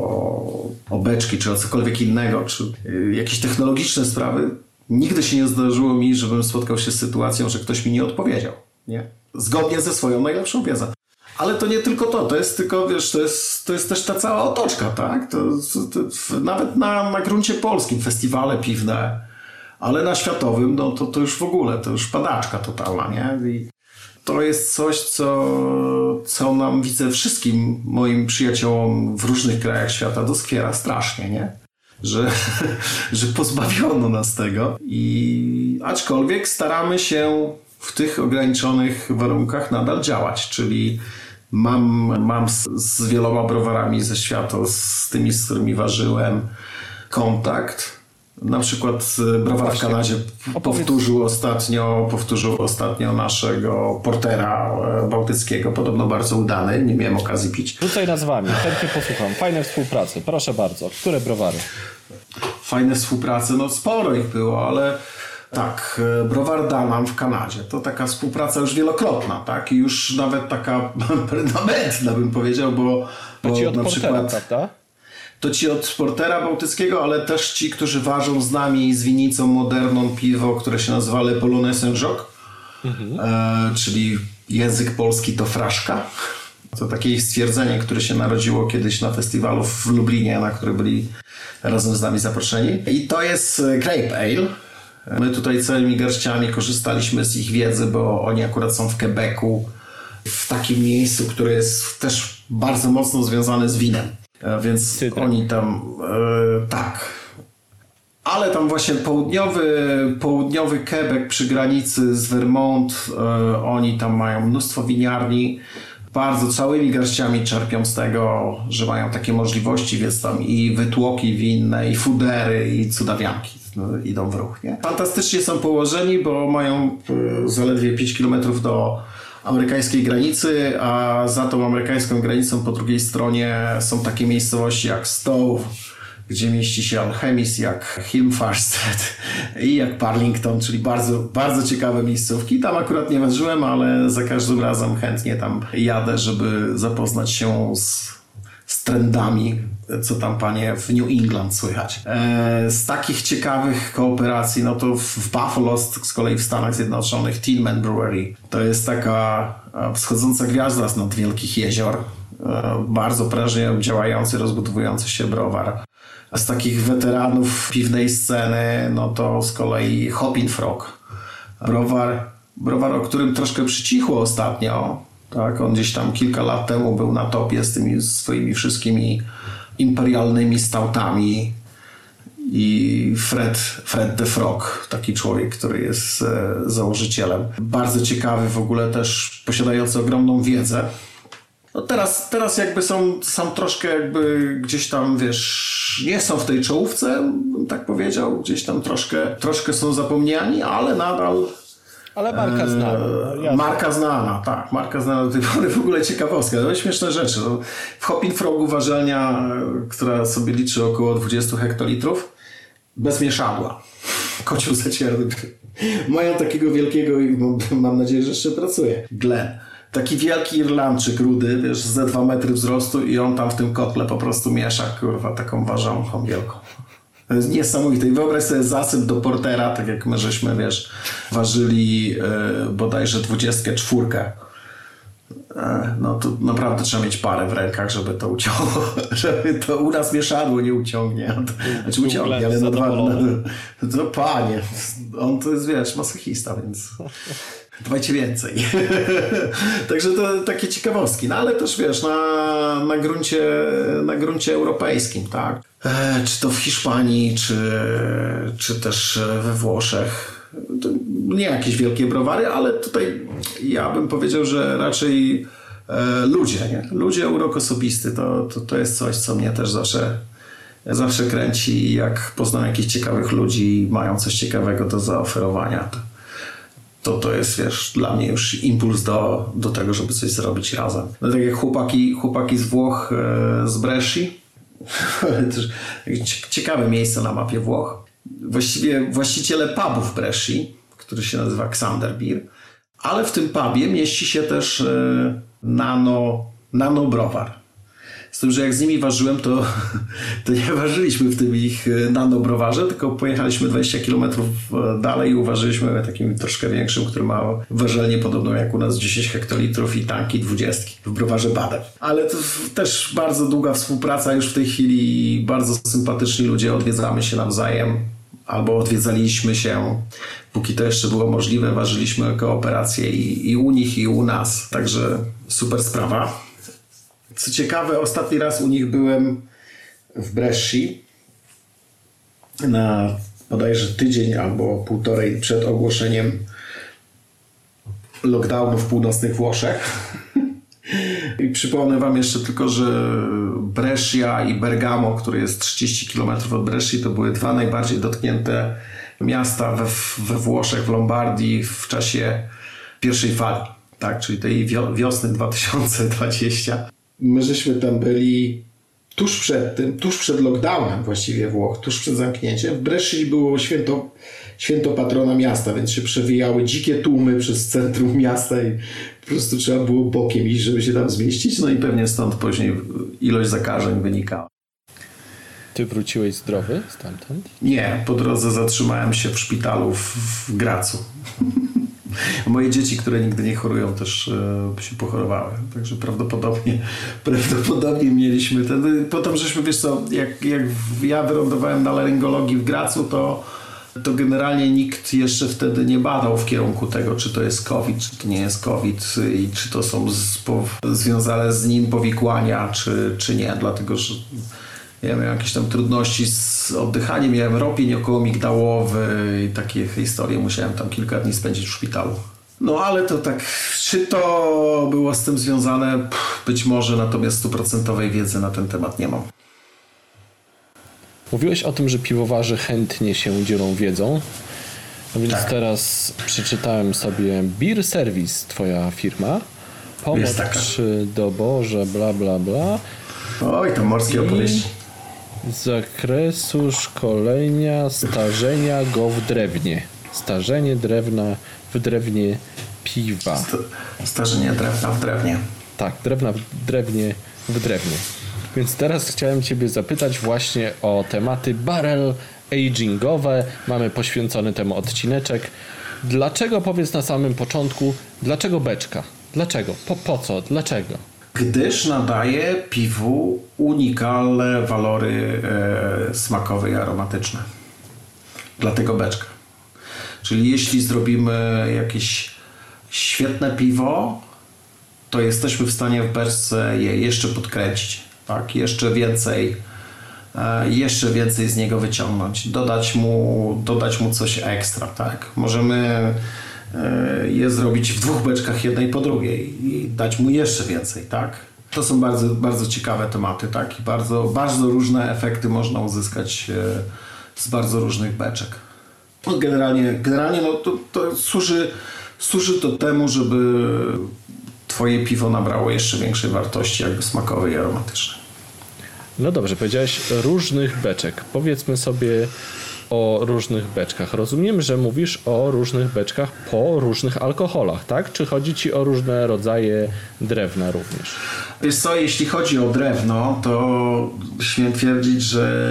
o beczki, czy o cokolwiek innego, czy jakieś technologiczne sprawy. Nigdy się nie zdarzyło mi, żebym spotkał się z sytuacją, że ktoś mi nie odpowiedział, nie? Zgodnie ze swoją najlepszą wiedzą. Ale to nie tylko to jest tylko, wiesz, to jest też ta cała otoczka, tak? Nawet na gruncie polskim festiwale piwne, ale na światowym, no to już w ogóle, to już padaczka totalna, nie? I to jest coś, co nam, widzę, wszystkim moim przyjaciołom w różnych krajach świata doskwiera strasznie, nie? Że pozbawiono nas tego i aczkolwiek staramy się w tych ograniczonych warunkach nadal działać, czyli mam z wieloma browarami ze świata, z tymi, z którymi ważyłem, kontakt. Na przykład browar w Kanadzie powtórzył ostatnio naszego portera bałtyckiego, podobno bardzo udany, nie miałem okazji pić. Rzucaj nazwami, chętnie posłucham. Fajne współprace, proszę bardzo. Które browary? Fajne współprace, no sporo ich było, ale tak, browar Danam w Kanadzie, to taka współpraca już wielokrotna, tak? I już nawet taka permanentna, bym powiedział, bo ci od na portera, przykład prawda? To ci od portera bałtyckiego, ale też ci, którzy ważą z nami z winicą moderną piwo, które się nazywa Le Polonais Saint-Jacques, czyli język polski to fraszka. To takie ich stwierdzenie, które się narodziło kiedyś na festiwalu w Lublinie, na który byli razem z nami zaproszeni. I to jest Grape Ale. My tutaj całymi garściami korzystaliśmy z ich wiedzy, bo oni akurat są w Quebecu, w takim miejscu, które jest też bardzo mocno związane z winem. Więc oni tam, tak. Ale tam właśnie południowy Quebec przy granicy z Vermont, oni tam mają mnóstwo winiarni. Bardzo całymi garściami czerpią z tego, że mają takie możliwości, więc tam i wytłoki winne, i fudery, i cudawianki idą w ruch, nie? Fantastycznie są położeni, bo mają zaledwie 5 km do amerykańskiej granicy, a za tą amerykańską granicą po drugiej stronie są takie miejscowości jak Stowe, gdzie mieści się Alchemist, jak Hillfarstad i jak Burlington, czyli bardzo, bardzo ciekawe miejscówki. Tam akurat nie ważyłem, ale za każdym razem chętnie tam jadę, żeby zapoznać się z trendami, co tam, panie, w New England słychać. Z takich ciekawych kooperacji, no to w Buffalo, z kolei w Stanach Zjednoczonych, Tillman Brewery. To jest taka wschodząca gwiazda z nad wielkich jezior. Bardzo prężnie działający, rozbudowujący się browar. A z takich weteranów piwnej sceny, no to z kolei Hoppin' Frog. Browar, o którym troszkę przycichło ostatnio. Tak, on gdzieś tam kilka lat temu był na topie z tymi swoimi wszystkimi imperialnymi stoutami. I Fred the Frog, taki człowiek, który jest założycielem. Bardzo ciekawy w ogóle też, posiadający ogromną wiedzę. No teraz jakby są troszkę jakby gdzieś tam, wiesz, nie są w tej czołówce, bym tak powiedział. Gdzieś tam troszkę są zapomniani, ale nadal... Ale marka znana. Marka znana, tak. Marka znana do tej pory. W ogóle ciekawostka. To śmieszne rzeczy. W Hoppin' Frogu ważelnia, która sobie liczy około 20 hektolitrów, bez mieszadła. Kocioł zacierny. Mają takiego wielkiego i mam nadzieję, że jeszcze pracuje. Glenn. Taki wielki Irlandczyk rudy, wiesz, ze 2 metry wzrostu i on tam w tym kotle po prostu miesza, kurwa, taką ważąchą wielką. To jest niesamowite. I wyobraź sobie zasyp do portera, tak jak my żeśmy, wiesz, ważyli bodajże 24. No to naprawdę trzeba mieć parę w rękach, żeby to uciągło, żeby to u nas mieszadło nie uciągnie. Znaczy uciągnie, ale na 2... To panie, on to jest, wiesz, masochista, więc... Dawajcie więcej. Także to takie ciekawostki. No ale też wiesz, na gruncie europejskim, tak? Czy to w Hiszpanii, czy też we Włoszech. To nie jakieś wielkie browary, ale tutaj ja bym powiedział, że raczej ludzie, nie? Ludzie, urok osobisty to jest coś, co mnie też zawsze kręci. Jak poznam jakichś ciekawych ludzi i mają coś ciekawego do zaoferowania, to jest, wiesz, dla mnie już impuls do tego, żeby coś zrobić razem. No, tak jak chłopaki z Włoch, z Bresci. Ciekawe miejsce na mapie Włoch. Właściwie właściciele pubu w Bresci, który się nazywa Xander Beer, ale w tym pubie mieści się też nano browar. Z tym, że jak z nimi ważyłem, to nie ważyliśmy w tym ich nanobrowarze, tylko pojechaliśmy 20 km dalej i uważyliśmy takim troszkę większym, który ma ważelnię podobną jak u nas 10 hektolitrów i tanki 20 w browarze Baden. Ale to też bardzo długa współpraca już w tej chwili i bardzo sympatyczni ludzie, odwiedzamy się nawzajem albo odwiedzaliśmy się, póki to jeszcze było możliwe, ważyliśmy kooperację i u nich, i u nas. Także super sprawa. Co ciekawe, ostatni raz u nich byłem w Bresci na bodajże tydzień albo półtorej przed ogłoszeniem lockdownu w północnych Włoszech. I przypomnę wam jeszcze tylko, że Brescia i Bergamo, który jest 30 km od Bresci, to były 2 najbardziej dotknięte miasta we Włoszech, w Lombardii w czasie pierwszej fali, tak, czyli tej wiosny 2020. My żeśmy tam byli tuż przed lockdownem właściwie Włoch, tuż przed zamknięciem. W Bresci było święto patrona miasta, więc się przewijały dzikie tłumy przez centrum miasta i po prostu trzeba było bokiem iść, żeby się tam zmieścić. No i pewnie stąd później ilość zakażeń wynikała. Ty wróciłeś zdrowy stamtąd? Nie, po drodze zatrzymałem się w szpitalu w Gracu. Moje dzieci, które nigdy nie chorują, też się pochorowały. Także prawdopodobnie mieliśmy ten. Potem żeśmy, wiesz co, jak ja wylądowałem na laryngologii w Gracu, to generalnie nikt jeszcze wtedy nie badał w kierunku tego, czy to jest COVID, czy to nie jest COVID i czy to są związane z nim powikłania, czy nie. Dlatego, że ja miałem jakieś tam trudności z oddychaniem, miałem ropień okołomigdałowy i takie historie. Musiałem tam kilka dni spędzić w szpitalu. No ale to tak, czy to było z tym związane? Być może, natomiast 100% wiedzy na ten temat nie mam. Mówiłeś o tym, że piwowarzy chętnie się dzielą wiedzą. No więc tak. Teraz przeczytałem sobie Beer Service, twoja firma. Pomoc przy doborze, bla bla bla. Oj, to morskie opowieści. Z zakresu szkolenia starzenia go w drewnie. Starzenie drewna w drewnie piwa. Starzenie drewna w drewnie. Tak, drewna w drewnie w drewnie. Więc teraz chciałem ciebie zapytać właśnie o tematy barrel agingowe. Mamy poświęcony temu odcineczek. Dlaczego, powiedz na samym początku, dlaczego beczka? Dlaczego? Po co? Dlaczego? Gdyż nadaje piwu unikalne walory smakowe i aromatyczne. Dlatego beczka. Czyli jeśli zrobimy jakieś świetne piwo, to jesteśmy w stanie w beczce je jeszcze podkręcić. Tak? Jeszcze więcej z niego wyciągnąć. Dodać mu coś ekstra. Tak? Możemy je zrobić w 2 beczkach, jednej po drugiej i dać mu jeszcze więcej, tak? To są bardzo, bardzo ciekawe tematy, tak? I bardzo, bardzo różne efekty można uzyskać z bardzo różnych beczek. No generalnie no to służy to temu, żeby twoje piwo nabrało jeszcze większej wartości jakby smakowej i aromatycznej. No dobrze, powiedziałeś różnych beczek. Powiedzmy sobie, o różnych beczkach, rozumiem, że mówisz o różnych beczkach po różnych alkoholach, tak? Czy chodzi ci o różne rodzaje drewna również? Wiesz co, jeśli chodzi o drewno, to śmiem twierdzić, że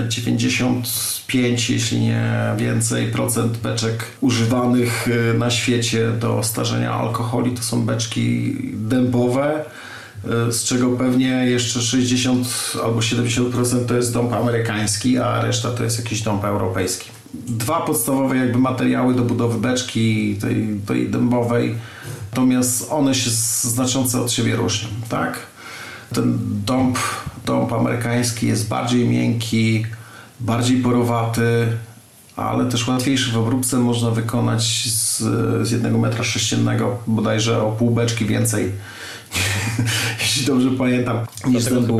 95, jeśli nie więcej, procent beczek używanych na świecie do starzenia alkoholi to są beczki dębowe, z czego pewnie jeszcze 60 albo 70% to jest dąb amerykański, a reszta to jest jakiś dąb europejski. Dwa podstawowe jakby materiały do budowy beczki, tej dębowej, natomiast one się znacząco od siebie różnią, tak? Ten dąb amerykański jest bardziej miękki, bardziej porowaty, ale też łatwiejszy w obróbce. Można wykonać z 1 metra sześciennego bodajże o pół beczki więcej, jeśli dobrze pamiętam, niż dębu.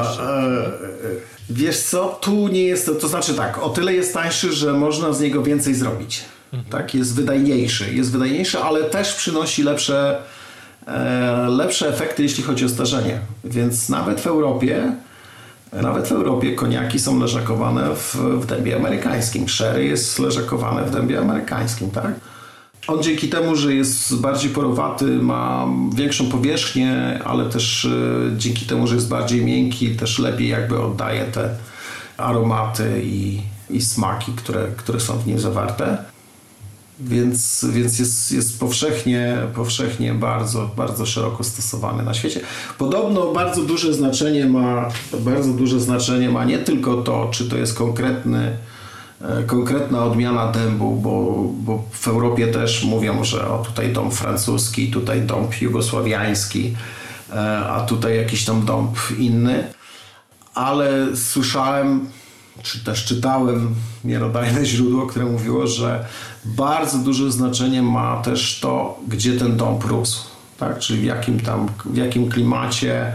Wiesz co, tu nie jest, to znaczy tak, o tyle jest tańszy, że można z niego więcej zrobić. Tak, jest wydajniejszy, ale też przynosi lepsze efekty, jeśli chodzi o starzenie. Więc nawet w Europie koniaki są leżakowane w dębie amerykańskim. Sherry jest leżakowane w dębie amerykańskim, tak? On dzięki temu, że jest bardziej porowaty, ma większą powierzchnię, ale też dzięki temu, że jest bardziej miękki, też lepiej jakby oddaje te aromaty i smaki, które są w nim zawarte. Więc jest powszechnie bardzo, bardzo szeroko stosowany na świecie. Podobno bardzo duże znaczenie ma nie tylko to, czy to jest konkretna odmiana dębu, bo w Europie też mówią, że tutaj dąb francuski, tutaj dąb jugosławiański, a tutaj jakiś tam dąb inny. Ale słyszałem, czy też czytałem miarodajne źródło, które mówiło, że bardzo duże znaczenie ma też to, gdzie ten dąb rósł. Tak? Czyli w jakim klimacie,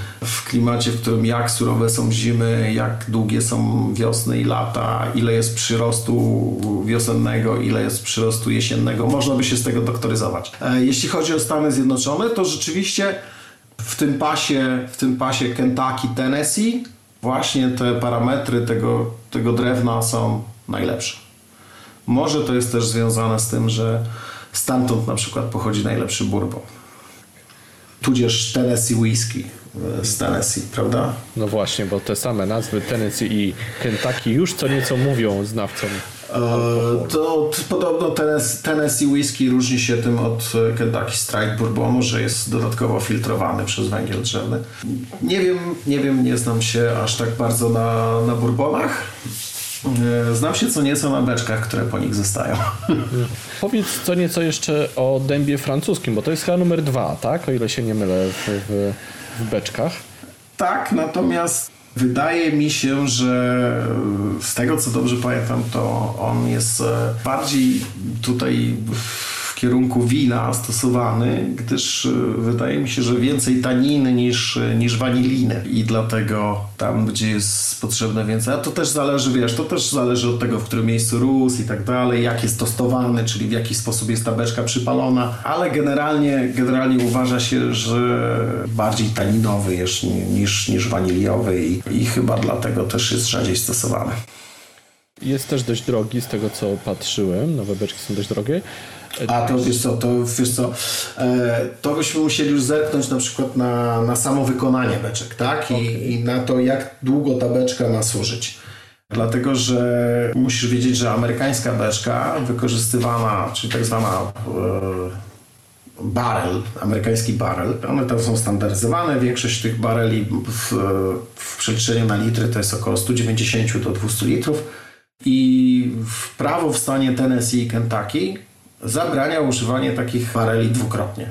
w którym jak surowe są zimy, jak długie są wiosny i lata, ile jest przyrostu wiosennego, ile jest przyrostu jesiennego. Można by się z tego doktoryzować. Jeśli chodzi o Stany Zjednoczone, to rzeczywiście w tym pasie Kentucky, Tennessee właśnie te parametry tego drewna są najlepsze. Może to jest też związane z tym, że stamtąd na przykład pochodzi najlepszy bourbon. Tudzież Tennessee Whiskey z Tennessee, prawda? No właśnie, bo te same nazwy Tennessee i Kentucky już co nieco mówią znawcom. To podobno Tennessee Whiskey różni się tym od Kentucky Strike Bourbonu, że jest dodatkowo filtrowany przez węgiel drzewny. Nie wiem, nie znam się aż tak bardzo na bourbonach. Znam się co nieco na beczkach, które po nich zostają. Powiedz co nieco jeszcze o dębie francuskim, bo to jest chyba numer 2, tak? O ile się nie mylę w beczkach. Tak, natomiast wydaje mi się, że z tego co dobrze pamiętam, to on jest bardziej tutaj w kierunku wina stosowany, gdyż wydaje mi się, że więcej taniny niż waniliny i dlatego tam, gdzie jest potrzebne więcej, a to też zależy, to też zależy od tego, w którym miejscu rósł i tak dalej, jak jest tostowany, czyli w jaki sposób jest ta beczka przypalona, ale generalnie uważa się, że bardziej taninowy jest niż waniliowy i chyba dlatego też jest rzadziej stosowany. Jest też dość drogi, z tego co patrzyłem, nowe beczki są dość drogie. A to wiesz co, to byśmy musieli już zerknąć na przykład na samo wykonanie beczek, tak? Okay. I na to, jak długo ta beczka ma służyć. Dlatego, że musisz wiedzieć, że amerykańska beczka wykorzystywana, czyli tak zwana barrel, amerykański barrel, one tam są standaryzowane. Większość tych bareli w przeliczeniu na litry to jest około 190 do 200 litrów. I prawo w stanie Tennessee i Kentucky zabrania używanie takich bareli dwukrotnie.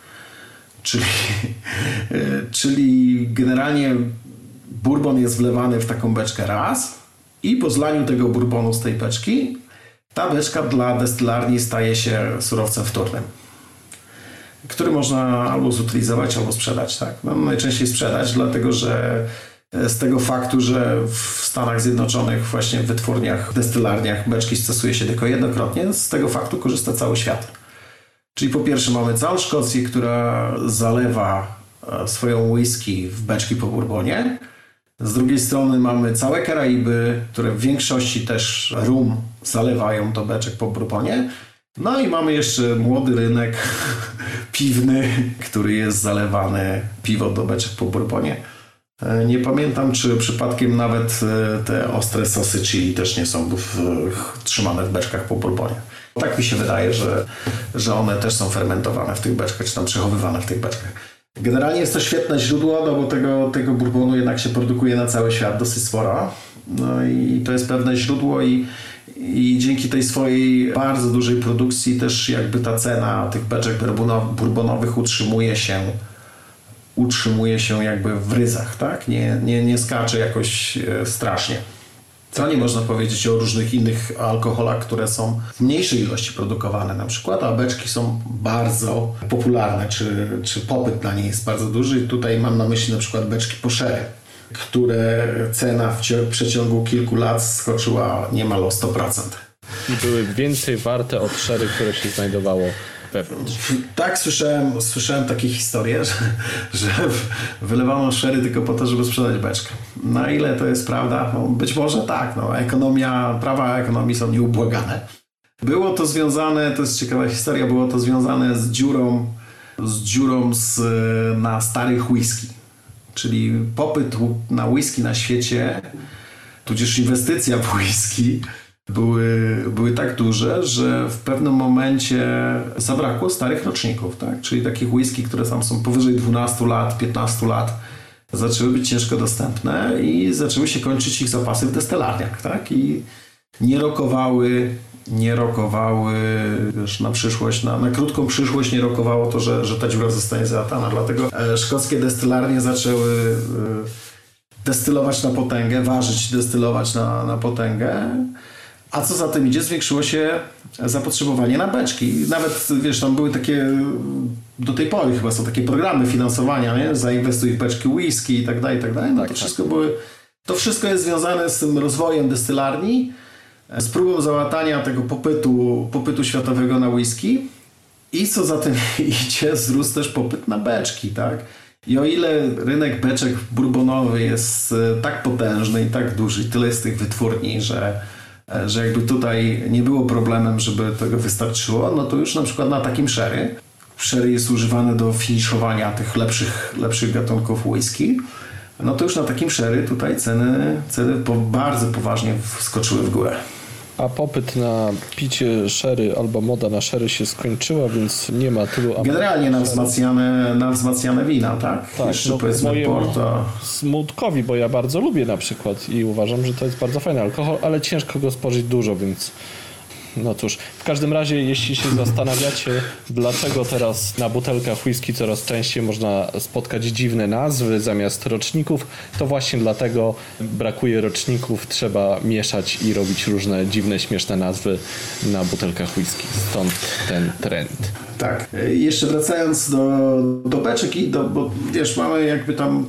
Czyli generalnie bourbon jest wlewany w taką beczkę raz i po zlaniu tego bourbonu z tej beczki ta beczka dla destylarni staje się surowcem wtórnym, który można albo zutylizować, albo sprzedać. Tak? No, najczęściej sprzedać, dlatego że z tego faktu, że w Stanach Zjednoczonych właśnie w wytwórniach, w destylarniach beczki stosuje się tylko jednokrotnie, z tego faktu korzysta cały świat. Czyli po pierwsze mamy całą Szkocję, która zalewa swoją whisky w beczki po bourbonie Z drugiej strony mamy całe Karaiby, które w większości też rum zalewają do beczek po bourbonie. No i mamy jeszcze młody rynek piwny, który jest zalewany piwo do beczek po bourbonie. Nie pamiętam, czy przypadkiem nawet te ostre sosy chili też nie są trzymane w beczkach po bourbonie. Tak mi się wydaje, że one też są fermentowane w tych beczkach, czy tam przechowywane w tych beczkach. Generalnie jest to świetne źródło, no bo tego bourbonu jednak się produkuje na cały świat dosyć sporo. No i to jest pewne źródło i dzięki tej swojej bardzo dużej produkcji też jakby ta cena tych beczek bourbonowych utrzymuje się jakby w ryzach, tak? Nie skacze jakoś strasznie. Co nie można powiedzieć o różnych innych alkoholach, które są w mniejszej ilości produkowane na przykład, a beczki są bardzo popularne, czy popyt na nie jest bardzo duży. I tutaj mam na myśli na przykład beczki po sherry, które cena w przeciągu kilku lat skoczyła niemal o 100%. I były więcej warte od sherry, które się znajdowało wewnątrz. Tak, słyszałem takie historie, że wylewano sherry tylko po to, żeby sprzedać beczkę. Na ile to jest prawda? No, być może tak. No, prawa ekonomii są nieubłagane. Było to związane, to jest ciekawa historia, było to związane z dziurą na starych whisky. Czyli popyt na whisky na świecie, tudzież inwestycja w whisky były tak duże, że w pewnym momencie zabrakło starych roczników, tak? Czyli takich whisky, które tam są powyżej 12 lat, 15 lat, zaczęły być ciężko dostępne i zaczęły się kończyć ich zapasy w destylarniach, tak? I nie rokowały wiesz, na przyszłość, na krótką przyszłość nie rokowało to, że ta dziura zostanie załatana. Dlatego szkockie destylarnie zaczęły destylować na potęgę, destylować na potęgę. A co za tym idzie, zwiększyło się zapotrzebowanie na beczki. Nawet, wiesz, tam były takie, do tej pory chyba są takie programy finansowania, nie? Zainwestuj w beczki whisky i tak dalej, i tak dalej. No to wszystko jest związane z tym rozwojem destylarni, z próbą załatania tego popytu światowego na whisky i co za tym idzie, wzrósł też popyt na beczki, tak? I o ile rynek beczek bourbonowy jest tak potężny i tak duży, tyle jest tych wytwórni, że jakby tutaj nie było problemem, żeby tego wystarczyło, no to już na przykład na takim sherry jest używany do finiszowania tych lepszych gatunków whisky, no to już na takim sherry tutaj ceny bardzo poważnie wskoczyły w górę. A popyt na picie sherry albo moda na sherry się skończyła, więc nie ma tylu... Generalnie na wzmacniane wina, tak? Tak, jeszcze powiedzmy Porto. Smutkowi, bo ja bardzo lubię na przykład i uważam, że to jest bardzo fajny alkohol, ale ciężko go spożyć dużo, więc... No cóż, w każdym razie, jeśli się zastanawiacie, dlaczego teraz na butelkach whisky coraz częściej można spotkać dziwne nazwy zamiast roczników, to właśnie dlatego brakuje roczników, trzeba mieszać i robić różne dziwne, śmieszne nazwy na butelkach whisky. Stąd ten trend. Tak. Jeszcze wracając do beczek, bo wiesz, mamy jakby tam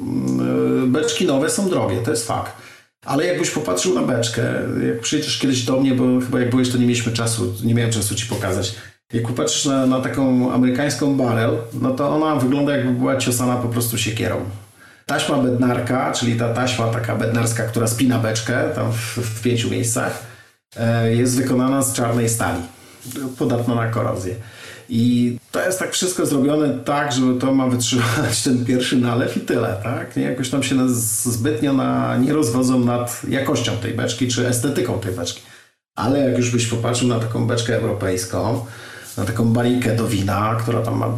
beczki nowe są drogie, to jest fakt. Ale jakbyś popatrzył na beczkę, jak przyjedziesz kiedyś do mnie, bo chyba jak byłeś, to nie miałem czasu ci pokazać. Jak popatrzysz na taką amerykańską barrel, no to ona wygląda jakby była ciosana po prostu siekierą. Taśma bednarka, czyli ta taśma taka bednarska, która spina beczkę tam w 5 miejscach, jest wykonana z czarnej stali, podatna na korozję. I to jest tak wszystko zrobione tak, żeby to ma wytrzymać ten pierwszy nalew i tyle, tak? Nie jakoś tam się zbytnio nie rozwodzą nad jakością tej beczki, czy estetyką tej beczki. Ale jak już byś popatrzył na taką beczkę europejską, na taką barikę do wina, która tam ma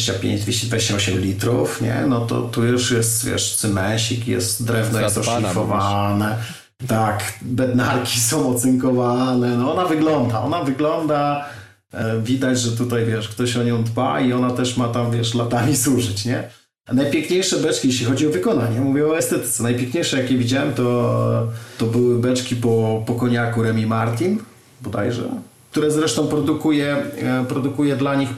225-228 litrów, nie? No to tu już jest, wiesz, cymensik, jest drewno, jest oszlifowane. Tak, bednarki są ocynkowane, no ona wygląda, widać, że tutaj, wiesz, ktoś o nią dba i ona też ma tam, wiesz, latami służyć, nie? A najpiękniejsze beczki, jeśli chodzi o wykonanie, mówię o estetyce, najpiękniejsze jakie widziałem, to były beczki po koniaku Remy Martin, bodajże, które zresztą produkuje dla nich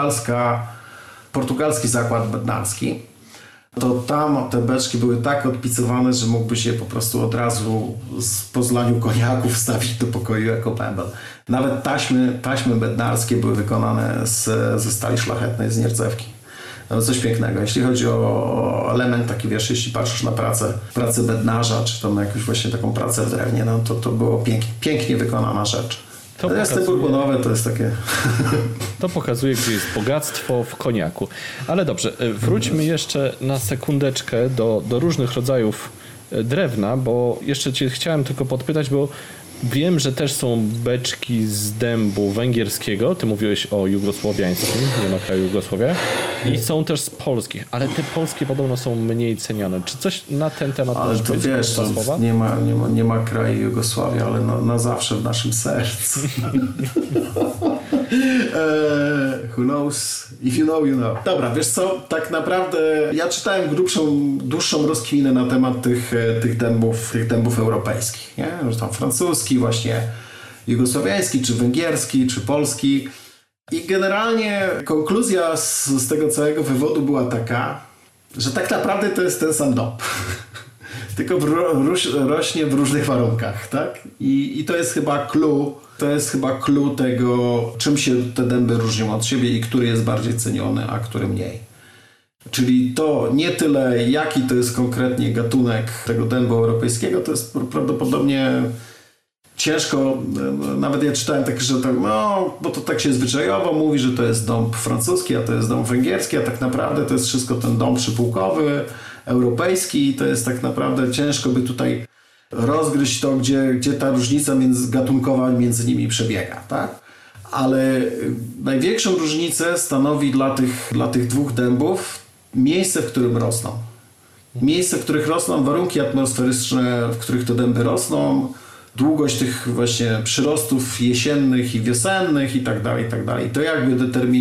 portugalski zakład bednarski. To tam te beczki były tak odpicowane, że mógłbyś je po prostu od razu po zlaniu koniaku wstawić do pokoju jako pębel. Nawet taśmy bednarskie były wykonane ze stali szlachetnej, z nierdzewki. No coś pięknego. Jeśli chodzi o element taki, wiesz, jeśli patrzysz na pracę bednarza, czy tam na jakąś właśnie taką pracę w drewnie, no to było pięknie wykonana rzecz. Natomiast te bourbonowe to jest takie... To pokazuje, gdzie jest bogactwo w koniaku. Ale dobrze, wróćmy jeszcze na sekundeczkę do różnych rodzajów drewna, bo jeszcze cię chciałem tylko podpytać, bo wiem, że też są beczki z dębu węgierskiego. Ty mówiłeś o jugosłowiańskim, nie ma kraju Jugosławia. I są też z polskich, ale te polskie podobno są mniej cenione. Czy coś na ten temat ale możesz to powiedzieć? wiesz, to nie ma kraju Jugosławia, ale na zawsze w naszym sercu. Who knows? If you know, you know. Dobra, wiesz co, tak naprawdę ja czytałem dłuższą rozkminę na temat tych dębów europejskich, nie? Że tam francuski, właśnie jugosłowiański, czy węgierski, czy polski. I generalnie konkluzja z tego całego wywodu była taka, że tak naprawdę to jest ten sam dąb. Tylko rośnie w różnych warunkach, tak? I to jest chyba clue. To jest chyba clue tego, czym się te dęby różnią od siebie i który jest bardziej ceniony, a który mniej. Czyli to nie tyle, jaki to jest konkretnie gatunek tego dębu europejskiego, to jest prawdopodobnie ciężko, nawet ja czytałem tak, że tak, no, bo to tak się zwyczajowo mówi, że to jest dąb francuski, a to jest dąb węgierski, a tak naprawdę to jest wszystko ten dąb przypółkowy, europejski i to jest tak naprawdę ciężko by tutaj rozgryźć to, gdzie ta różnica gatunkowa między nimi przebiega, tak? Ale największą różnicę stanowi dla tych dwóch dębów miejsce, w którym rosną. Miejsce, w których rosną, warunki atmosferyczne, w których te dęby rosną, długość tych właśnie przyrostów jesiennych i wiosennych i tak dalej, i tak dalej. To jakby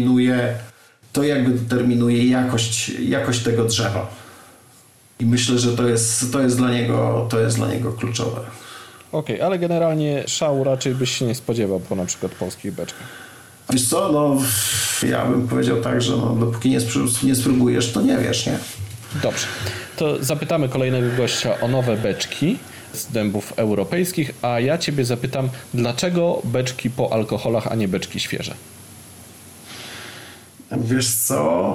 determinuje jakość tego drzewa. I myślę, że to jest dla niego kluczowe. Okej, ale generalnie szału raczej byś się nie spodziewał po na przykład polskich beczkach. Wiesz co, no ja bym powiedział tak, że no, dopóki nie spróbujesz, to nie wiesz, nie? Dobrze, to zapytamy kolejnego gościa o nowe beczki z dębów europejskich, a ja ciebie zapytam, dlaczego beczki po alkoholach, a nie beczki świeże? Wiesz co...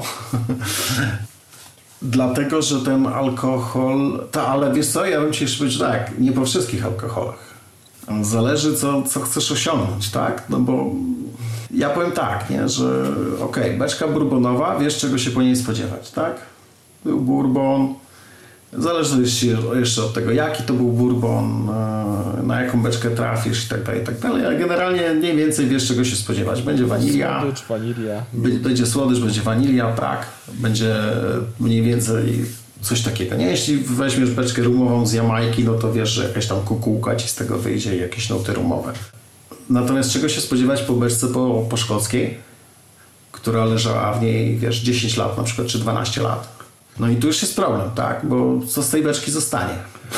Dlatego, że ten alkohol... ale wiesz co, ja bym ci jeszcze powiedział tak, nie po wszystkich alkoholach. Zależy, co chcesz osiągnąć, tak? No bo ja powiem tak, nie, że beczka bourbonowa, wiesz czego się po niej spodziewać, tak? Był bourbon, zależy jeszcze od tego, jaki to był bourbon, na jaką beczkę trafisz i tak dalej, ale generalnie mniej więcej wiesz czego się spodziewać. Będzie wanilia. Słodycz, wanilia. Będzie słodycz, będzie wanilia, tak. Będzie mniej więcej coś takiego. Nie, jeśli weźmiesz beczkę rumową z Jamajki, no to wiesz, że jakaś tam kukułka ci z tego wyjdzie i jakieś nuty rumowe. Natomiast czego się spodziewać po beczce po szkockiej, która leżała w niej, wiesz, 10 lat na przykład, czy 12 lat. No i tu już jest problem, tak? Bo co z tej beczki zostanie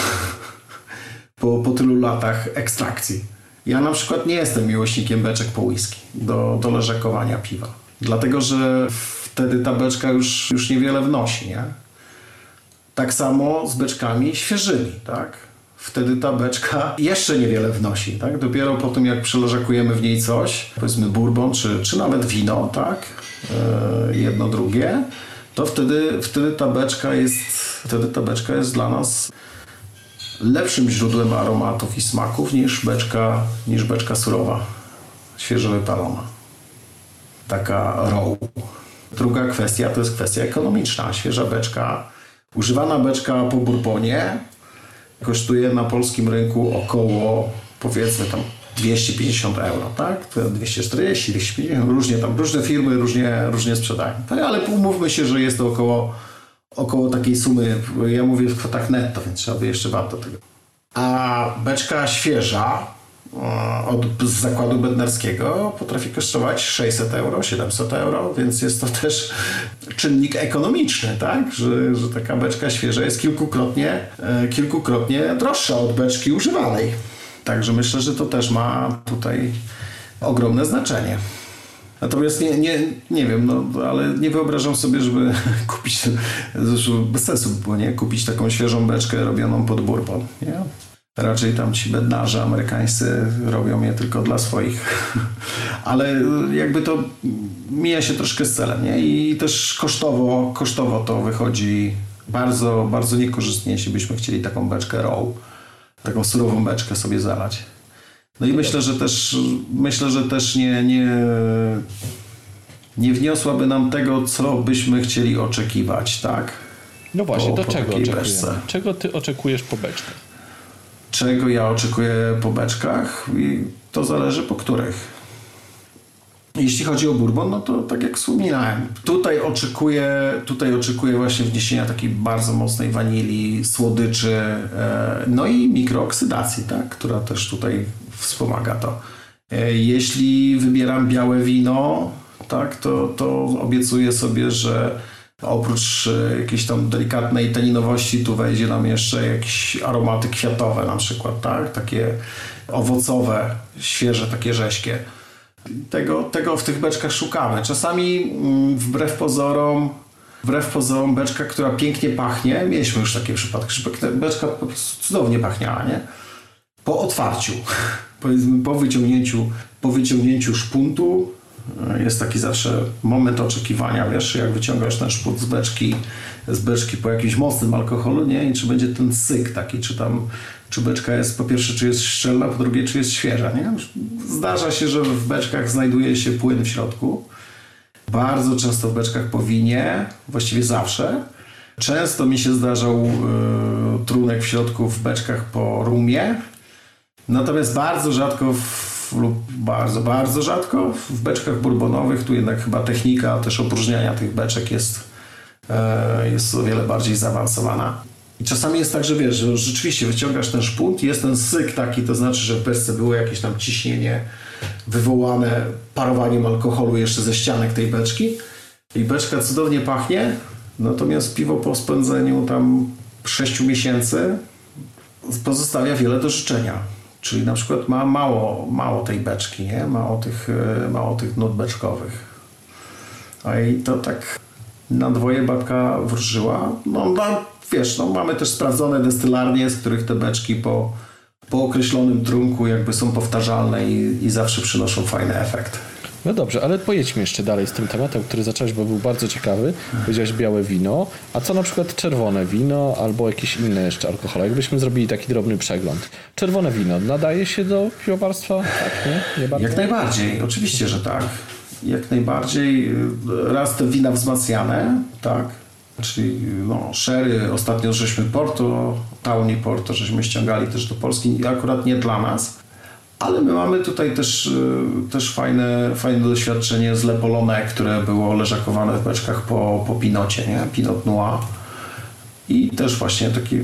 po tylu latach ekstrakcji. Ja na przykład nie jestem miłośnikiem beczek po whisky do leżakowania piwa. Dlatego, że wtedy ta beczka już niewiele wnosi, nie? Tak samo z beczkami świeżymi, tak? Wtedy ta beczka jeszcze niewiele wnosi, tak? Dopiero po tym, jak przeleżakujemy w niej coś, powiedzmy bourbon, czy nawet wino, tak? Jedno, drugie, to wtedy ta beczka jest dla nas lepszym źródłem aromatów i smaków niż beczka surowa, świeżo wypalona. Taka raw. Druga kwestia to jest kwestia ekonomiczna. Świeża beczka, używana beczka po bourbonie kosztuje na polskim rynku około, powiedzmy tam 250 euro, tak? 240, 250, różne firmy różnie sprzedają. Tak? Ale umówmy się, że jest to około takiej sumy, ja mówię w kwotach netto, więc trzeba by jeszcze warto tego. A beczka świeża z zakładu bednarskiego potrafi kosztować 600 euro, 700 euro, więc jest to też czynnik ekonomiczny, tak? Że taka beczka świeża jest kilkukrotnie droższa od beczki używanej. Także myślę, że to też ma tutaj ogromne znaczenie. Natomiast nie wiem, no, ale nie wyobrażam sobie, żeby kupić, zresztą bez sensu by było, nie? Kupić taką świeżą beczkę robioną pod bourbon, nie? Raczej tam ci bednarze amerykańscy robią je tylko dla swoich. Ale jakby to mija się troszkę z celem, nie? I też kosztowo to wychodzi bardzo, bardzo niekorzystnie, jeśli byśmy chcieli taką beczkę raw, taką surową beczkę sobie zalać. No i myślę, że też nie wniosłaby nam tego, co byśmy chcieli oczekiwać, tak? No właśnie, po czego takiej oczekujemy? beczce. Czego ty oczekujesz po beczkach? Czego ja oczekuję po beczkach? I to zależy po których. Jeśli chodzi o bourbon, no to tak jak wspominałem, tutaj oczekuję właśnie wniesienia takiej bardzo mocnej wanilii, słodyczy, no i mikrooksydacji, tak? Która też tutaj wspomaga to. Jeśli wybieram białe wino, tak, to obiecuję sobie, że oprócz jakiejś tam delikatnej taninowości tu wejdzie nam jeszcze jakieś aromaty kwiatowe na przykład, tak? Takie owocowe, świeże, takie rześkie. Tego w tych beczkach szukamy. Czasami wbrew pozorom beczka, która pięknie pachnie, mieliśmy już takie przypadki, że beczka po prostu cudownie pachniała, nie? Po otwarciu, powiedzmy po wyciągnięciu szpuntu, jest taki zawsze moment oczekiwania, wiesz, jak wyciągasz ten szpunt z beczki po jakimś mocnym alkoholu, nie? I czy będzie ten syk taki, czy beczka jest, po pierwsze, czy jest szczelna, po drugie, czy jest świeża, nie? Zdarza się, że w beczkach znajduje się płyn w środku. Bardzo często w beczkach po winie, właściwie zawsze. Często mi się zdarzał trunek w środku w beczkach po rumie. Natomiast bardzo rzadko lub bardzo, bardzo rzadko w beczkach bourbonowych, tu jednak chyba technika też opróżniania tych beczek jest o wiele bardziej zaawansowana. I czasami jest tak, że wiesz, że rzeczywiście wyciągasz ten szpunt, jest ten syk taki, to znaczy, że w beczce było jakieś tam ciśnienie wywołane parowaniem alkoholu jeszcze ze ścianek tej beczki i beczka cudownie pachnie, natomiast piwo po spędzeniu tam 6 miesięcy pozostawia wiele do życzenia. Czyli na przykład ma mało tej beczki, nie? Mało tych nut beczkowych. A i to tak na dwoje babka wróżyła. Wiesz, mamy też sprawdzone destylarnie, z których te beczki po określonym trunku jakby są powtarzalne i zawsze przynoszą fajny efekt. No dobrze, ale pojedźmy jeszcze dalej z tym tematem, który zacząłeś, bo był bardzo ciekawy. Powiedziałeś białe wino, a co na przykład czerwone wino albo jakieś inne jeszcze alkohole? Jakbyśmy zrobili taki drobny przegląd. Czerwone wino nadaje się do piwowarstwa? Tak, nie? Nie bardzo? Jak najbardziej, oczywiście, że tak. Jak najbardziej. Raz te wina wzmacniane, tak? Czyli sherry, ostatnio żeśmy Tawny Porto żeśmy ściągali też do Polski, akurat nie dla nas. Ale my mamy tutaj też fajne doświadczenie z Le Polonais, które było leżakowane w beczkach po pinocie, nie? Pinot Noir. I też właśnie taki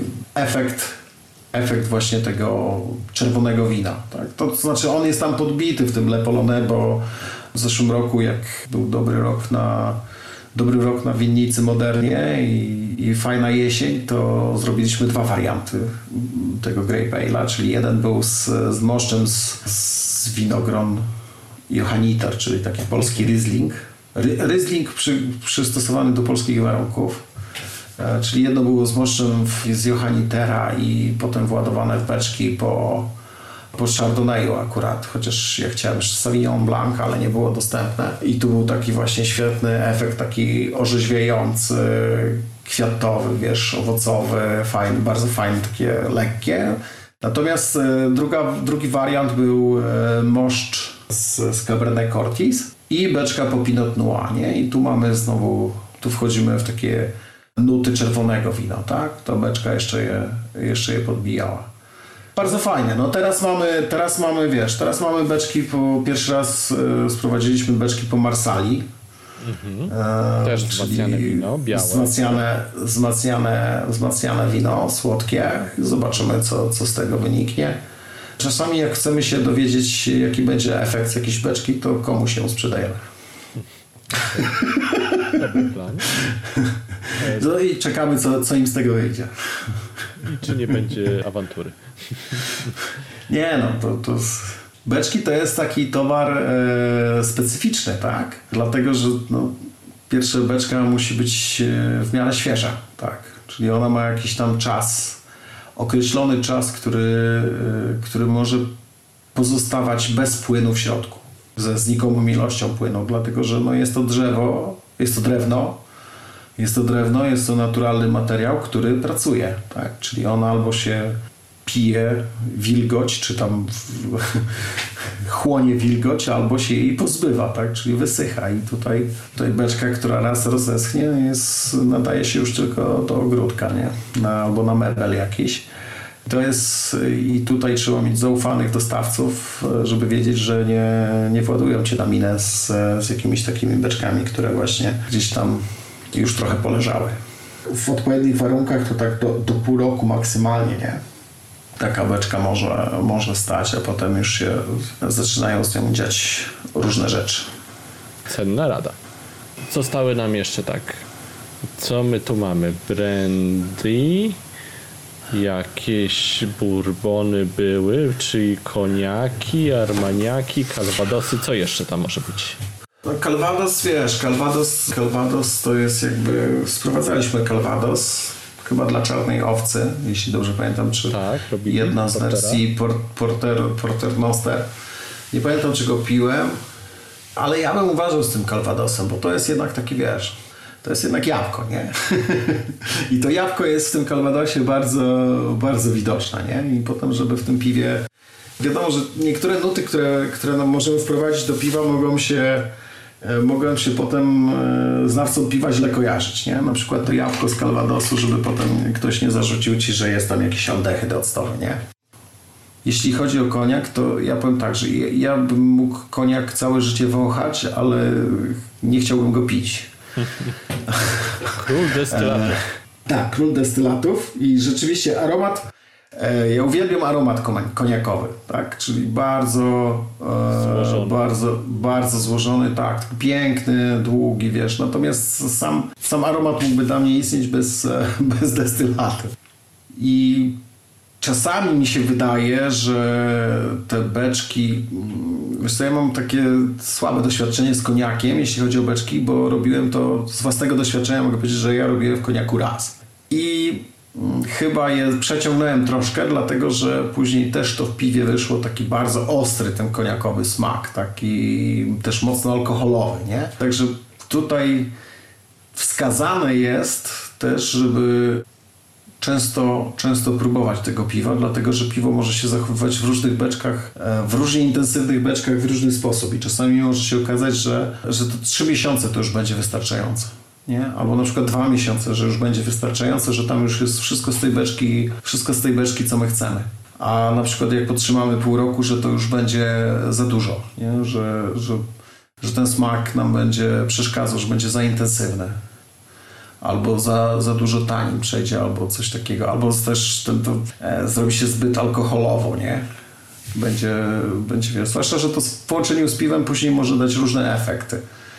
efekt właśnie tego czerwonego wina. Tak? To znaczy on jest tam podbity w tym Le Polonais, bo w zeszłym roku, jak był dobry rok na winnicy Modernie i fajna jesień, to zrobiliśmy 2 warianty tego Grape Ale'a, czyli jeden był z moszczem z winogron Johanniter, czyli taki polski Riesling. Riesling przystosowany do polskich warunków, czyli jedno było z moszczem z Johannitera i potem władowane w beczki po Chardonnayu akurat, chociaż ja chciałem jeszcze Sauvignon Blanc, ale nie było dostępne. I tu był taki właśnie świetny efekt, taki orzeźwiający, kwiatowy, wiesz, owocowy, fajny, bardzo fajny, takie lekkie. Natomiast drugi wariant był moszcz z Cabernet Cortis i beczka po Pinot Noir, nie? I tu mamy tu wchodzimy w takie nuty czerwonego wina, tak? Ta beczka jeszcze je podbijała. Bardzo fajne. Teraz mamy beczki pierwszy raz sprowadziliśmy beczki po Marsali. Też wzmacniane wino, białe. Wzmacniane wino, słodkie. Zobaczymy, co z tego wyniknie. Czasami jak chcemy się dowiedzieć, jaki będzie efekt z jakiejś beczki, to komu się sprzedajemy. Dobry plan. No i czekamy, co im z tego wyjdzie. I czy nie będzie awantury? Nie, to beczki to jest taki towar specyficzny, tak? Dlatego, że pierwsza beczka musi być w miarę świeża, tak? Czyli ona ma jakiś tam czas określony czas, który może pozostawać bez płynu w środku, ze znikomą ilością płynu, dlatego że no jest to drzewo, jest to drewno, jest to naturalny materiał, który pracuje, tak? Czyli on albo się pije wilgoć, czy tam chłonie wilgoć, albo się jej pozbywa, tak? Czyli wysycha. I tutaj beczka, która raz rozeschnie, nadaje się już tylko do ogródka, nie? Albo na mebel jakiś. I tutaj trzeba mieć zaufanych dostawców, żeby wiedzieć, że nie władują cię na minę z jakimiś takimi beczkami, które właśnie gdzieś tam już trochę poleżały. W odpowiednich warunkach to tak do pół roku maksymalnie, nie? Taka beczka może stać, a potem już się zaczynają z nią dziać różne rzeczy. Cenna rada. Zostały nam jeszcze tak. Co my tu mamy? Brandy, jakieś bourbony były, czyli koniaki, armaniaki, calvadosy. Co jeszcze tam może być? No Calvados, wiesz, Calvados to jest jakby... Sprowadzaliśmy Calvados chyba dla Czarnej Owcy, jeśli dobrze pamiętam, czy tak, jedna z wersji Porter Noster. Nie pamiętam, czy go piłem, ale ja bym uważał z tym Calvadosem, bo to jest jednak taki, wiesz, to jest jednak jabłko, nie? I to jabłko jest w tym Calvadosie bardzo, bardzo widoczne, nie? I potem, żeby w tym piwie... Wiadomo, że niektóre nuty, które nam możemy wprowadzić do piwa, mogą się potem znawcom piwa źle kojarzyć, nie? Na przykład to jabłko z Calvadosu, żeby potem ktoś nie zarzucił ci, że jest tam jakiś aldehyd octowy, nie? Jeśli chodzi o koniak, to ja powiem tak, że ja bym mógł koniak całe życie wąchać, ale nie chciałbym go pić. Król destylatów. Tak, król destylatów i rzeczywiście aromat, ja uwielbiam aromat koniakowy, tak, czyli bardzo złożony, tak, piękny, długi, wiesz, natomiast sam aromat mógłby dla mnie istnieć bez destylatu. I czasami mi się wydaje, że te beczki, wiesz co, ja mam takie słabe doświadczenie z koniakiem, jeśli chodzi o beczki, bo robiłem to z własnego doświadczenia, mogę powiedzieć, że ja robiłem w koniaku raz. I chyba je przeciągnąłem troszkę, dlatego że później też to w piwie wyszło taki bardzo ostry ten koniakowy smak, taki też mocno alkoholowy, nie? Także tutaj wskazane jest też, żeby często próbować tego piwa, dlatego że piwo może się zachowywać w różnych beczkach, w różnie intensywnych beczkach w różny sposób i czasami może się okazać, że to 3 miesiące to już będzie wystarczające. Nie? Albo na przykład 2 miesiące, że już będzie wystarczające, że tam już jest wszystko z tej beczki, co my chcemy. A na przykład jak podtrzymamy pół roku, że to już będzie za dużo, nie? Że ten smak nam będzie przeszkadzał, że będzie za intensywny. Albo za dużo tanin przejdzie, albo coś takiego. Albo też zrobi się zbyt alkoholowo, nie? Będzie wiesz, zwłaszcza, że to w połączeniu z piwem później może dać różne efekty.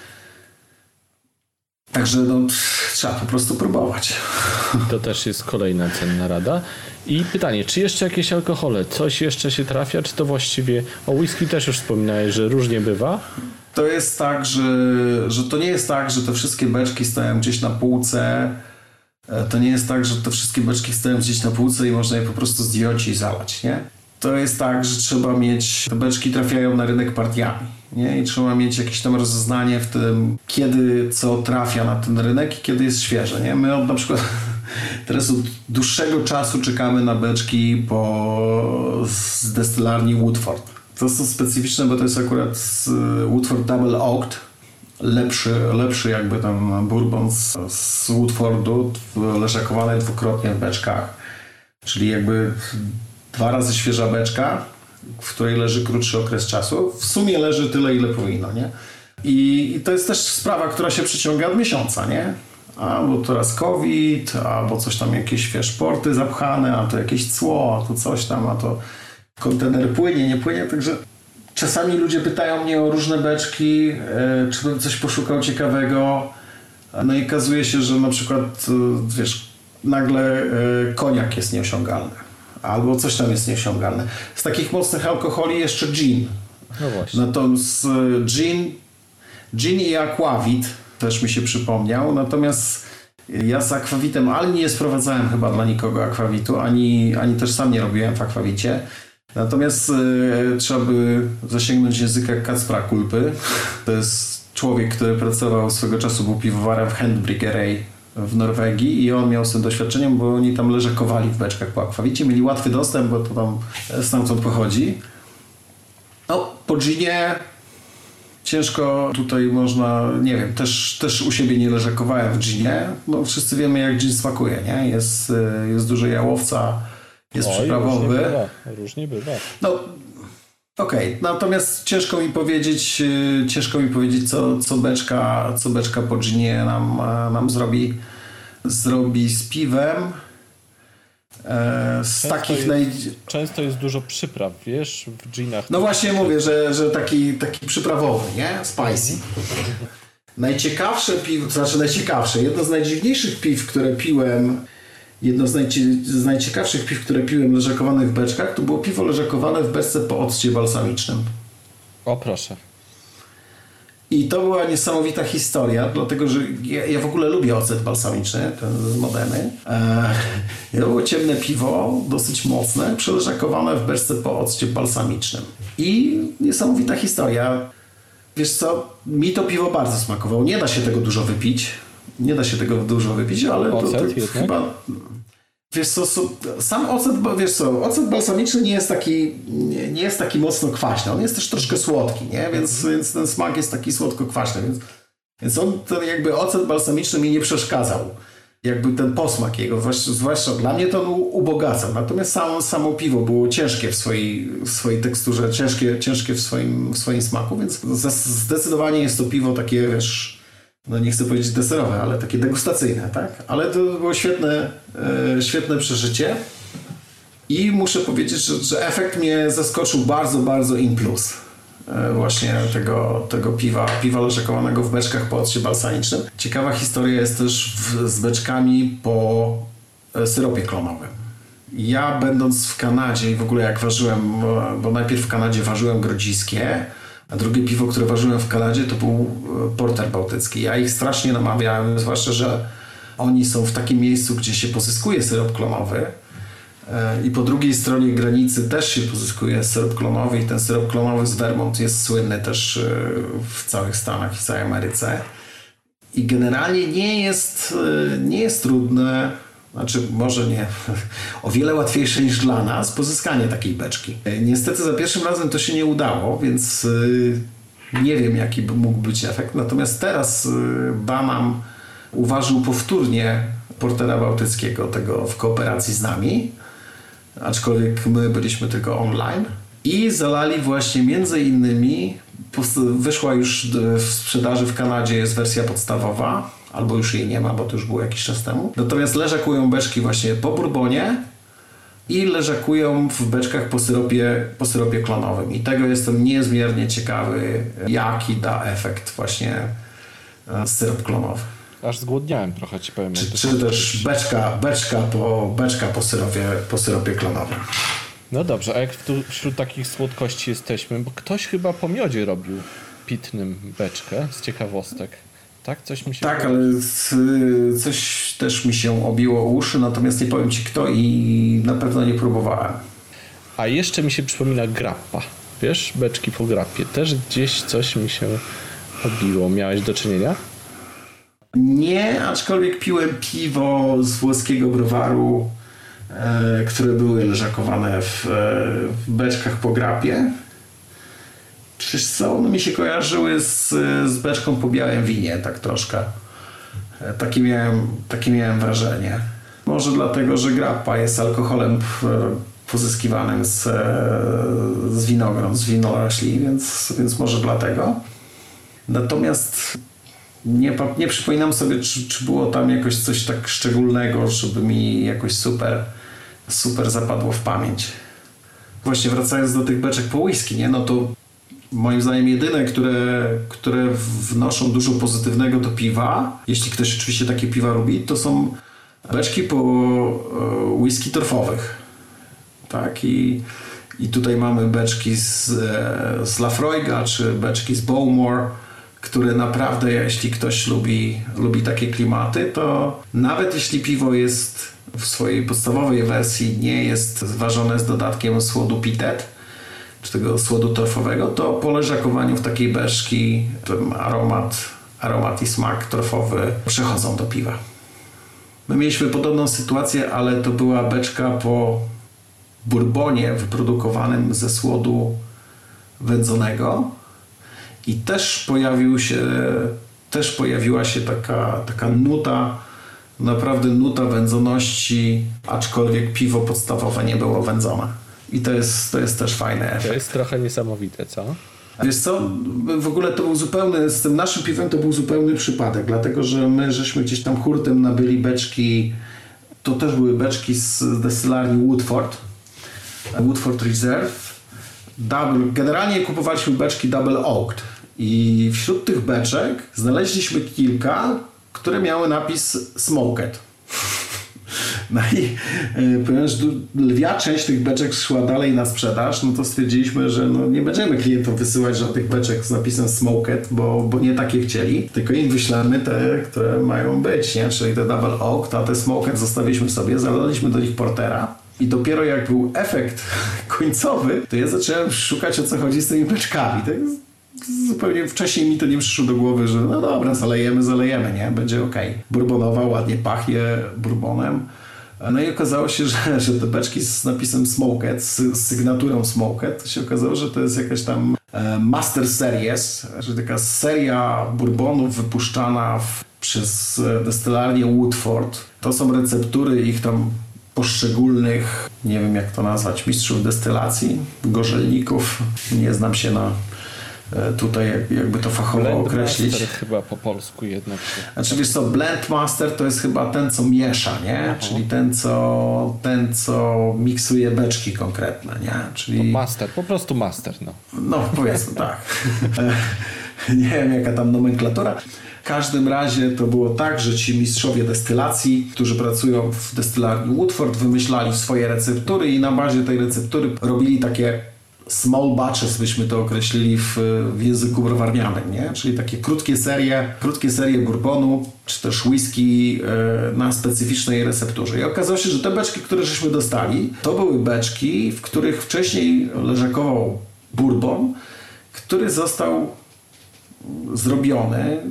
Także trzeba po prostu próbować. To też jest kolejna cenna rada. I pytanie, czy jeszcze jakieś alkohole? Coś jeszcze się trafia? Czy to właściwie... O whisky też już wspominałeś, że różnie bywa. To jest tak, że to nie jest tak, że te wszystkie beczki stoją gdzieś na półce. To nie jest tak, że te wszystkie beczki stoją gdzieś na półce i można je po prostu zdjąć i zalać, nie? To jest tak, że trzeba mieć... Te beczki trafiają na rynek partiami, nie? I trzeba mieć jakieś tam rozeznanie w tym, kiedy co trafia na ten rynek i kiedy jest świeże, nie? My na przykład teraz od dłuższego czasu czekamy na beczki z destylarni Woodford. To są specyficzne, bo to jest akurat Woodford Double Oaked. Lepszy jakby tam bourbon z Woodfordu, leżakowany dwukrotnie w beczkach. Czyli jakby 2 razy świeża beczka, w której leży krótszy okres czasu. W sumie leży tyle, ile powinno, nie? I to jest też sprawa, która się przeciąga od miesiąca, nie? Albo teraz COVID, albo coś tam, jakieś, wiesz, porty zapchane, a to jakieś cło, a to coś tam, a to kontener płynie, nie płynie, także czasami ludzie pytają mnie o różne beczki, czy bym coś poszukał ciekawego, no i okazuje się, że na przykład, wiesz, nagle koniak jest nieosiągalny, albo coś tam jest nieosiągalne. Z takich mocnych alkoholi jeszcze gin. No właśnie. Natomiast gin i aquavit też mi się przypomniał, natomiast Ja z akwawitem, ale nie sprowadzałem chyba dla nikogo akwawitu, ani też sam nie robiłem w akwawicie. Natomiast trzeba by zasięgnąć języka Kacpra Kulpy. To jest człowiek, który pracował swego czasu, był piwowarem w Handbryggerei w Norwegii i on miał z tym doświadczeniem, bo oni tam leżakowali w beczkach po akwawicie, mieli łatwy dostęp, bo to tam stamtąd pochodzi. No, po ginie ciężko tutaj można, nie wiem, też u siebie nie leżakowałem w ginie. No, wszyscy wiemy, jak gin smakuje, nie? Jest dużo jałowca, jest przyprawowy. Różnie bywa. No, okej. Natomiast ciężko mi powiedzieć, co beczka po ginie nam zrobi z piwem. Często jest dużo przypraw, wiesz, w ginach. No właśnie mówię, że taki przyprawowy, nie? Spicy. Najciekawsze piwo, to znaczy jedno z najdziwniejszych piw, które piłem, jedno z najciekawszych piw, które piłem leżakowanych w beczkach, to było piwo leżakowane w beczce po occie balsamicznym. O proszę. I to była niesamowita historia, dlatego że ja w ogóle lubię ocet balsamiczny, ten z Modeny. To było ciemne piwo, dosyć mocne, przeleżakowane w beczce po occie balsamicznym. I niesamowita historia. Wiesz co, mi to piwo bardzo smakowało. Nie da się tego dużo wypić, ale ocet to chyba... Wiesz co, sam ocet balsamiczny nie jest taki mocno kwaśny. On jest też troszkę słodki, nie? Więc ten smak jest taki słodko-kwaśny. Więc on, ten jakby ocet balsamiczny mi nie przeszkadzał. Jakby ten posmak jego, zwłaszcza dla mnie to ubogacał. Natomiast samo piwo było ciężkie w swojej teksturze, ciężkie w swoim smaku, więc zdecydowanie jest to piwo takie, wiesz... No nie chcę powiedzieć deserowe, ale takie degustacyjne, tak? Ale to było świetne przeżycie i muszę powiedzieć, że efekt mnie zaskoczył bardzo, bardzo in plus. Właśnie tego piwa leżakowanego w beczkach po occie balsamicznym. Ciekawa historia jest też z beczkami po syropie klonowym. Ja będąc w Kanadzie i w ogóle jak ważyłem, bo najpierw w Kanadzie ważyłem grodziskie, a drugie piwo, które ważyłem w Kanadzie, to był porter bałtycki. Ja ich strasznie namawiałem, zwłaszcza, że oni są w takim miejscu, gdzie się pozyskuje syrop klonowy i po drugiej stronie granicy też się pozyskuje syrop klonowy i ten syrop klonowy z Vermont jest słynny też w całych Stanach i w całej Ameryce. I generalnie nie jest trudne, znaczy może nie, o wiele łatwiejsze niż dla nas pozyskanie takiej beczki. Niestety za pierwszym razem to się nie udało, więc nie wiem jaki mógł być efekt. Natomiast teraz Banam uważył powtórnie portera bałtyckiego, tego w kooperacji z nami, aczkolwiek my byliśmy tylko online i zalali właśnie między innymi, wyszła już w sprzedaży w Kanadzie, jest wersja podstawowa, albo już jej nie ma, bo to już było jakiś czas temu. Natomiast leżakują beczki właśnie po bourbonie i leżakują w beczkach po syropie klonowym. I tego jestem niezmiernie ciekawy, jaki da efekt właśnie syrop klonowy. Aż zgłodniałem trochę, ci powiem. Czy też beczka po syropie klonowym. No dobrze, a jak wśród takich słodkości jesteśmy, bo ktoś chyba po miodzie robił pitnym beczkę z ciekawostek. Tak? Coś mi się tak, ale coś też mi się obiło uszy, natomiast nie powiem ci kto i na pewno nie próbowałem. A jeszcze mi się przypomina grappa. Wiesz, beczki po grappie. Też gdzieś coś mi się obiło. Miałeś do czynienia? Nie, aczkolwiek piłem piwo z włoskiego browaru, które były leżakowane w beczkach po grappie. Wiesz co, one mi się kojarzyły z beczką po białym winie, tak troszkę. Takie miałem wrażenie. Może dlatego, że grappa jest alkoholem pozyskiwanym z winogron, z winorośli, więc może dlatego. Natomiast nie przypominam sobie, czy było tam jakoś coś tak szczególnego, żeby mi jakoś super zapadło w pamięć. Właśnie wracając do tych beczek po whisky, nie? No to moim zdaniem jedyne, które wnoszą dużo pozytywnego do piwa, jeśli ktoś oczywiście takie piwa lubi, to są beczki po whisky torfowych. Tak? I tutaj mamy beczki z Laphroaiga, czy beczki z Bowmore, które naprawdę, jeśli ktoś lubi takie klimaty, to nawet jeśli piwo jest w swojej podstawowej wersji nie jest ważone z dodatkiem słodu pitted, czy tego słodu torfowego, to po leżakowaniu w takiej beczki ten aromat i smak torfowy przechodzą do piwa. My mieliśmy podobną sytuację, ale to była beczka po bourbonie wyprodukowanym ze słodu wędzonego i też pojawiła się taka nuta, naprawdę nuta wędzoności, aczkolwiek piwo podstawowe nie było wędzone. I to jest też fajny efekt. To jest trochę niesamowite, co? Wiesz co, w ogóle to był z tym naszym piwem to był zupełny przypadek, dlatego że my żeśmy gdzieś tam hurtem nabyli beczki, to też były beczki z destylarni Woodford Reserve. Generalnie kupowaliśmy beczki Double Oaked i wśród tych beczek znaleźliśmy kilka, które miały napis Smoked. No i ponieważ lwia część tych beczek szła dalej na sprzedaż, no to stwierdziliśmy, że nie będziemy klientom wysyłać żadnych beczek z napisem Smoked, bo nie takie chcieli, tylko im wyślemy te, które mają być, nie? Czyli te Double Oaked, a te Smoked zostawiliśmy sobie, zalaliśmy do nich portera i dopiero jak był efekt końcowy, to ja zacząłem szukać, o co chodzi z tymi beczkami. Tak zupełnie wcześniej mi to nie przyszło do głowy, że no dobra, zalejemy, nie? Będzie okej. Bourbonowa, ładnie pachnie bourbonem. No i okazało się, że te beczki z napisem Smoked, z sygnaturą Smoked, to się okazało, że to jest jakaś tam Master Series, że taka seria bourbonów wypuszczana przez destylarnię Woodford. To są receptury ich tam poszczególnych, nie wiem jak to nazwać, mistrzów destylacji, gorzelników. Nie znam się na tutaj jakby to fachowo określić. Blendmaster chyba po polsku jednak. Znaczy wiesz co, Blendmaster to jest chyba ten, co miesza, nie? Aha. Czyli ten, co miksuje beczki konkretne, nie? Czyli... To master, po prostu master, no. No powiedzmy tak. Nie wiem jaka tam nomenklatura. W każdym razie to było tak, że ci mistrzowie destylacji, którzy pracują w destylarni Woodford, wymyślali swoje receptury i na bazie tej receptury robili takie small batches, byśmy to określili w języku browarnianym, nie? Czyli takie krótkie serie bourbonu, czy też whisky na specyficznej recepturze. I okazało się, że te beczki, które żeśmy dostali, to były beczki, w których wcześniej leżakował bourbon, który został zrobiony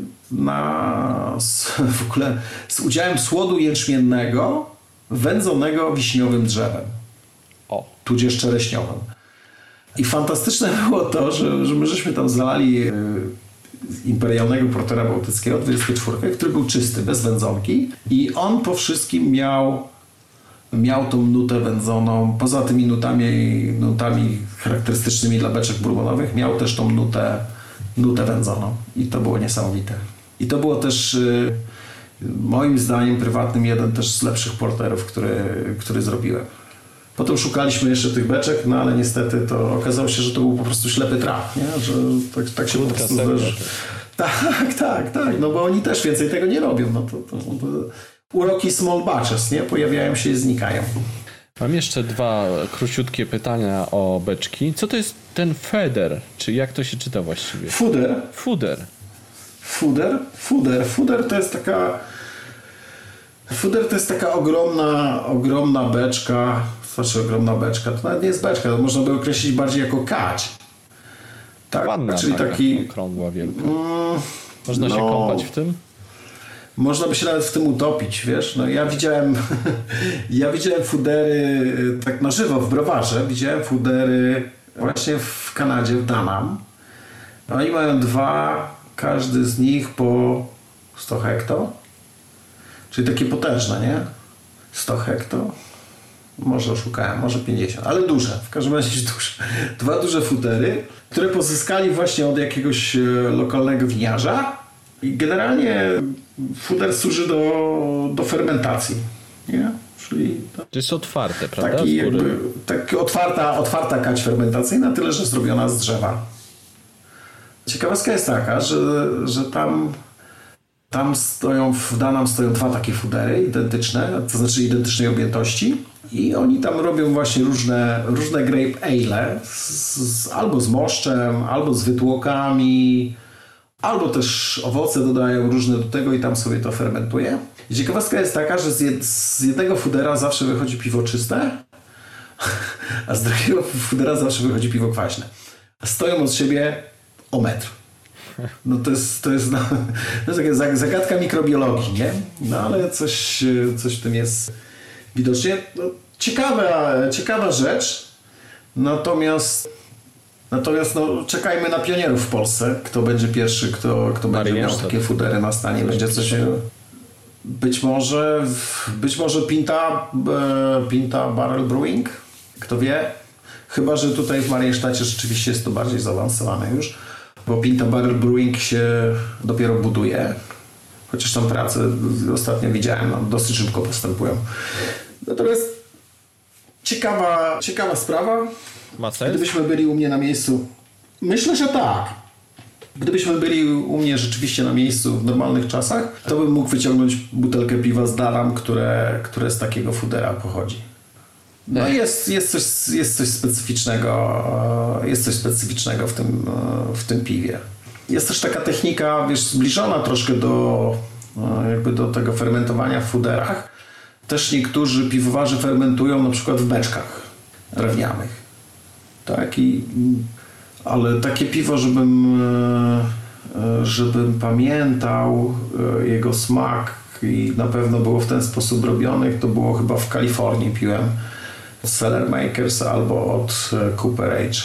w ogóle z udziałem słodu jęczmiennego wędzonego wiśniowym drzewem. Tudzież czereśniowym. I fantastyczne było to, że my żeśmy tam zalali imperialnego portera bałtyckiego 24, który był czysty, bez wędzonki i on po wszystkim miał tą nutę wędzoną, poza tymi nutami charakterystycznymi dla beczek bourbonowych, miał też tą nutę wędzoną i to było niesamowite. I to było też moim zdaniem prywatnym jeden też z lepszych porterów, który zrobiłem. Potem szukaliśmy jeszcze tych beczek, no ale niestety to okazało się, że to był po prostu ślepy traf, nie? Że tak się po prostu zdarzy. Tak, no bo oni też więcej tego nie robią. No to uroki small batches, nie? Pojawiają się i znikają. Mam jeszcze dwa króciutkie pytania o beczki. Co to jest ten feder? Czy jak to się czyta właściwie? Fuder to jest taka... Fuder to jest taka ogromna beczka. Znaczy ogromna beczka, to nawet nie jest beczka, to można by określić bardziej jako kać. Tak, wanna, czyli taki okrągła wielka. Można się kąpać w tym? Można by się nawet w tym utopić, wiesz. No ja widziałem fudery tak na żywo w browarze. Widziałem fudery właśnie w Kanadzie, w Danam. Oni mają dwa, każdy z nich po 100 hekto. Czyli takie potężne, nie? 100 hekto. Może oszukałem, może 50, ale duże. W każdym razie duże. Dwa duże fudery, które pozyskali właśnie od jakiegoś lokalnego winiarza. I generalnie fuder służy do fermentacji. Nie? Czyli to jest otwarte, prawda? Tak otwarta kać fermentacyjna, tyle że zrobiona z drzewa. Ciekawostka jest taka, że tam w Danam stoją dwa takie fudery identyczne, to znaczy identycznej objętości i oni tam robią właśnie różne grape ale albo z moszczem, albo z wytłokami, albo też owoce dodają różne do tego i tam sobie to fermentuje. I ciekawostka jest taka, że z jednego foodera zawsze wychodzi piwo czyste, a z drugiego foodera zawsze wychodzi piwo kwaśne. Stoją od siebie o metr. No to jest taka zagadka mikrobiologii, nie? No ale coś w tym jest widocznie. No, ciekawa rzecz. Natomiast no, czekajmy na pionierów w Polsce. Kto będzie pierwszy, kto będzie miał takie foodery na stanie. Będzie coś... Być może Pinta Barrel Brewing. Kto wie? Chyba że tutaj w Marienstadcie rzeczywiście jest to bardziej zaawansowane już. Bo Pinta Barrel Brewing się dopiero buduje. Chociaż tam prace ostatnio widziałem, no, dosyć szybko postępują. Natomiast ciekawa sprawa. Ma sens? Gdybyśmy byli u mnie na miejscu, myślę, że tak. Gdybyśmy byli u mnie rzeczywiście na miejscu w normalnych czasach, to bym mógł wyciągnąć butelkę piwa z Daram, które z takiego foodera pochodzi. No jest coś specyficznego w tym piwie. Jest też taka technika, wiesz, zbliżona troszkę do tego fermentowania w fooderach. Też niektórzy piwowarzy fermentują na przykład w beczkach drewnianych. Tak? Ale takie piwo, żebym pamiętał jego smak i na pewno było w ten sposób robione, to było chyba w Kalifornii piłem Cellar Makers albo od Cooperage.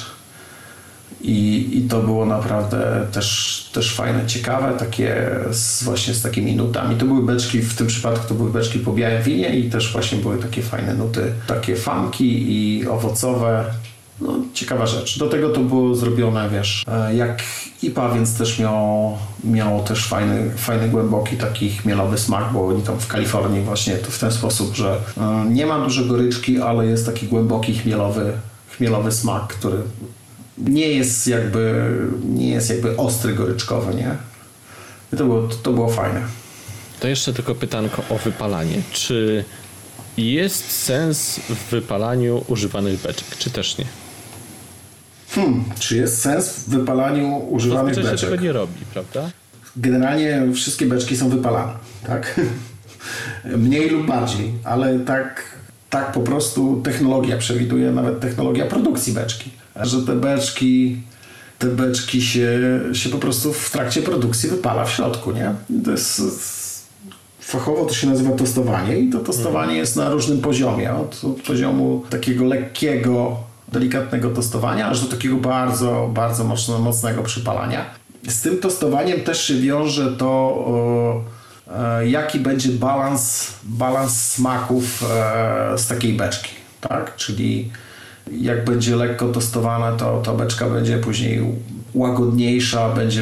I to było naprawdę też fajne, ciekawe, takie właśnie z takimi nutami. To były beczki, w tym przypadku to były beczki po białym winie i też właśnie były takie fajne nuty, takie funky i owocowe. No, ciekawa rzecz. Do tego to było zrobione, wiesz, jak IPA, więc też miało też fajny, głęboki taki chmielowy smak, bo oni tam w Kalifornii właśnie to w ten sposób, że nie ma dużo goryczki, ale jest taki głęboki chmielowy smak, który nie jest jakby ostry, goryczkowy, nie? I to było fajne. To jeszcze tylko pytanko o wypalanie. Czy jest sens w wypalaniu używanych beczek, czy też nie? Czy jest sens w wypalaniu używanych beczek? Się tego nie robi, prawda? Generalnie wszystkie beczki są wypalane, tak? Mniej lub bardziej, ale tak po prostu technologia przewiduje, nawet technologia produkcji beczki. Że te beczki się po prostu w trakcie produkcji wypala w środku, nie? To jest... Fachowo to się nazywa tostowanie i to tostowanie jest na różnym poziomie. Od poziomu takiego lekkiego, delikatnego tostowania, aż do takiego bardzo, bardzo mocnego przypalania. Z tym tostowaniem też się wiąże to, jaki będzie balans smaków z takiej beczki. Tak? Czyli jak będzie lekko tostowana, to beczka będzie później łagodniejsza, będzie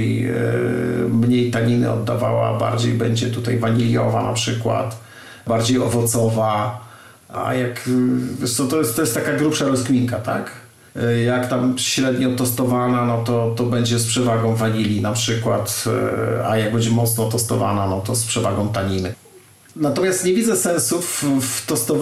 mniej taniny oddawała, bardziej będzie tutaj waniliowa na przykład, bardziej owocowa, a jak, wiesz co, to jest taka grubsza rozkminka, tak? Jak tam średnio tostowana, no to będzie z przewagą wanilii na przykład, a jak będzie mocno tostowana, no to z przewagą taniny. Natomiast nie widzę sensu w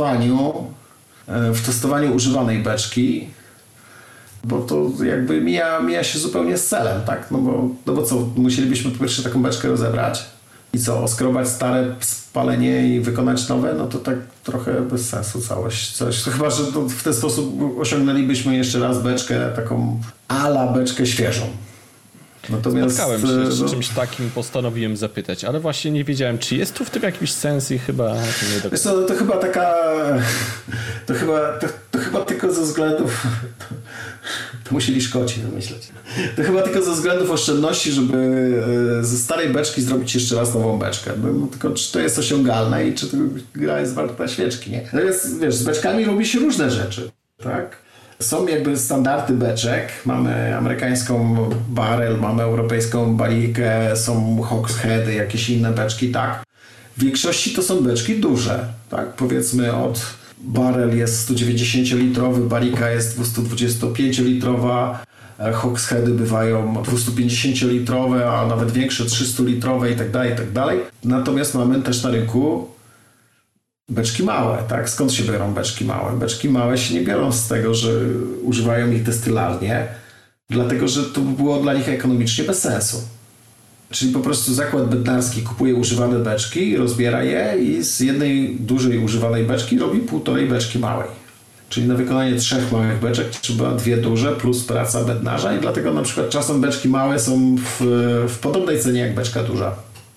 tostowaniu używanej beczki, bo to jakby mija się zupełnie z celem, tak? No bo co, musielibyśmy po pierwsze taką beczkę rozebrać i co, oskrobać stare spalenie i wykonać nowe, no to tak trochę bez sensu całość. Chyba, że w ten sposób osiągnęlibyśmy jeszcze raz beczkę taką beczkę świeżą. Natomiast, spotkałem się z czymś takim, postanowiłem zapytać, ale właśnie nie wiedziałem, czy jest tu w tym jakiś sens i chyba nie do końca. To chyba taka... To chyba tylko ze względów... To musieli Szkoci wymyśleć. To chyba tylko ze względów oszczędności, żeby ze starej beczki zrobić jeszcze raz nową beczkę. No, tylko czy to jest osiągalne i czy to gra jest warta świeczki, nie? Natomiast wiesz, z beczkami robi się różne rzeczy, tak? Są jakby standardy beczek. Mamy amerykańską barrel, mamy europejską barikę, są hogsheady, jakieś inne beczki, tak? W większości to są beczki duże, tak? Powiedzmy barrel jest 190-litrowy, barika jest 225-litrowa, hogsheady bywają 250-litrowe, a nawet większe 300-litrowe i tak dalej. Natomiast mamy też na rynku beczki małe, tak? Skąd się biorą beczki małe? Beczki małe się nie biorą z tego, że używają ich destylarnie, dlatego że to było dla nich ekonomicznie bez sensu. Czyli po prostu zakład bednarski kupuje używane beczki, rozbiera je i z jednej dużej używanej beczki robi 1,5 beczki małej. Czyli na wykonanie 3 małych beczek trzeba 2 duże plus praca bednarza i dlatego na przykład czasem beczki małe są w podobnej cenie jak beczka duża.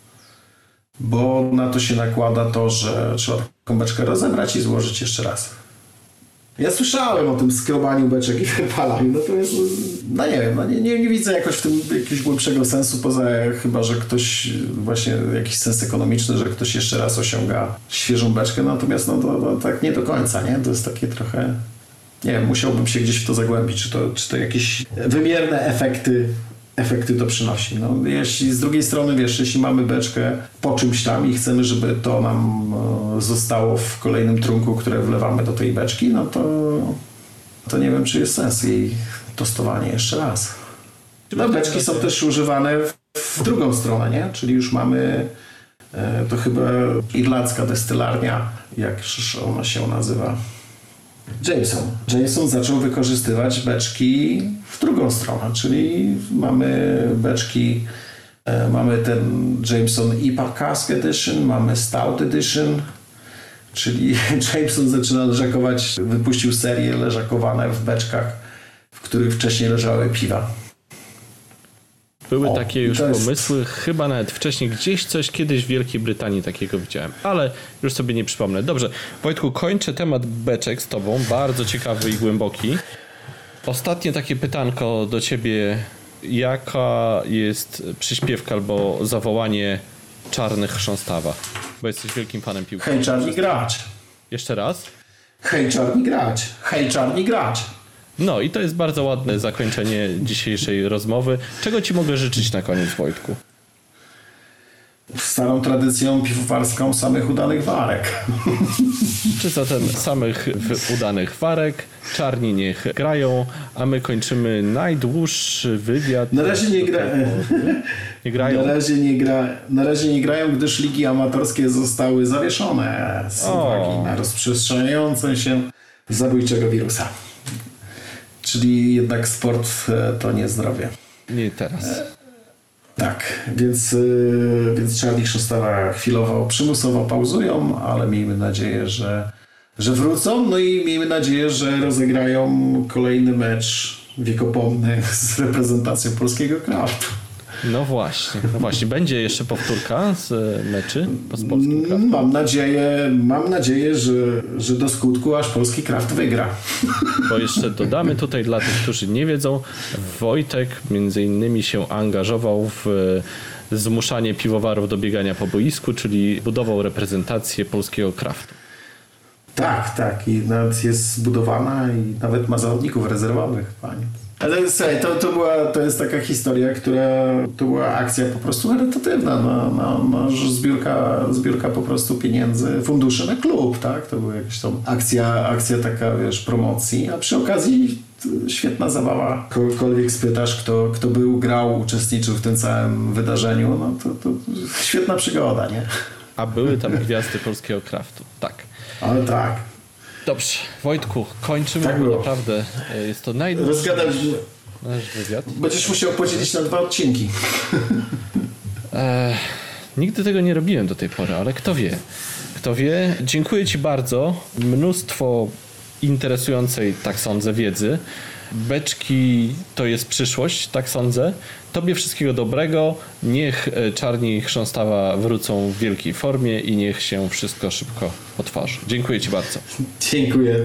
Bo na to się nakłada to, że trzeba taką beczkę rozebrać i złożyć jeszcze raz. Ja słyszałem o tym skrobaniu beczek i wypalaniu, natomiast no nie wiem, nie widzę jakoś w tym jakiegoś głębszego sensu, poza chyba, że ktoś właśnie jakiś sens ekonomiczny, że ktoś jeszcze raz osiąga świeżą beczkę, natomiast no to tak nie do końca, nie? To jest takie trochę, nie wiem, musiałbym się gdzieś w to zagłębić, czy to jakieś wymierne efekty to przynosi. No, jeśli z drugiej strony, wiesz, jeśli mamy beczkę po czymś tam i chcemy, żeby to nam zostało w kolejnym trunku, które wlewamy do tej beczki, no to nie wiem, czy jest sens jej tostowanie jeszcze raz. No, beczki są też używane w drugą stronę, nie? Czyli już mamy to chyba irlandzka destylarnia, jak ona się nazywa? Jameson zaczął wykorzystywać beczki w drugą stronę, czyli mamy beczki, mamy ten Jameson IPA Cask Edition, mamy Stout Edition, czyli Jameson zaczyna leżakować, wypuścił serię leżakowane w beczkach, w których wcześniej leżały piwa. Były takie już pomysły, chyba nawet wcześniej, gdzieś coś kiedyś w Wielkiej Brytanii takiego widziałem, ale już sobie nie przypomnę. Dobrze, Wojtku, kończę temat beczek z tobą, bardzo ciekawy i głęboki. Ostatnie takie pytanko do ciebie, jaka jest przyśpiewka albo zawołanie Czarnych Chrząstawa? Bo jesteś wielkim fanem piłki. Hej, czarni grać! Jeszcze raz? Hej, czarni grać! Hej, czarni grać! No i to jest bardzo ładne zakończenie dzisiejszej rozmowy. Czego ci mogę życzyć na koniec, Wojtku? Starą tradycją piwowarską samych udanych warek. Czy zatem samych udanych warek, czarni niech grają, a my kończymy najdłuższy wywiad. Na razie nie grają. Na razie nie grają, gdyż ligi amatorskie zostały zawieszone z uwagi na rozprzestrzeniającą się zabójczego wirusa. Czyli jednak sport to nie zdrowie. Nie teraz. Tak, więc Czarni Chrząstawa chwilowo przymusowo pauzują, ale miejmy nadzieję, że wrócą. No i miejmy nadzieję, że rozegrają kolejny mecz wiekopomny z reprezentacją polskiego kraftu. No właśnie. Będzie jeszcze powtórka z meczy z polskim kraftem? Mam nadzieję, że do skutku aż polski kraft wygra. Bo jeszcze dodamy tutaj dla tych, którzy nie wiedzą, Wojtek między innymi się angażował w zmuszanie piwowarów do biegania po boisku, czyli budował reprezentację polskiego kraftu. Tak. I nawet jest zbudowana i nawet ma zawodników rezerwowych, panie. Ale słuchaj, to jest taka historia, to była akcja po prostu charytatywna, zbiórka po prostu pieniędzy, funduszy na klub, tak? To była jakaś tam akcja taka, wiesz, promocji, a przy okazji świetna zabawa. Kogokolwiek spytasz, kto grał, uczestniczył w tym całym wydarzeniu, no to świetna przygoda, nie? A były tam gwiazdy polskiego kraftu, tak. Ale tak. Dobrze, Wojtku, kończymy, tak bo naprawdę jest to najdłuższy nasz wywiad. Będziesz musiał podzielić na 2 odcinki. Nigdy tego nie robiłem do tej pory, ale kto wie. Dziękuję ci bardzo. Mnóstwo interesującej, tak sądzę, wiedzy. Beczki to jest przyszłość, tak sądzę. Tobie wszystkiego dobrego. Niech Czarni Chrząstawa wrócą w wielkiej formie i niech się wszystko szybko otworzy. Dziękuję ci bardzo. Dziękuję.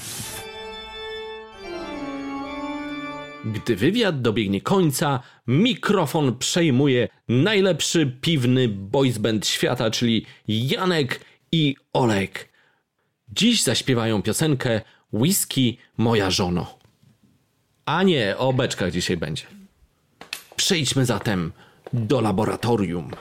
Gdy wywiad dobiegnie końca, mikrofon przejmuje najlepszy piwny boys band świata, czyli Janek i Olek. Dziś zaśpiewają piosenkę Whisky, moja żono. A nie, o beczkach dzisiaj będzie. Przejdźmy zatem do laboratorium.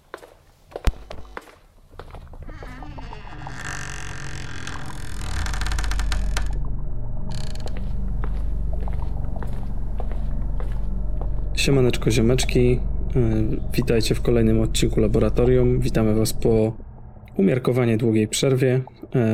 Siemaneczko ziomeczki, witajcie w kolejnym odcinku Laboratorium. Witamy was po umiarkowanie długiej przerwie.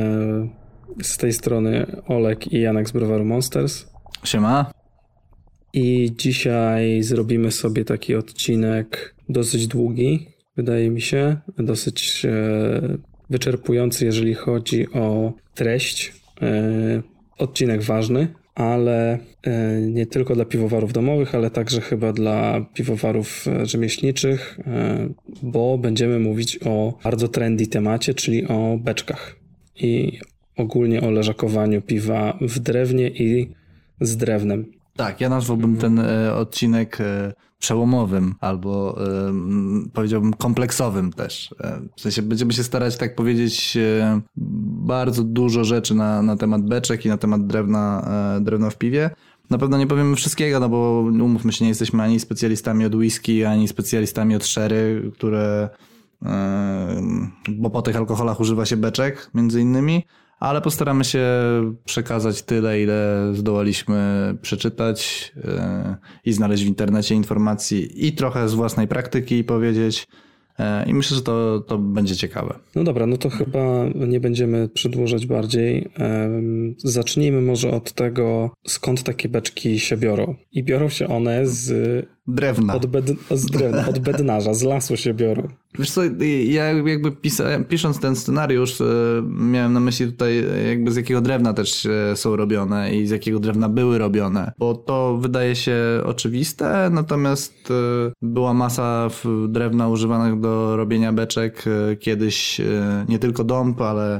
Z tej strony Olek i Janek z browaru Monsters. Siema. i dzisiaj zrobimy sobie taki odcinek dosyć długi, wydaje mi się, dosyć wyczerpujący, jeżeli chodzi o treść. Odcinek ważny, ale nie tylko dla piwowarów domowych, ale także chyba dla piwowarów rzemieślniczych, bo będziemy mówić o bardzo trendy temacie, czyli o beczkach i ogólnie o leżakowaniu piwa w drewnie i z drewnem. Tak, ja nazwałbym ten odcinek przełomowym albo powiedziałbym kompleksowym też. W sensie będziemy się starać, tak powiedzieć, bardzo dużo rzeczy na temat beczek i na temat drewna w piwie. Na pewno nie powiemy wszystkiego, no bo umówmy się, nie jesteśmy ani specjalistami od whisky, ani specjalistami od sherry, bo po tych alkoholach używa się beczek między innymi. Ale postaramy się przekazać tyle, ile zdołaliśmy przeczytać i znaleźć w internecie informacji i trochę z własnej praktyki powiedzieć. I myślę, że to będzie ciekawe. No dobra, no to chyba nie będziemy przedłużać bardziej. Zacznijmy może od tego, skąd takie beczki się biorą. I biorą się one z drewna. Od bednarza, z lasu się biorą. Wiesz co, ja jakby pisząc ten scenariusz miałem na myśli tutaj jakby z jakiego drewna też są robione i z jakiego drewna były robione, bo to wydaje się oczywiste, natomiast była masa drewna używanych do robienia beczek kiedyś, nie tylko dąb, ale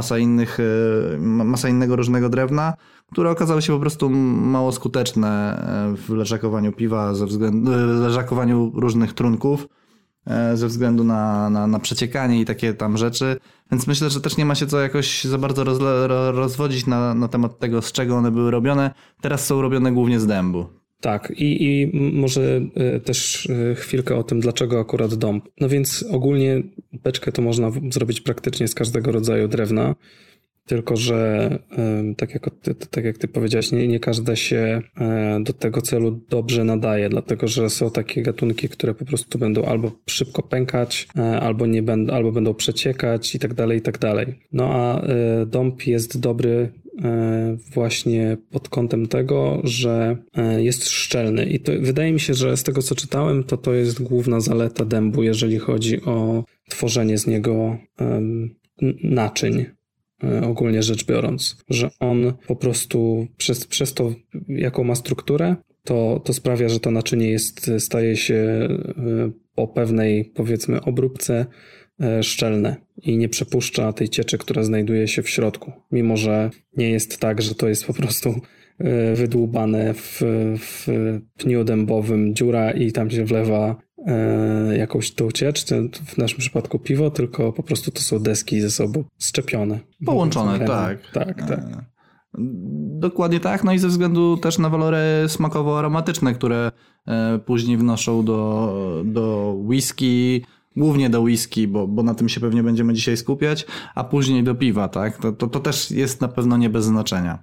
masa innego różnego drewna, które okazały się po prostu mało skuteczne w leżakowaniu piwa, leżakowaniu różnych trunków, ze względu na przeciekanie i takie tam rzeczy. Więc myślę, że też nie ma się co jakoś za bardzo rozwodzić na temat tego, z czego one były robione. Teraz są robione głównie z dębu. Tak, i może też chwilkę o tym, dlaczego akurat dąb. No więc ogólnie beczkę to można zrobić praktycznie z każdego rodzaju drewna. Tylko że tak jak ty powiedziałeś, nie każda się do tego celu dobrze nadaje, dlatego że są takie gatunki, które po prostu będą albo szybko pękać, albo będą przeciekać i tak dalej, i tak dalej. No a dąb jest dobry właśnie pod kątem tego, że jest szczelny i to wydaje mi się, że z tego co czytałem, to jest główna zaleta dębu, jeżeli chodzi o tworzenie z niego naczyń. Ogólnie rzecz biorąc, że on po prostu przez to, jaką ma strukturę, to sprawia, że to naczynie staje się po pewnej, powiedzmy, obróbce szczelne i nie przepuszcza tej cieczy, która znajduje się w środku. Mimo że nie jest tak, że to jest po prostu wydłubane w pniu dębowym dziura i tam się wlewa jakąś tą ciecz, w naszym przypadku piwo, tylko po prostu to są deski ze sobą szczepione. Połączone, tak. Tak. Dokładnie tak, no i ze względu też na walory smakowo-aromatyczne, które później wnoszą do whisky, głównie do whisky, bo na tym się pewnie będziemy dzisiaj skupiać, a później do piwa, tak? To też jest na pewno nie bez znaczenia.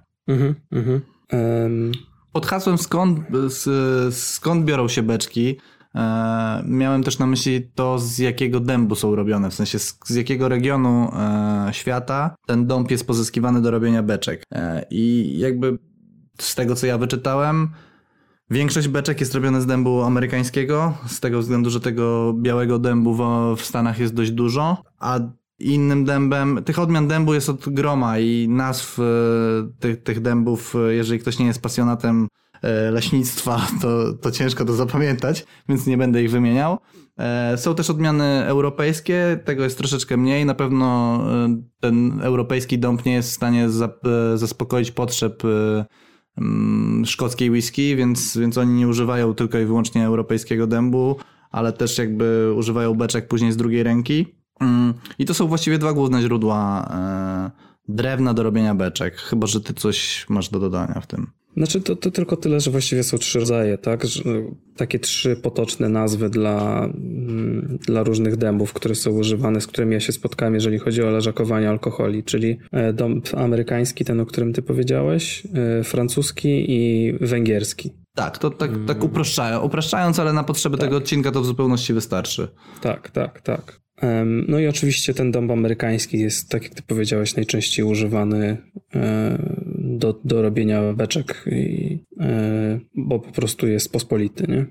Pod hasłem skąd biorą się beczki, miałem też na myśli to, z jakiego dębu są robione, w sensie z jakiego regionu świata ten dąb jest pozyskiwany do robienia beczek. I jakby z tego, co ja wyczytałem, większość beczek jest robione z dębu amerykańskiego, z tego względu, że tego białego dębu w Stanach jest dość dużo, a innym dębem, tych odmian dębu jest od groma i nazw tych dębów, jeżeli ktoś nie jest pasjonatem leśnictwa, to ciężko to zapamiętać, więc nie będę ich wymieniał. Są też odmiany europejskie, tego jest troszeczkę mniej. Na pewno ten europejski dąb nie jest w stanie zaspokoić potrzeb szkockiej whisky, więc oni nie używają tylko i wyłącznie europejskiego dębu, ale też jakby używają beczek później z drugiej ręki. I to są właściwie dwa główne źródła drewna do robienia beczek, chyba że ty coś masz do dodania w tym. Znaczy to tylko tyle, że właściwie są 3 rodzaje, tak? Takie 3 potoczne nazwy dla różnych dębów, które są używane, z którymi ja się spotkałem, jeżeli chodzi o leżakowanie alkoholi, czyli dąb amerykański, ten, o którym ty powiedziałeś, francuski i węgierski. Tak, to tak upraszczając, ale na potrzeby tego odcinka to w zupełności wystarczy. Tak. No i oczywiście ten dąb amerykański jest, tak jak ty powiedziałeś, najczęściej używany do robienia beczek, bo po prostu jest pospolity, nie?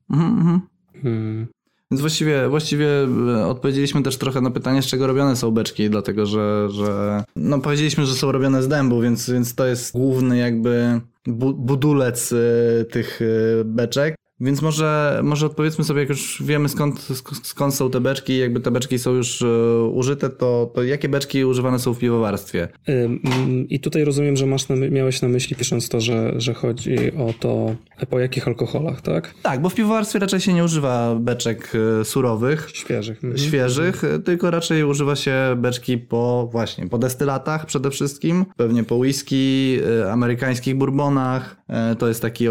Więc właściwie odpowiedzieliśmy też trochę na pytanie, z czego robione są beczki, dlatego że no powiedzieliśmy, że są robione z dębu, więc to jest główny jakby budulec tych beczek. Więc może odpowiedzmy sobie, jak już wiemy skąd są te beczki i jakby te beczki są już użyte, to jakie beczki używane są w piwowarstwie? I tutaj rozumiem, że miałeś na myśli, pisząc to, że chodzi o to, po jakich alkoholach, tak? Tak, bo w piwowarstwie raczej się nie używa beczek surowych, świeżych, tylko raczej używa się beczki po destylatach przede wszystkim, pewnie po whisky, amerykańskich bourbonach. To jest taki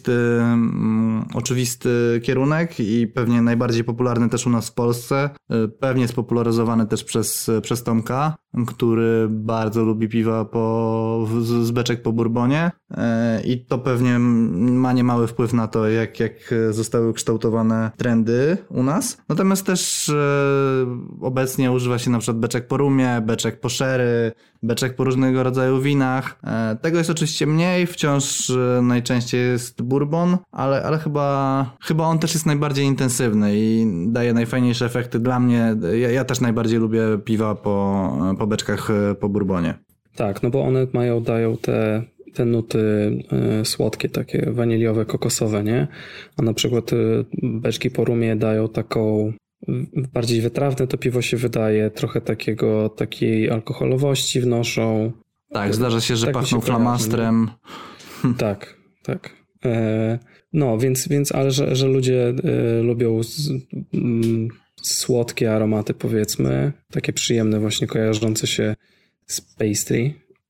oczywisty kierunek i pewnie najbardziej popularny też u nas w Polsce. Pewnie spopularyzowany też przez Tomka, który bardzo lubi piwa z beczek po bourbonie i to pewnie ma niemały wpływ na to, jak zostały ukształtowane trendy u nas. Natomiast też obecnie używa się na przykład beczek po rumie, beczek po sherry, beczek po różnego rodzaju winach. Tego jest oczywiście mniej, wciąż najczęściej jest bourbon, ale chyba on też jest najbardziej intensywny i daje najfajniejsze efekty dla mnie. Ja też najbardziej lubię piwa po beczkach po bourbonie. Tak, no bo one dają te nuty słodkie, takie waniliowe, kokosowe, nie? A na przykład beczki po rumie dają taką bardziej wytrawne to piwo się wydaje, trochę takiej alkoholowości wnoszą. Tak, zdarza się, że tak pachną flamastrem. Tak. No, więc ale że ludzie lubią słodkie aromaty, powiedzmy, takie przyjemne, właśnie kojarzące się z pastry,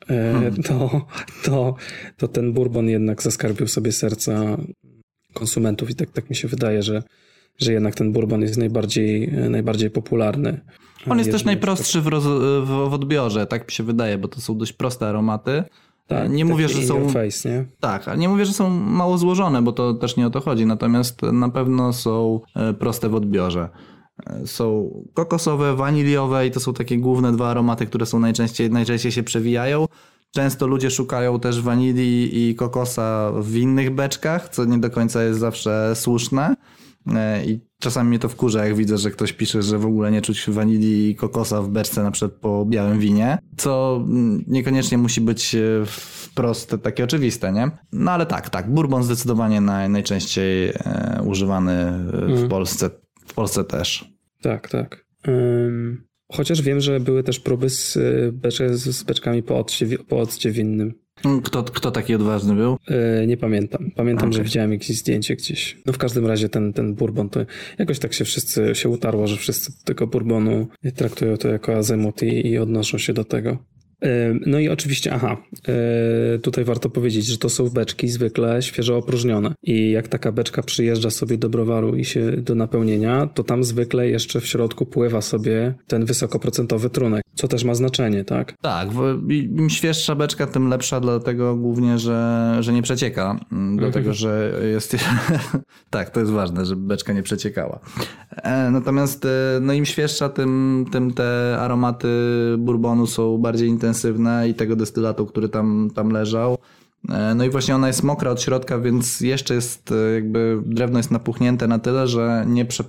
to ten bourbon jednak zaskarbił sobie serca konsumentów i tak mi się wydaje, że jednak ten bourbon jest najbardziej popularny. On jest też najprostszy w odbiorze, tak mi się wydaje, bo to są dość proste aromaty. Tak, nie mówię, że są face, nie? Tak, ale nie mówię, że są mało złożone, bo to też nie o to chodzi, natomiast na pewno są proste w odbiorze. Są kokosowe, waniliowe i to są takie główne dwa aromaty, które są najczęściej się przewijają. Często ludzie szukają też wanilii i kokosa w innych beczkach, co nie do końca jest zawsze słuszne. I czasami mnie to wkurza, jak widzę, że ktoś pisze, że w ogóle nie czuć wanilii i kokosa w beczce na przykład po białym winie, co niekoniecznie musi być wprost takie oczywiste, nie? No ale tak, bourbon zdecydowanie najczęściej używany w Polsce. W Polsce też. Tak. Chociaż wiem, że były też próby z beczkami po occie winnym. Kto taki odważny był? Nie pamiętam. Pamiętam, że widziałem jakieś zdjęcie gdzieś. No w każdym razie ten bourbon to jakoś tak się utarło, że wszyscy tego bourbonu traktują to jako azymut i odnoszą się do tego. No i oczywiście, tutaj warto powiedzieć, że to są beczki zwykle świeżo opróżnione i jak taka beczka przyjeżdża sobie do browaru i się do napełnienia, to tam zwykle jeszcze w środku pływa sobie ten wysokoprocentowy trunek, co też ma znaczenie, tak? Tak, im świeższa beczka, tym lepsza, dlatego głównie, że nie przecieka, dlatego, że jest... Tak, to jest ważne, żeby beczka nie przeciekała. Natomiast no im świeższa, tym te aromaty bourbonu są bardziej intensywne i tego destylatu, który tam leżał. No i właśnie ona jest mokra od środka, więc jeszcze jest jakby drewno jest napuchnięte na tyle, że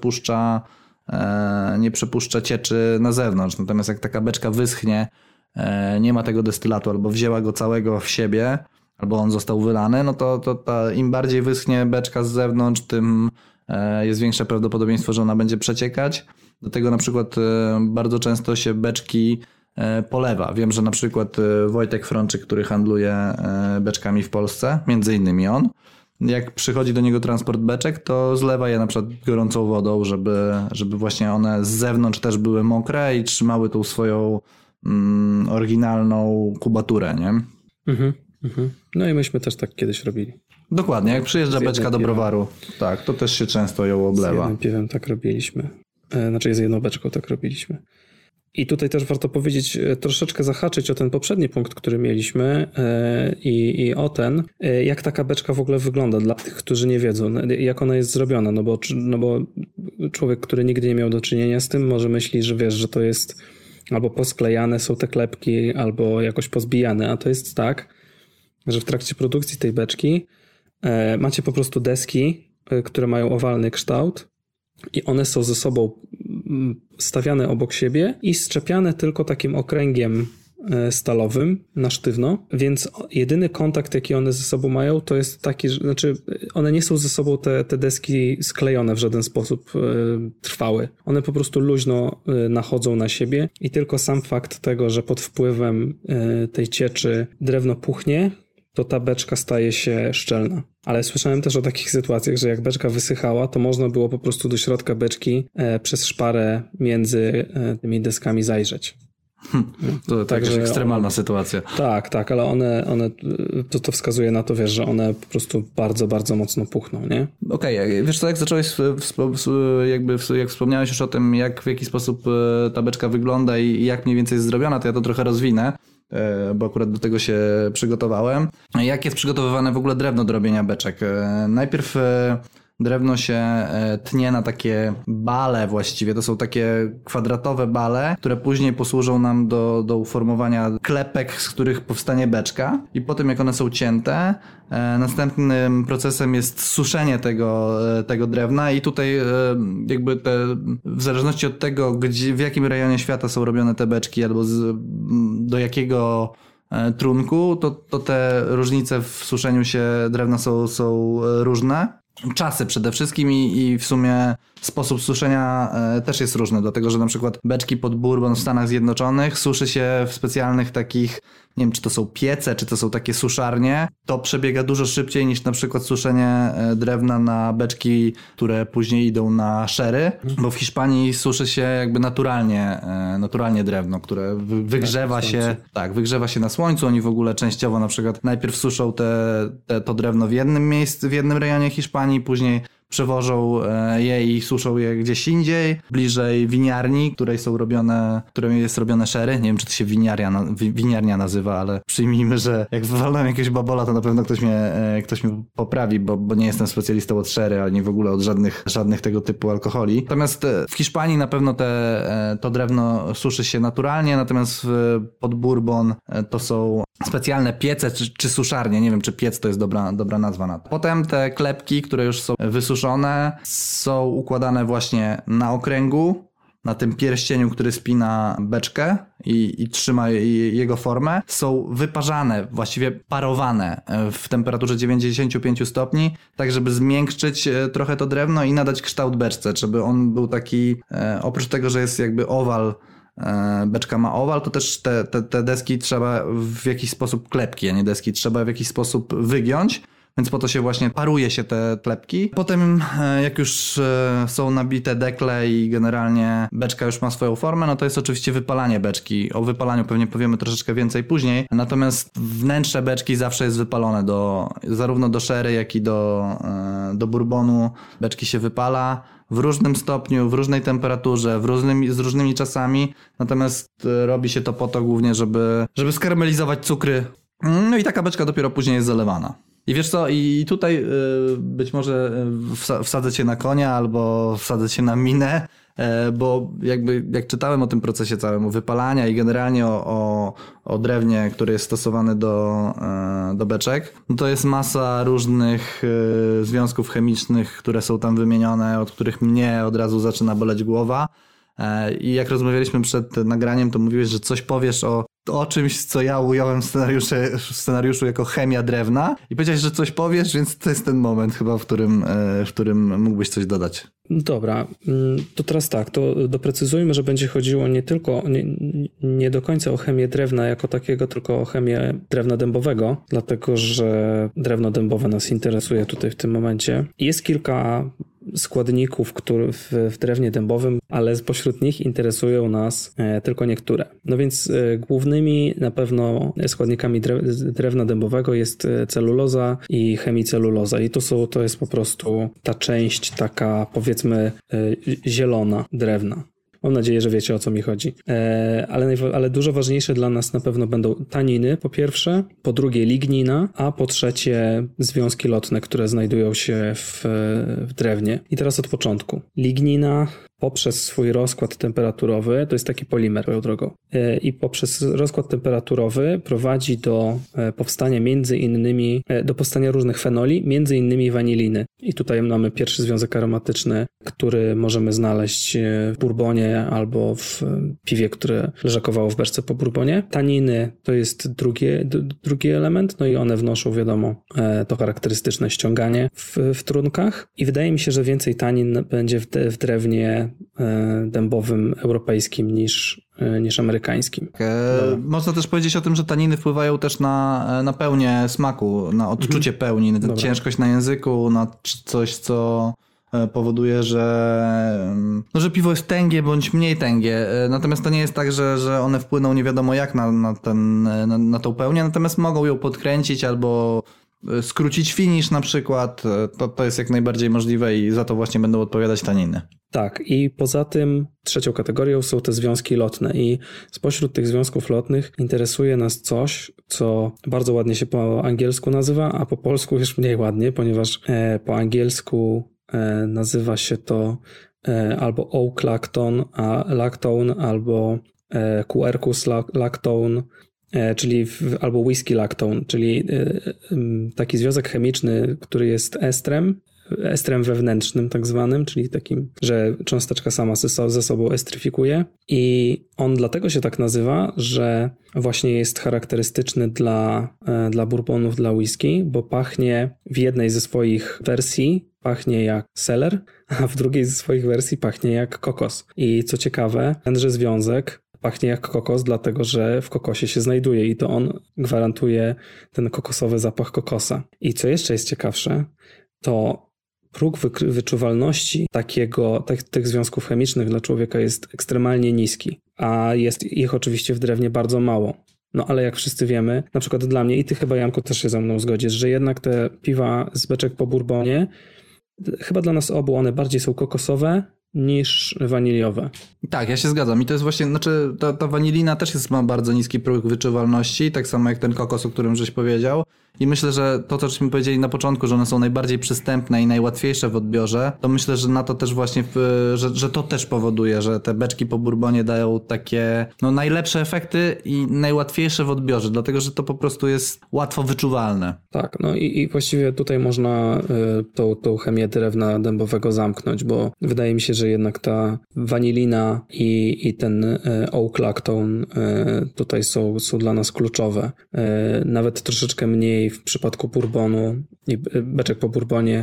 nie przepuszcza cieczy na zewnątrz. Natomiast jak taka beczka wyschnie, nie ma tego destylatu albo wzięła go całego w siebie, albo on został wylany, no to im bardziej wyschnie beczka z zewnątrz, tym jest większe prawdopodobieństwo, że ona będzie przeciekać. Do tego na przykład bardzo często się beczki polewa. Wiem, że na przykład Wojtek Frączyk, który handluje beczkami w Polsce, między innymi on, jak przychodzi do niego transport beczek, to zlewa je na przykład gorącą wodą, żeby właśnie one z zewnątrz też były mokre i trzymały tą swoją oryginalną kubaturę, nie? No i myśmy też tak kiedyś robili. Dokładnie, jak przyjeżdża beczka do browaru, tak, to też się często ją oblewa. Z jednym piwem tak robiliśmy. Znaczy z jedną beczką tak robiliśmy. I tutaj też warto powiedzieć, troszeczkę zahaczyć o ten poprzedni punkt, który mieliśmy i o ten, jak taka beczka w ogóle wygląda dla tych, którzy nie wiedzą, jak ona jest zrobiona, no bo człowiek, który nigdy nie miał do czynienia z tym, może myśli, że wiesz, że to jest albo posklejane są te klepki, albo jakoś pozbijane, a to jest tak, że w trakcie produkcji tej beczki macie po prostu deski, które mają owalny kształt i one są ze sobą stawiane obok siebie i szczepiane tylko takim okręgiem stalowym na sztywno, więc jedyny kontakt, jaki one ze sobą mają, to jest taki, że znaczy one nie są ze sobą te deski sklejone w żaden sposób trwały. One po prostu luźno nachodzą na siebie i tylko sam fakt tego, że pod wpływem tej cieczy drewno puchnie, to ta beczka staje się szczelna. Ale słyszałem też o takich sytuacjach, że jak beczka wysychała, to można było po prostu do środka beczki przez szparę między tymi deskami zajrzeć. To jakaś ekstremalna sytuacja. Tak, ale one to wskazuje na to, wiesz, że one po prostu bardzo, bardzo mocno puchną, nie? Okej, wiesz co, jak zacząłeś, jak wspomniałeś już o tym, w jaki sposób ta beczka wygląda i jak mniej więcej jest zrobiona, to ja to trochę rozwinę, bo akurat do tego się przygotowałem. Jak jest przygotowywane w ogóle drewno do robienia beczek? Najpierw drewno się tnie na takie bale właściwie. To są takie kwadratowe bale, które później posłużą nam do uformowania klepek, z których powstanie beczka. I po tym, jak one są cięte, następnym procesem jest suszenie tego drewna i tutaj jakby w zależności od tego, w jakim rejonie świata są robione te beczki albo do jakiego trunku, to te różnice w suszeniu się drewna są różne. Czasy przede wszystkim i w sumie sposób suszenia też jest różny, dlatego że na przykład beczki pod bourbon w Stanach Zjednoczonych suszy się w specjalnych takich, nie wiem czy to są piece, czy to są takie suszarnie. To przebiega dużo szybciej niż na przykład suszenie drewna na beczki, które później idą na sherry, bo w Hiszpanii suszy się jakby naturalnie drewno, które wygrzewa się na słońcu. Oni w ogóle częściowo na przykład najpierw suszą to drewno w jednym miejscu, w jednym rejonie Hiszpanii, później przewożą je i suszą je gdzieś indziej, bliżej winiarni, której jest robione sherry. Nie wiem, czy to się winiarnia nazywa, ale przyjmijmy, że jak wywalnąłem jakiegoś babola, to na pewno ktoś mnie poprawi, bo nie jestem specjalistą od sherry, ani w ogóle od żadnych tego typu alkoholi. Natomiast w Hiszpanii na pewno to drewno suszy się naturalnie, natomiast pod bourbon to są specjalne piece czy suszarnie. Nie wiem, czy piec to jest dobra nazwa na to. Potem te klepki, które już są wysuszone, są układane właśnie na okręgu, na tym pierścieniu, który spina beczkę i trzyma jego formę. Są wyparzane, właściwie parowane w temperaturze 95 stopni, tak żeby zmiękczyć trochę to drewno i nadać kształt beczce, żeby on był taki, oprócz tego, że jest jakby owal, beczka ma owal, to też te deski trzeba w jakiś sposób, klepki, a nie deski, trzeba w jakiś sposób wygiąć. Więc po to się właśnie paruje się te klepki. Potem jak już są nabite dekle i generalnie beczka już ma swoją formę, no to jest oczywiście wypalanie beczki. O wypalaniu pewnie powiemy troszeczkę więcej później. Natomiast wnętrze beczki zawsze jest wypalone zarówno do sherry, jak i do bourbonu. Beczki się wypala w różnym stopniu, w różnej temperaturze, z różnymi czasami. Natomiast robi się to po to głównie, żeby skarmelizować cukry. No i taka beczka dopiero później jest zalewana. I wiesz co, i tutaj być może wsadzę cię na konia albo wsadzę cię na minę, bo jak czytałem o tym procesie całym, o wypalania i generalnie o drewnie, które jest stosowane do beczek, no to jest masa różnych związków chemicznych, które są tam wymienione, od których mnie od razu zaczyna boleć głowa. I jak rozmawialiśmy przed nagraniem, to mówiłeś, że coś powiesz o czymś, co ja ująłem w scenariuszu jako chemia drewna i powiedziałeś, że coś powiesz, więc to jest ten moment chyba, w którym mógłbyś coś dodać. Dobra, to teraz tak, to doprecyzujmy, że będzie chodziło nie do końca o chemię drewna jako takiego, tylko o chemię drewna dębowego, dlatego że drewno dębowe nas interesuje tutaj w tym momencie. Jest kilka składników, które w drewnie dębowym, ale spośród nich interesują nas tylko niektóre. No więc głównymi na pewno składnikami drewna dębowego jest celuloza i chemiceluloza i to jest po prostu ta część taka, powiedzmy, zielona drewna. Mam nadzieję, że wiecie, o co mi chodzi. Ale dużo ważniejsze dla nas na pewno będą taniny, po pierwsze, po drugie lignina, a po trzecie związki lotne, które znajdują się w drewnie. I teraz od początku. Lignina poprzez swój rozkład temperaturowy, to jest taki polimer swoją drogą, i poprzez rozkład temperaturowy prowadzi do powstania do powstania różnych fenoli, między innymi waniliny. I tutaj mamy pierwszy związek aromatyczny, który możemy znaleźć w bourbonie albo w piwie, które leżakowało w beczce po bourbonie. Taniny to jest drugi element, no i one wnoszą, wiadomo, to charakterystyczne ściąganie w trunkach. I wydaje mi się, że więcej tanin będzie w drewnie dębowym europejskim niż amerykańskim. Można też powiedzieć o tym, że taniny wpływają też na pełnię smaku, na odczucie pełni, na ciężkość na języku, na coś, co powoduje, że piwo jest tęgie bądź mniej tęgie. Natomiast to nie jest tak, że one wpłyną nie wiadomo jak na tą pełnię, natomiast mogą ją podkręcić albo skrócić finish na przykład. To jest jak najbardziej możliwe i za to właśnie będą odpowiadać taniny. Tak, i poza tym trzecią kategorią są te związki lotne i spośród tych związków lotnych interesuje nas coś, co bardzo ładnie się po angielsku nazywa, a po polsku już mniej ładnie, ponieważ po angielsku nazywa się to albo oak lactone, albo Quercus lactone, czyli albo whisky lactone, czyli taki związek chemiczny, który jest estrem wewnętrznym tak zwanym, czyli takim, że cząsteczka sama ze sobą estryfikuje i on dlatego się tak nazywa, że właśnie jest charakterystyczny dla bourbonów, dla whisky, bo pachnie w jednej ze swoich wersji pachnie jak seler, a w drugiej ze swoich wersji pachnie jak kokos. I co ciekawe, tenże związek pachnie jak kokos, dlatego że w kokosie się znajduje i to on gwarantuje ten kokosowy zapach kokosa. I co jeszcze jest ciekawsze, to próg wyczuwalności tych związków chemicznych dla człowieka jest ekstremalnie niski, a jest ich oczywiście w drewnie bardzo mało. No ale jak wszyscy wiemy, na przykład dla mnie i ty chyba, Janku, też się ze mną zgodzisz, że jednak te piwa z beczek po bourbonie, chyba dla nas obu one bardziej są kokosowe niż waniliowe. Tak, ja się zgadzam i to jest właśnie, ta wanilina też ma bardzo niski próg wyczuwalności, tak samo jak ten kokos, o którym żeś powiedział. I myślę, że to, co żeśmy powiedzieli na początku, że one są najbardziej przystępne i najłatwiejsze w odbiorze, to myślę, że na to też właśnie, że to też powoduje, że te beczki po bourbonie dają takie najlepsze efekty i najłatwiejsze w odbiorze, dlatego, że to po prostu jest łatwo wyczuwalne. Tak, no i właściwie tutaj można tą chemię drewna dębowego zamknąć, bo wydaje mi się, że jednak ta wanilina i ten oak lactone tutaj są dla nas kluczowe. Nawet troszeczkę mniej w przypadku bourbonu i beczek po bourbonie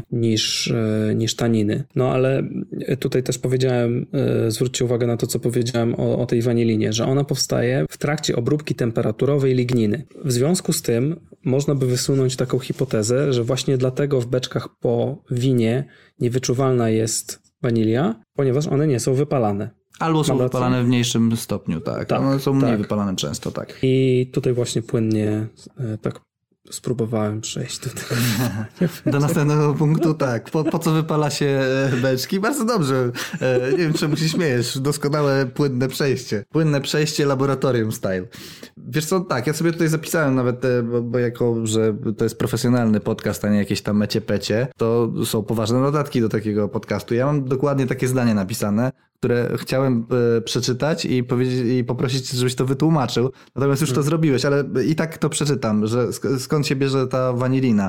niż taniny. No ale tutaj też powiedziałem, zwróćcie uwagę na to, co powiedziałem o tej wanilinie, że ona powstaje w trakcie obróbki temperaturowej ligniny. W związku z tym można by wysunąć taką hipotezę, że właśnie dlatego w beczkach po winie niewyczuwalna jest wanilia, ponieważ one nie są wypalane. Albo są wypalane w mniejszym stopniu, tak. One są mniej wypalane często, tak. I tutaj właśnie płynnie tak spróbowałem przejść do tego. Do następnego punktu, tak. Po co wypala się beczki? Bardzo dobrze. Nie wiem, czemu się śmiejesz. Doskonałe, płynne przejście. Płynne przejście laboratorium style. Wiesz co, tak, ja sobie tutaj zapisałem nawet, bo jako, że to jest profesjonalny podcast, a nie jakieś tam mecie-pecie, to są poważne notatki do takiego podcastu. Ja mam dokładnie takie zdanie napisane, które chciałem przeczytać i powiedzieć i poprosić, żebyś to wytłumaczył. Natomiast już to zrobiłeś, ale i tak to przeczytam, że skąd się bierze ta wanilina.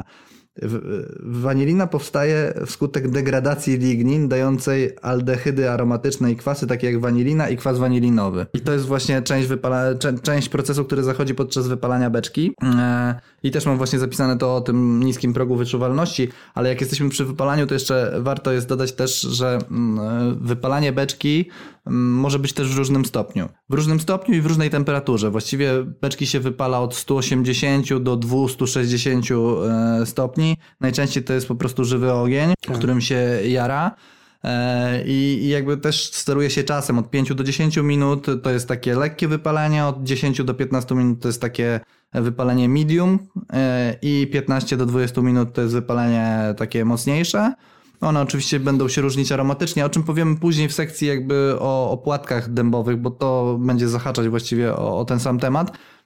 Wanilina powstaje wskutek degradacji lignin dającej aldehydy aromatyczne i kwasy takie jak wanilina i kwas wanilinowy. I to jest właśnie część procesu, który zachodzi podczas wypalania beczki. I też mam właśnie zapisane to o tym niskim progu wyczuwalności, ale jak jesteśmy przy wypalaniu, to jeszcze warto jest dodać też, że wypalanie beczki może być też w różnym stopniu. W różnym stopniu i w różnej temperaturze. Właściwie beczki się wypala od 180 do 260 stopni. Najczęściej to jest po prostu żywy ogień, którym się jara. I jakby też steruje się czasem od 5 do 10 minut to jest takie lekkie wypalenie, od 10 do 15 minut to jest takie wypalenie medium i 15 do 20 minut to jest wypalenie takie mocniejsze. One oczywiście będą się różnić aromatycznie, o czym powiemy później w sekcji jakby o opłatkach dębowych, bo to będzie zahaczać właściwie o ten sam temat.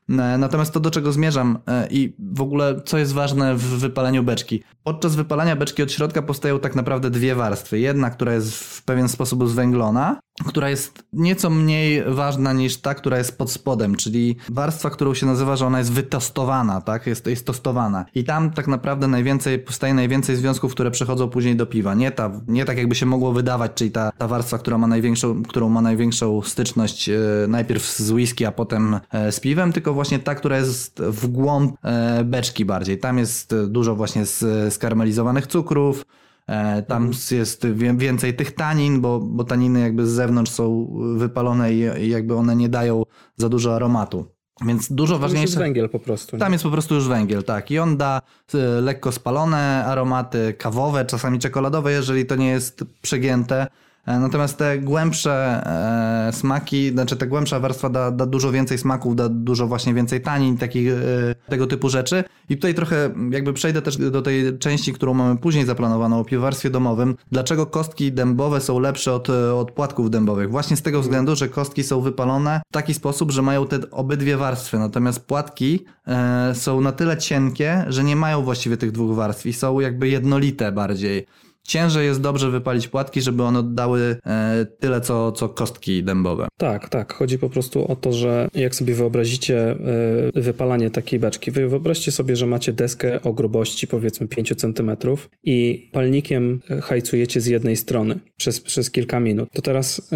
Natomiast to, do czego zmierzam i w ogóle co jest ważne w wypaleniu beczki. Podczas wypalania beczki od środka powstają tak naprawdę dwie warstwy. Jedna, która jest w pewien sposób zwęglona, która jest nieco mniej ważna niż ta, która jest pod spodem, czyli warstwa, którą się nazywa, że ona jest wytostowana, tak? Jest tostowana. I tam tak naprawdę powstaje najwięcej związków, które przechodzą później do piwa. Nie tak jakby się mogło wydawać, czyli ta warstwa, którą ma największą styczność najpierw z whisky, a potem z piwem, tylko właśnie ta, która jest w głąb beczki bardziej. Tam jest dużo właśnie skarmelizowanych cukrów, tam jest więcej tych tanin, bo taniny jakby z zewnątrz są wypalone i jakby one nie dają za dużo aromatu. Więc dużo ważniejsze. To jest węgiel po prostu. Nie? Tam jest po prostu już węgiel, tak. I on da lekko spalone aromaty kawowe, czasami czekoladowe, jeżeli to nie jest przegięte. Natomiast te głębsze smaki, znaczy ta głębsza warstwa da dużo więcej smaków, da dużo właśnie więcej tanin, tego typu rzeczy. I tutaj trochę jakby przejdę też do tej części, którą mamy później zaplanowaną o piwowarstwie domowym. Dlaczego kostki dębowe są lepsze od płatków dębowych? Właśnie z tego względu, że kostki są wypalone w taki sposób, że mają te obydwie warstwy. Natomiast płatki są na tyle cienkie, że nie mają właściwie tych dwóch warstw i są jakby jednolite bardziej. Ciężej jest dobrze wypalić płatki, żeby one oddały tyle, co kostki dębowe. Tak. Chodzi po prostu o to, że jak sobie wyobrazicie wypalanie takiej beczki, wy wyobraźcie sobie, że macie deskę o grubości powiedzmy 5 cm i palnikiem hajcujecie z jednej strony przez kilka minut. To teraz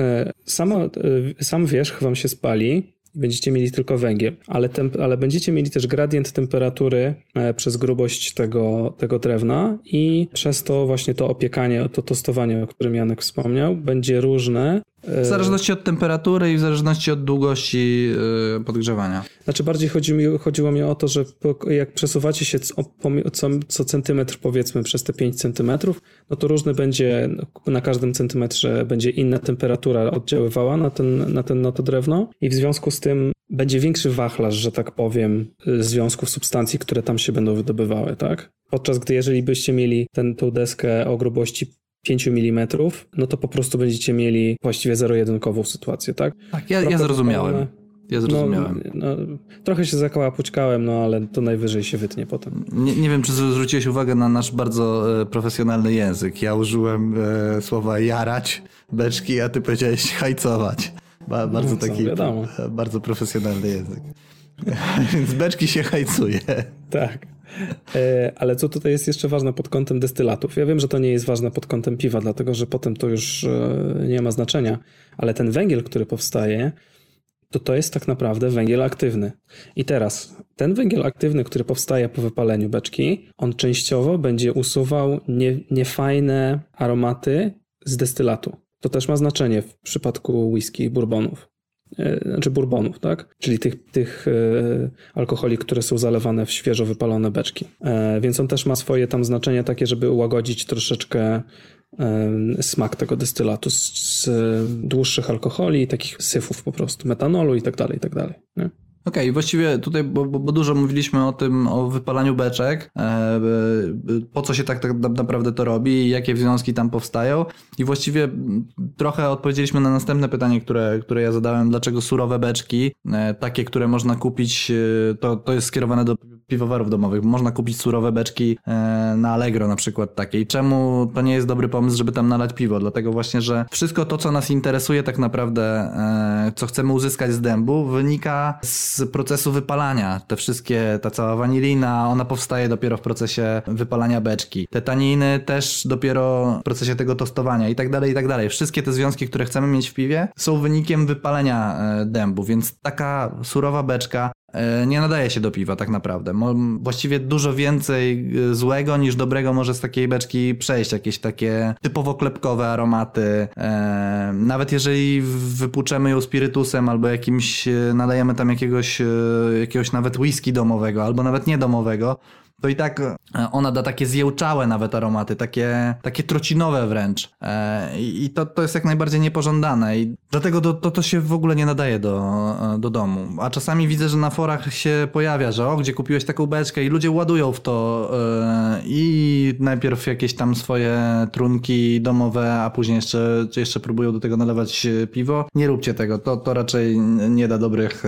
sam wierzch wam się spali, będziecie mieli tylko węgiel, ale będziecie mieli też gradient temperatury przez grubość tego drewna i przez to właśnie to opiekanie, to tostowanie, o którym Janek wspomniał, będzie różne. W zależności od temperatury i w zależności od długości podgrzewania. Znaczy bardziej chodziło mi o to, że jak przesuwacie się co centymetr powiedzmy przez te 5 centymetrów, no to różny będzie, na każdym centymetrze będzie inna temperatura oddziaływała na to drewno i w związku z tym będzie większy wachlarz, że tak powiem, związków substancji, które tam się będą wydobywały, tak? Podczas gdy jeżeli byście mieli tą deskę o grubości 5 mm, no to po prostu będziecie mieli właściwie zero-jedynkową sytuację, tak? Tak, ja zrozumiałem. Trochę się zakołapućkałem, ale to najwyżej się wytnie potem. Nie wiem, czy zwróciłeś uwagę na nasz bardzo profesjonalny język. Ja użyłem słowa jarać beczki, a ty powiedziałeś hajcować. Bardzo taki, bardzo profesjonalny język. Więc beczki się hajcuje. Tak. Ale co tutaj jest jeszcze ważne pod kątem destylatów? Ja wiem, że to nie jest ważne pod kątem piwa, dlatego że potem to już nie ma znaczenia, ale ten węgiel, który powstaje, to jest tak naprawdę węgiel aktywny. I teraz ten węgiel aktywny, który powstaje po wypaleniu beczki, on częściowo będzie usuwał niefajne aromaty z destylatu. To też ma znaczenie w przypadku whisky i bourbonów. Znaczy bourbonów, tak? Czyli tych alkoholi, które są zalewane w świeżo wypalone beczki. Więc on też ma swoje tam znaczenie takie, żeby ułagodzić troszeczkę smak tego destylatu z dłuższych alkoholi, takich syfów po prostu, metanolu i tak dalej, nie? Okej, właściwie tutaj, bo dużo mówiliśmy o wypalaniu beczek, po co się tak naprawdę to robi i jakie związki tam powstają i właściwie trochę odpowiedzieliśmy na następne pytanie, które ja zadałem, dlaczego surowe beczki, takie, które można kupić, to jest skierowane do piwowarów domowych, można kupić surowe beczki na Allegro na przykład takie i czemu to nie jest dobry pomysł, żeby tam nalać piwo, dlatego właśnie, że wszystko to, co nas interesuje tak naprawdę, co chcemy uzyskać z dębu, wynika z procesu wypalania. Ta cała wanilina, ona powstaje dopiero w procesie wypalania beczki. Te taniny też dopiero w procesie tego tostowania i tak dalej, i tak dalej. Wszystkie te związki, które chcemy mieć w piwie, są wynikiem wypalenia dębu, więc taka surowa beczka nie nadaje się do piwa tak naprawdę. Właściwie dużo więcej złego niż dobrego może z takiej beczki przejść. Jakieś takie typowo klepkowe aromaty. Nawet jeżeli wypłuczemy ją spirytusem albo nadajemy tam jakiegoś nawet whisky domowego albo nawet niedomowego, to i tak ona da takie zjełczałe nawet aromaty, takie trocinowe wręcz. I to jest jak najbardziej niepożądane i dlatego to się w ogóle nie nadaje do domu. A czasami widzę, że na forach się pojawia, że gdzie kupiłeś taką beczkę i ludzie ładują w to i najpierw jakieś tam swoje trunki domowe, a później jeszcze próbują do tego nalewać piwo. Nie róbcie tego, to raczej nie da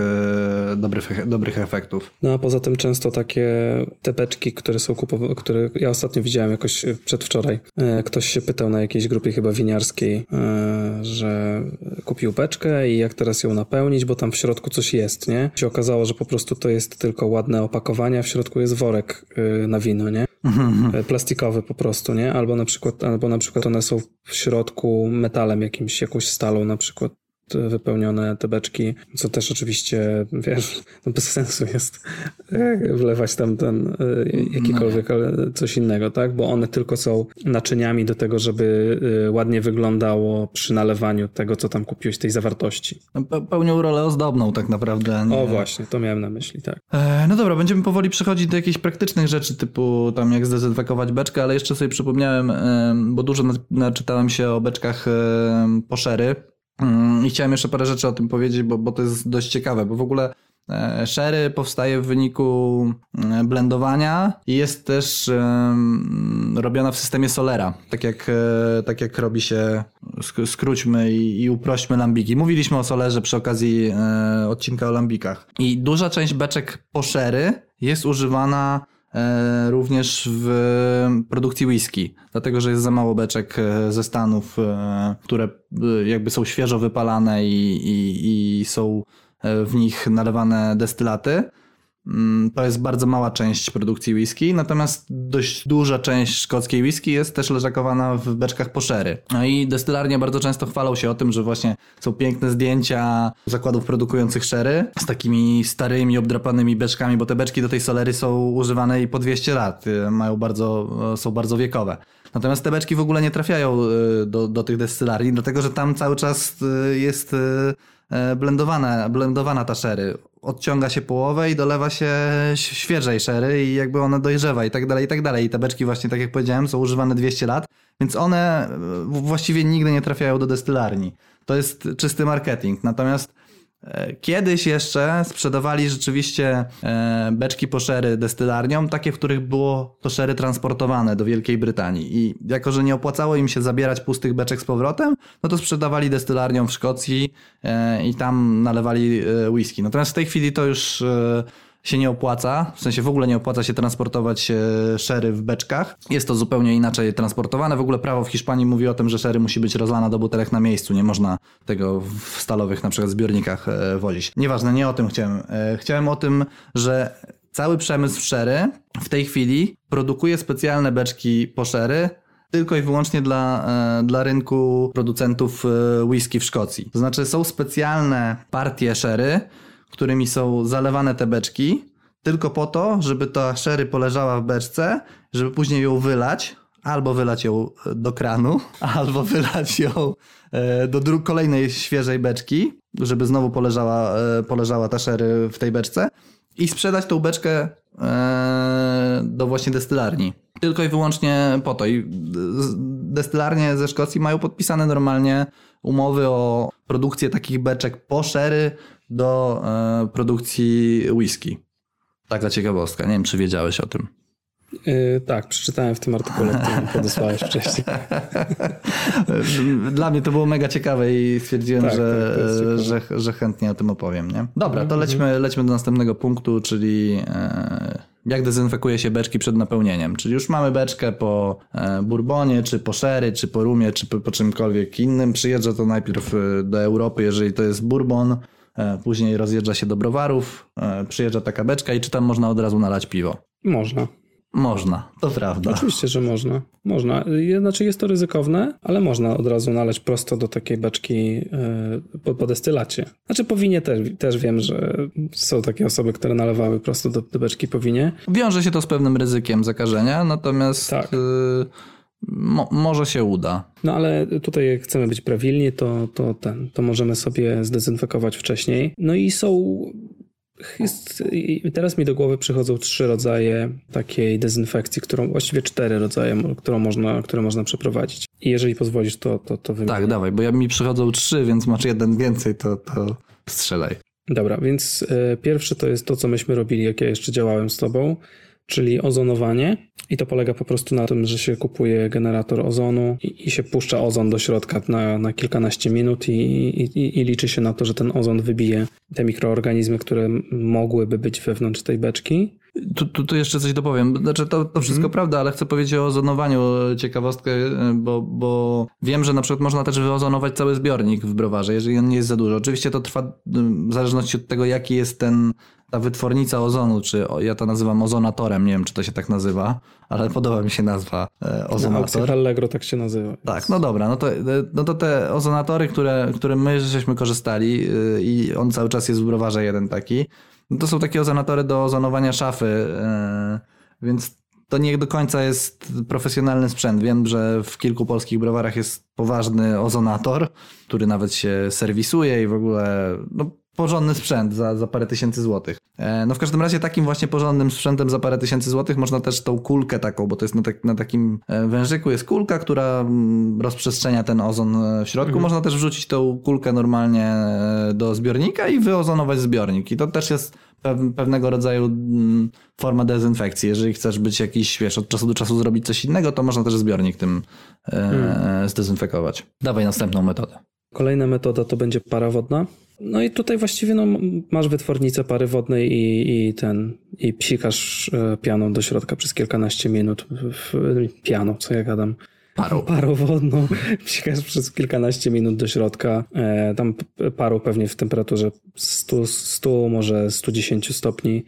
dobrych efektów. No a poza tym często takie te beczki, które są które ja ostatnio widziałem jakoś przedwczoraj. Ktoś się pytał na jakiejś grupie chyba winiarskiej, że kupił beczkę i jak teraz ją napełnić, bo tam w środku coś jest, nie? Się okazało, że po prostu to jest tylko ładne opakowanie, a w środku jest worek na wino, nie? Plastikowy po prostu, nie? Albo na przykład one są w środku metalem jakąś stalą na przykład wypełnione te beczki, co też oczywiście, wiesz, bez sensu jest wlewać tam jakikolwiek, ale coś innego, tak? Bo one tylko są naczyniami do tego, żeby ładnie wyglądało przy nalewaniu tego, co tam kupiłeś, tej zawartości. Pełnią rolę ozdobną tak naprawdę. Nie? O właśnie, to miałem na myśli, tak. No dobra, będziemy powoli przechodzić do jakichś praktycznych rzeczy, typu tam jak zdezynfekować beczkę, ale jeszcze sobie przypomniałem, bo dużo naczytałem się o beczkach Poszery. I chciałem jeszcze parę rzeczy o tym powiedzieć, bo to jest dość ciekawe, bo w ogóle sherry powstaje w wyniku blendowania i jest też robiona w systemie Solera, tak jak robi się, skróćmy i uprośćmy lambiki. Mówiliśmy o Solerze przy okazji odcinka o lambikach. I duża część beczek po sherry jest używana również w produkcji whisky, dlatego że jest za mało beczek ze Stanów, które jakby są świeżo wypalane i są w nich nalewane destylaty. To jest bardzo mała część produkcji whisky, natomiast dość duża część szkockiej whisky jest też leżakowana w beczkach po sherry. No i destylarnie bardzo często chwalą się o tym, że właśnie są piękne zdjęcia zakładów produkujących sherry z takimi starymi, obdrapanymi beczkami, bo te beczki do tej solery są używane i po 200 lat, są bardzo wiekowe. Natomiast te beczki w ogóle nie trafiają do tych destylarni, dlatego że tam cały czas jest blendowana ta sherry. Odciąga się połowę i dolewa się świeżej sherry i jakby ona dojrzewa i tak dalej, i tak dalej. I te beczki właśnie, tak jak powiedziałem, są używane 200 lat, więc one właściwie nigdy nie trafiają do destylarni. To jest czysty marketing. Natomiast kiedyś jeszcze sprzedawali rzeczywiście beczki po sherry destylarniom, takie, w których było to sherry transportowane do Wielkiej Brytanii i jako, że nie opłacało im się zabierać pustych beczek z powrotem, no to sprzedawali destylarniom w Szkocji i tam nalewali whisky. Natomiast w tej chwili to już się nie opłaca, w sensie w ogóle nie opłaca się transportować sherry w beczkach. Jest to zupełnie inaczej transportowane. W ogóle prawo w Hiszpanii mówi o tym, że sherry musi być rozlana do butelek na miejscu. Nie można tego w stalowych na przykład zbiornikach wozić. Nieważne, nie o tym chciałem. Chciałem o tym, że cały przemysł sherry w tej chwili produkuje specjalne beczki po sherry tylko i wyłącznie dla rynku producentów whisky w Szkocji. To znaczy są specjalne partie sherry, którymi są zalewane te beczki, tylko po to, żeby ta sherry poleżała w beczce, żeby później ją wylać, albo wylać ją do kranu, albo wylać ją do kolejnej świeżej beczki, żeby znowu poleżała ta sherry w tej beczce i sprzedać tą beczkę do właśnie destylarni. Tylko i wyłącznie po to. I destylarnie ze Szkocji mają podpisane normalnie umowy o produkcję takich beczek po sherry do produkcji whisky. Taka ciekawostka. Nie wiem, czy wiedziałeś o tym. Tak, przeczytałem w tym artykule, który podesłałeś wcześniej. Dla mnie to było mega ciekawe i stwierdziłem, że chętnie o tym opowiem. Nie? Dobra, to lećmy do następnego punktu, czyli jak dezynfekuje się beczki przed napełnieniem. Czyli już mamy beczkę po bourbonie, czy po sherry, czy po rumie, czy po czymkolwiek innym. Przyjeżdża to najpierw do Europy, jeżeli to jest bourbon, później rozjeżdża się do browarów, przyjeżdża taka beczka i czy tam można od razu nalać piwo? Można, to prawda. Oczywiście, że można. Znaczy jest to ryzykowne, ale można od razu nalać prosto do takiej beczki po destylacie. Znaczy po winie też wiem, że są takie osoby, które nalewały prosto do beczki po winie. Wiąże się to z pewnym ryzykiem zakażenia, natomiast tak. Może się uda. No ale tutaj jak chcemy być prawilni, to możemy sobie zdezynfekować wcześniej. No i są Teraz mi do głowy przychodzą 3 rodzaje takiej dezynfekcji, właściwie 4 rodzaje, które można przeprowadzić. I jeżeli pozwolisz, to wymienię. Tak, dawaj, bo mi przychodzą 3, więc masz jeden więcej, to strzelaj. Dobra, więc pierwszy to jest to, co myśmy robili, jak ja jeszcze działałem z tobą, czyli ozonowanie. I to polega po prostu na tym, że się kupuje generator ozonu i się puszcza ozon do środka na kilkanaście minut i liczy się na to, że ten ozon wybije te mikroorganizmy, które mogłyby być wewnątrz tej beczki. Tu jeszcze coś dopowiem. Znaczy to wszystko prawda, ale chcę powiedzieć o ozonowaniu ciekawostkę, bo wiem, że na przykład można też wyozonować cały zbiornik w browarze, jeżeli on nie jest za dużo. Oczywiście to trwa w zależności od tego, jaki jest ta wytwornica ozonu, czy ja to nazywam ozonatorem, nie wiem, czy to się tak nazywa, ale podoba mi się nazwa ozonator. Na Allegro tak się nazywa. Tak, no dobra, no to te ozonatory, które my żeśmy korzystali i on cały czas jest w browarze jeden taki, no to są takie ozonatory do ozonowania szafy, więc to nie do końca jest profesjonalny sprzęt. Wiem, że w kilku polskich browarach jest poważny ozonator, który nawet się serwisuje i w ogóle porządny sprzęt za parę tysięcy złotych. No w każdym razie takim właśnie porządnym sprzętem za parę tysięcy złotych można też tą kulkę taką, bo to jest na takim wężyku jest kulka, która rozprzestrzenia ten ozon w środku. Można też wrzucić tą kulkę normalnie do zbiornika i wyozonować zbiornik. I to też jest pewnego rodzaju forma dezynfekcji. Jeżeli chcesz być jakiś, od czasu do czasu zrobić coś innego, to można też zbiornik tym zdezynfekować. Dawaj następną metodę. Kolejna metoda to będzie para wodna. No i tutaj właściwie masz wytwornicę pary wodnej i psikasz pianą do środka przez kilkanaście minut. Pianą, co ja gadam. Parą wodną. Psikasz przez kilkanaście minut do środka. Tam parą pewnie w temperaturze 100 może 110 stopni.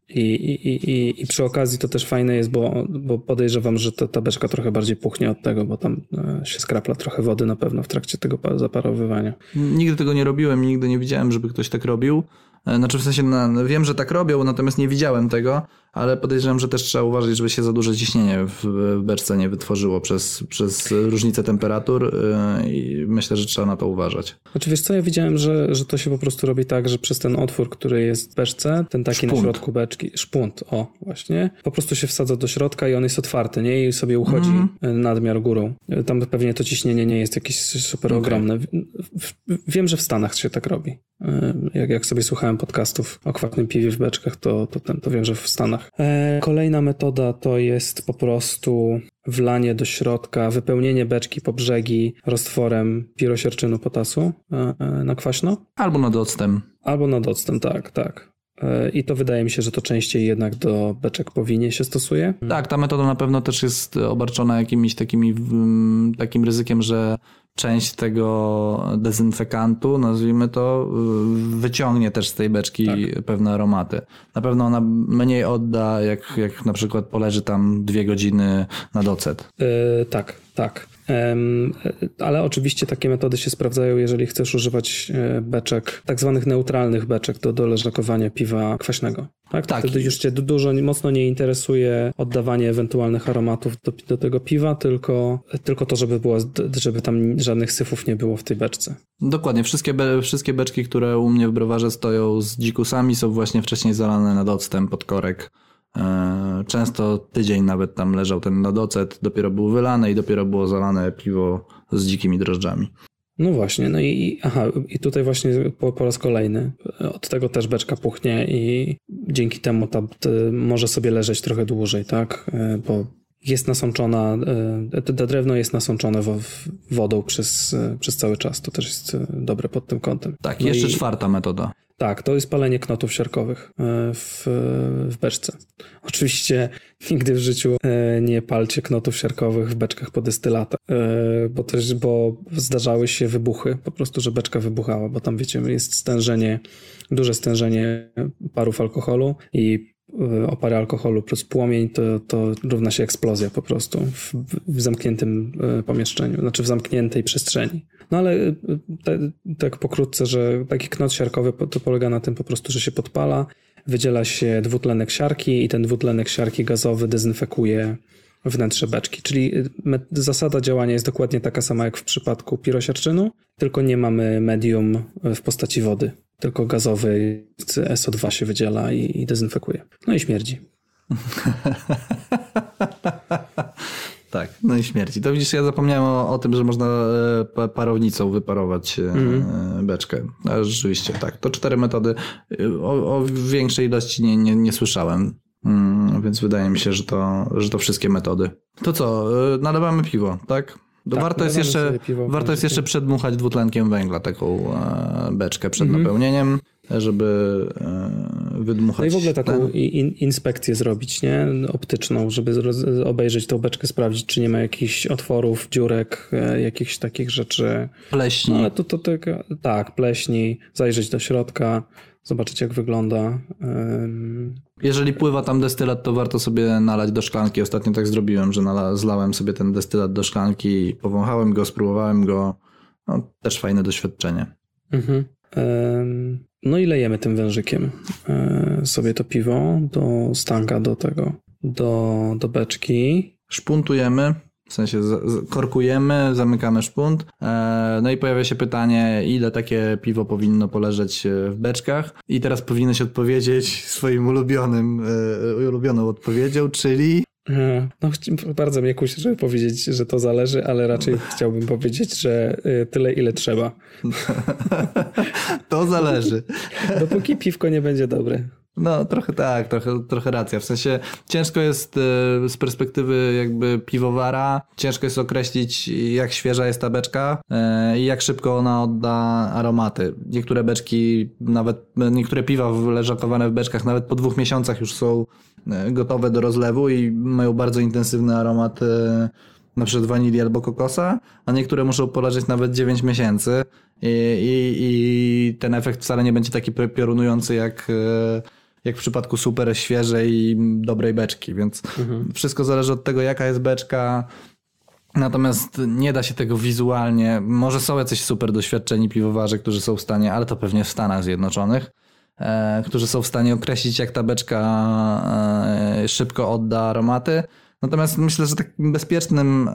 I przy okazji to też fajne jest, bo podejrzewam, że ta beczka trochę bardziej puchnie od tego, bo tam się skrapla trochę wody na pewno w trakcie tego zaparowywania. Nigdy tego nie robiłem, nigdy nie widziałem, żeby ktoś tak robił. Znaczy w sensie wiem, że tak robią, natomiast nie widziałem tego, ale podejrzewam, że też trzeba uważać, żeby się za duże ciśnienie w beczce nie wytworzyło przez różnicę temperatur i myślę, że trzeba na to uważać. Znaczy wiesz co, ja widziałem, że to się po prostu robi tak, że przez ten otwór, który jest w beczce, ten taki szpunt. Na środku beczki, szpunt, właśnie, po prostu się wsadza do środka i on jest otwarty, nie? I sobie uchodzi nadmiar górą. Tam pewnie to ciśnienie nie jest jakieś super ogromne. Wiem, że w Stanach się tak robi. Jak sobie słuchałem podcastów o kwaśnym piwie w beczkach, to wiem, że w Stanach. Kolejna metoda to jest po prostu wlanie do środka, wypełnienie beczki po brzegi roztworem pirosiarczynu potasu na kwaśno. Albo nad octem. Albo nad octem, tak. I to wydaje mi się, że to częściej jednak do beczek po winie się stosuje. Tak, ta metoda na pewno też jest obarczona jakimiś takim ryzykiem, że część tego dezynfekantu, nazwijmy to, wyciągnie też z tej beczki pewne aromaty. Na pewno ona mniej odda, jak na przykład poleży tam 2 godziny nad ocet. Tak. Ale oczywiście takie metody się sprawdzają, jeżeli chcesz używać beczek, tak zwanych neutralnych beczek do leżakowania piwa kwaśnego. Tak. Wtedy już cię mocno nie interesuje oddawanie ewentualnych aromatów do tego piwa, tylko to, żeby tam żadnych syfów nie było w tej beczce. Dokładnie. Wszystkie beczki, które u mnie w browarze stoją z dzikusami, są właśnie wcześniej zalane nad octem pod korek. Często tydzień nawet tam leżał ten nadocet, dopiero był wylane i dopiero było zalane piwo z dzikimi drożdżami. No właśnie, no i tutaj właśnie po raz kolejny od tego też beczka puchnie i dzięki temu może sobie leżeć trochę dłużej, tak? Bo jest nasączona, to drewno jest nasączone wodą przez cały czas, to też jest dobre pod tym kątem. Tak, jeszcze czwarta metoda. Tak, to jest palenie knotów siarkowych w beczce. Oczywiście nigdy w życiu nie palcie knotów siarkowych w beczkach po dystylata, bo zdarzały się wybuchy, po prostu, że beczka wybuchała, bo tam wiecie, jest duże stężenie parów alkoholu i opary alkoholu plus płomień to równa się eksplozja po prostu w zamkniętym pomieszczeniu, znaczy w zamkniętej przestrzeni. No ale tak pokrótce, że taki knot siarkowy to polega na tym po prostu, że się podpala, wydziela się dwutlenek siarki i ten dwutlenek siarki gazowy dezynfekuje wnętrze beczki. Czyli zasada działania jest dokładnie taka sama jak w przypadku pirosiarczynu, tylko nie mamy medium w postaci wody. tylko gazowy SO2 się wydziela i dezynfekuje. No i śmierdzi. Tak, no i śmierci. To widzisz, ja zapomniałem o tym, że można parownicą wyparować beczkę. Ale rzeczywiście, tak. To 4 metody. O większej ilości nie słyszałem. Więc wydaje mi się, że to wszystkie metody. To co? Nalewamy piwo, tak? Tak, warto jest jeszcze przedmuchać dwutlenkiem węgla taką beczkę przed napełnieniem, żeby wydmuchać. No i w ogóle taką inspekcję zrobić, nie? Optyczną, żeby obejrzeć tą beczkę, sprawdzić, czy nie ma jakichś otworów, dziurek, jakichś takich rzeczy. Pleśni. No, ale tak, pleśni, zajrzeć do środka, zobaczyć jak wygląda. Jeżeli pływa tam destylat, to warto sobie nalać do szklanki. Ostatnio tak zrobiłem, że zlałem sobie ten destylat do szklanki, powąchałem go, spróbowałem go. No, też fajne doświadczenie. No i lejemy tym wężykiem sobie to piwo do stanka, do beczki. Szpuntujemy, w sensie korkujemy, zamykamy szpunt. No i pojawia się pytanie, ile takie piwo powinno poleżeć w beczkach. I teraz powinieneś odpowiedzieć swoim ulubioną odpowiedzią, czyli... No, bardzo mnie kusi, żeby powiedzieć, że to zależy, ale raczej chciałbym powiedzieć, że tyle, ile trzeba. To zależy. Dopóki piwko nie będzie dobre. No trochę tak, trochę racja. W sensie ciężko jest z perspektywy jakby piwowara, ciężko jest określić, jak świeża jest ta beczka i jak szybko ona odda aromaty. Niektóre piwa leżakowane w beczkach nawet po 2 miesiącach już są gotowe do rozlewu i mają bardzo intensywny aromat na przykład wanilii albo kokosa, a niektóre muszą poleżeć nawet 9 miesięcy i ten efekt wcale nie będzie taki piorunujący jak w przypadku super świeżej i dobrej beczki, więc wszystko zależy od tego, jaka jest beczka. Natomiast nie da się tego wizualnie. Może są jacyś super doświadczeni piwowarze, którzy są w stanie, ale to pewnie w Stanach Zjednoczonych, którzy są w stanie określić, jak ta beczka szybko odda aromaty. Natomiast myślę, że takim bezpiecznym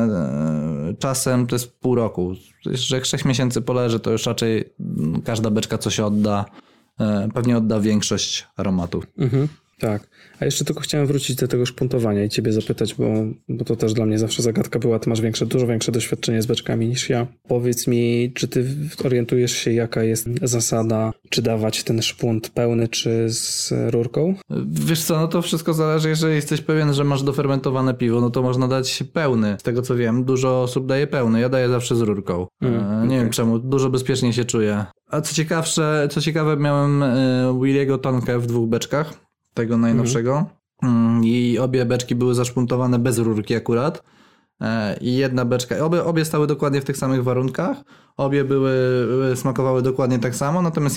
czasem to jest pół roku. Że jak 6 miesięcy poleży, to już raczej każda beczka coś odda. Pewnie odda większość aromatu. Tak. A jeszcze tylko chciałem wrócić do tego szpuntowania i ciebie zapytać, bo to też dla mnie zawsze zagadka była. Ty masz dużo większe doświadczenie z beczkami niż ja. Powiedz mi, czy ty orientujesz się, jaka jest zasada, czy dawać ten szpunt pełny, czy z rurką? Wiesz co, no to wszystko zależy. Jeżeli jesteś pewien, że masz dofermentowane piwo, no to można dać pełny. Z tego co wiem, dużo osób daje pełny. Ja daję zawsze z rurką. Nie wiem czemu, dużo bezpieczniej się czuję. A co ciekawe, miałem Williego tonkę w 2 beczkach. Tego najnowszego i obie beczki były zaszpuntowane bez rurki akurat i jedna beczka, obie stały dokładnie w tych samych warunkach, obie smakowały dokładnie tak samo, natomiast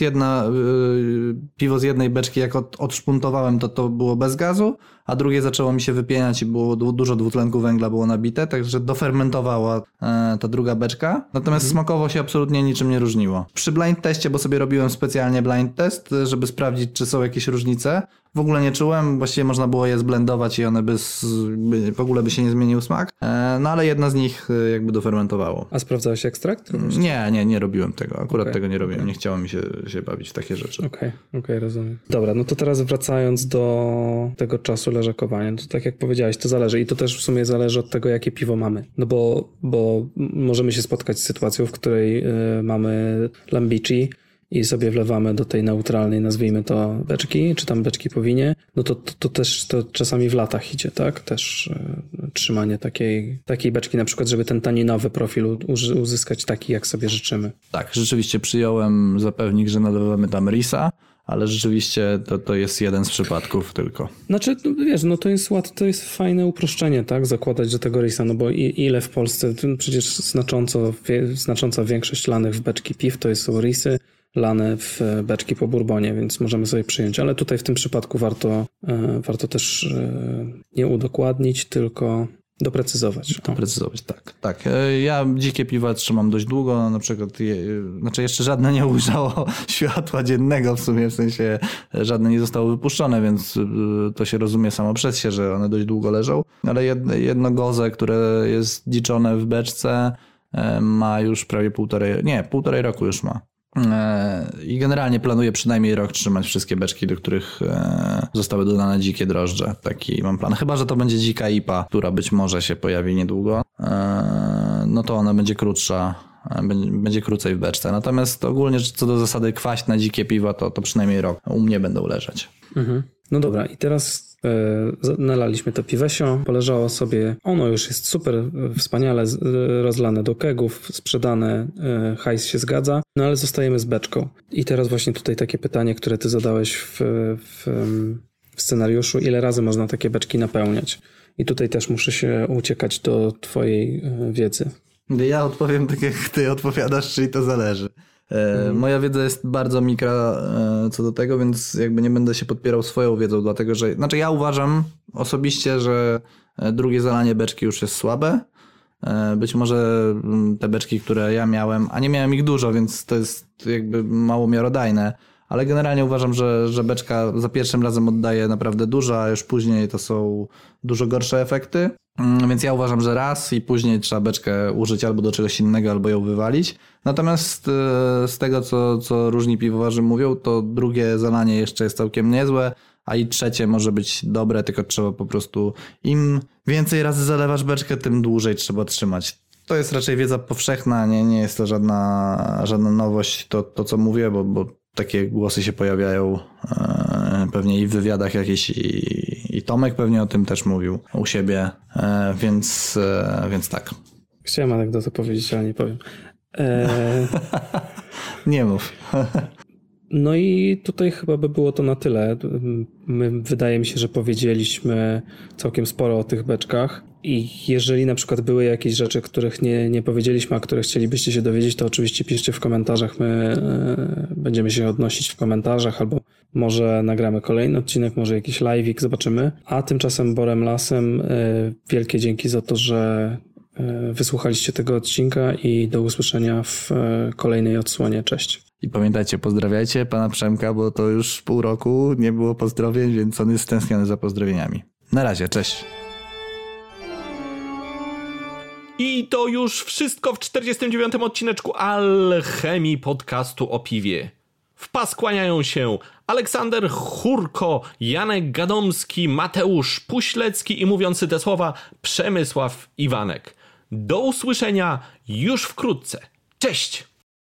piwo z jednej beczki jak odszpuntowałem to było bez gazu, a drugie zaczęło mi się wypieniać i było dużo dwutlenku węgla było nabite, także dofermentowała ta druga beczka, natomiast smakowo się absolutnie niczym nie różniło. Przy blind teście, bo sobie robiłem specjalnie blind test, żeby sprawdzić, czy są jakieś różnice, w ogóle nie czułem, właściwie można było je zblendować i one w ogóle by się nie zmienił smak, no ale jedna z nich jakby dofermentowało. A sprawdzałeś ekstrakt? Nie robiłem tego, akurat tego nie robiłem, nie chciało mi się bawić w takie rzeczy. Okej, rozumiem. Dobra, no to teraz wracając do tego czasu leżakowania, to tak jak powiedziałeś, to zależy i to też w sumie zależy od tego, jakie piwo mamy, no bo możemy się spotkać z sytuacją, w której mamy lambici i sobie wlewamy do tej neutralnej, nazwijmy to, beczki, czy tam beczki po winie, no to też to czasami w latach idzie, tak? Też trzymanie takiej beczki, na przykład, żeby ten taninowy profil uzyskać taki, jak sobie życzymy. Tak, rzeczywiście przyjąłem zapewnik, że nalewamy tam risa, ale rzeczywiście to jest jeden z przypadków tylko. Znaczy, wiesz, no to jest fajne uproszczenie, tak? Zakładać do tego risa, no bo ile w Polsce, przecież znacząca większość lanych w beczki piw to są risy, lane w beczki po bourbonie, więc możemy sobie przyjąć, ale tutaj w tym przypadku warto też nie udokładnić, tylko doprecyzować. Doprecyzować, tak. Ja dzikie piwa trzymam dość długo, na przykład, jeszcze żadne nie ujrzało światła dziennego w sumie, w sensie żadne nie zostało wypuszczone, więc to się rozumie samo przez się, że one dość długo leżą, ale jedno goze, które jest dziczone w beczce, ma już prawie półtorej roku już ma. I generalnie planuję przynajmniej rok trzymać wszystkie beczki, do których zostały dodane dzikie drożdże. Taki mam plan. Chyba że to będzie dzika IPA, która być może się pojawi niedługo. No to ona będzie krótsza. Będzie krócej w beczce. Natomiast ogólnie co do zasady kwaśne dzikie piwa, to przynajmniej rok u mnie będą leżeć. Mhm. No dobra, i teraz nalaliśmy to piwesio, poleżało sobie, ono już jest super, wspaniale rozlane do kegów, sprzedane, hajs się zgadza, no ale zostajemy z beczką. I teraz właśnie tutaj takie pytanie, które ty zadałeś w scenariuszu, ile razy można takie beczki napełniać? I tutaj też muszę się uciekać do twojej wiedzy. Ja odpowiem tak jak ty odpowiadasz, czyli to zależy. Moja wiedza jest bardzo mikra co do tego, więc jakby nie będę się podpierał swoją wiedzą, dlatego że, znaczy ja uważam osobiście, że drugie zalanie beczki już jest słabe. Być może te beczki, które ja miałem, a nie miałem ich dużo, więc to jest jakby mało miarodajne, ale generalnie uważam, że beczka za pierwszym razem oddaje naprawdę dużo, a już później to są dużo gorsze efekty. Więc ja uważam, że raz i później trzeba beczkę użyć albo do czegoś innego, albo ją wywalić. Natomiast z tego, co różni piwowarzy mówią, to drugie zalanie jeszcze jest całkiem niezłe, a i trzecie może być dobre, tylko trzeba po prostu im więcej razy zalewasz beczkę, tym dłużej trzeba trzymać. To jest raczej wiedza powszechna, nie jest to żadna nowość, to co mówię, bo takie głosy się pojawiają pewnie i w wywiadach jakichś i Tomek pewnie o tym też mówił u siebie, więc tak. Chciałem anegdotę powiedzieć, ale nie powiem. Nie mów. No i tutaj chyba by było to na tyle. Wydaje mi się, że powiedzieliśmy całkiem sporo o tych beczkach i jeżeli na przykład były jakieś rzeczy, których nie powiedzieliśmy, a które chcielibyście się dowiedzieć, to oczywiście piszcie w komentarzach. My będziemy się odnosić w komentarzach albo może nagramy kolejny odcinek, może jakiś live'ik, zobaczymy. A tymczasem Borem Lasem wielkie dzięki za to, że wysłuchaliście tego odcinka i do usłyszenia w kolejnej odsłonie. Cześć. I pamiętajcie, pozdrawiajcie pana Przemka, bo to już pół roku nie było pozdrowień, więc on jest stęskniony za pozdrowieniami. Na razie, cześć. I to już wszystko w 49. odcineczku Alchemii podcastu o piwie. W pas kłaniają się Aleksander Churko, Janek Gadomski, Mateusz Puślecki i mówiący te słowa Przemysław Iwanek. Do usłyszenia już wkrótce. Cześć!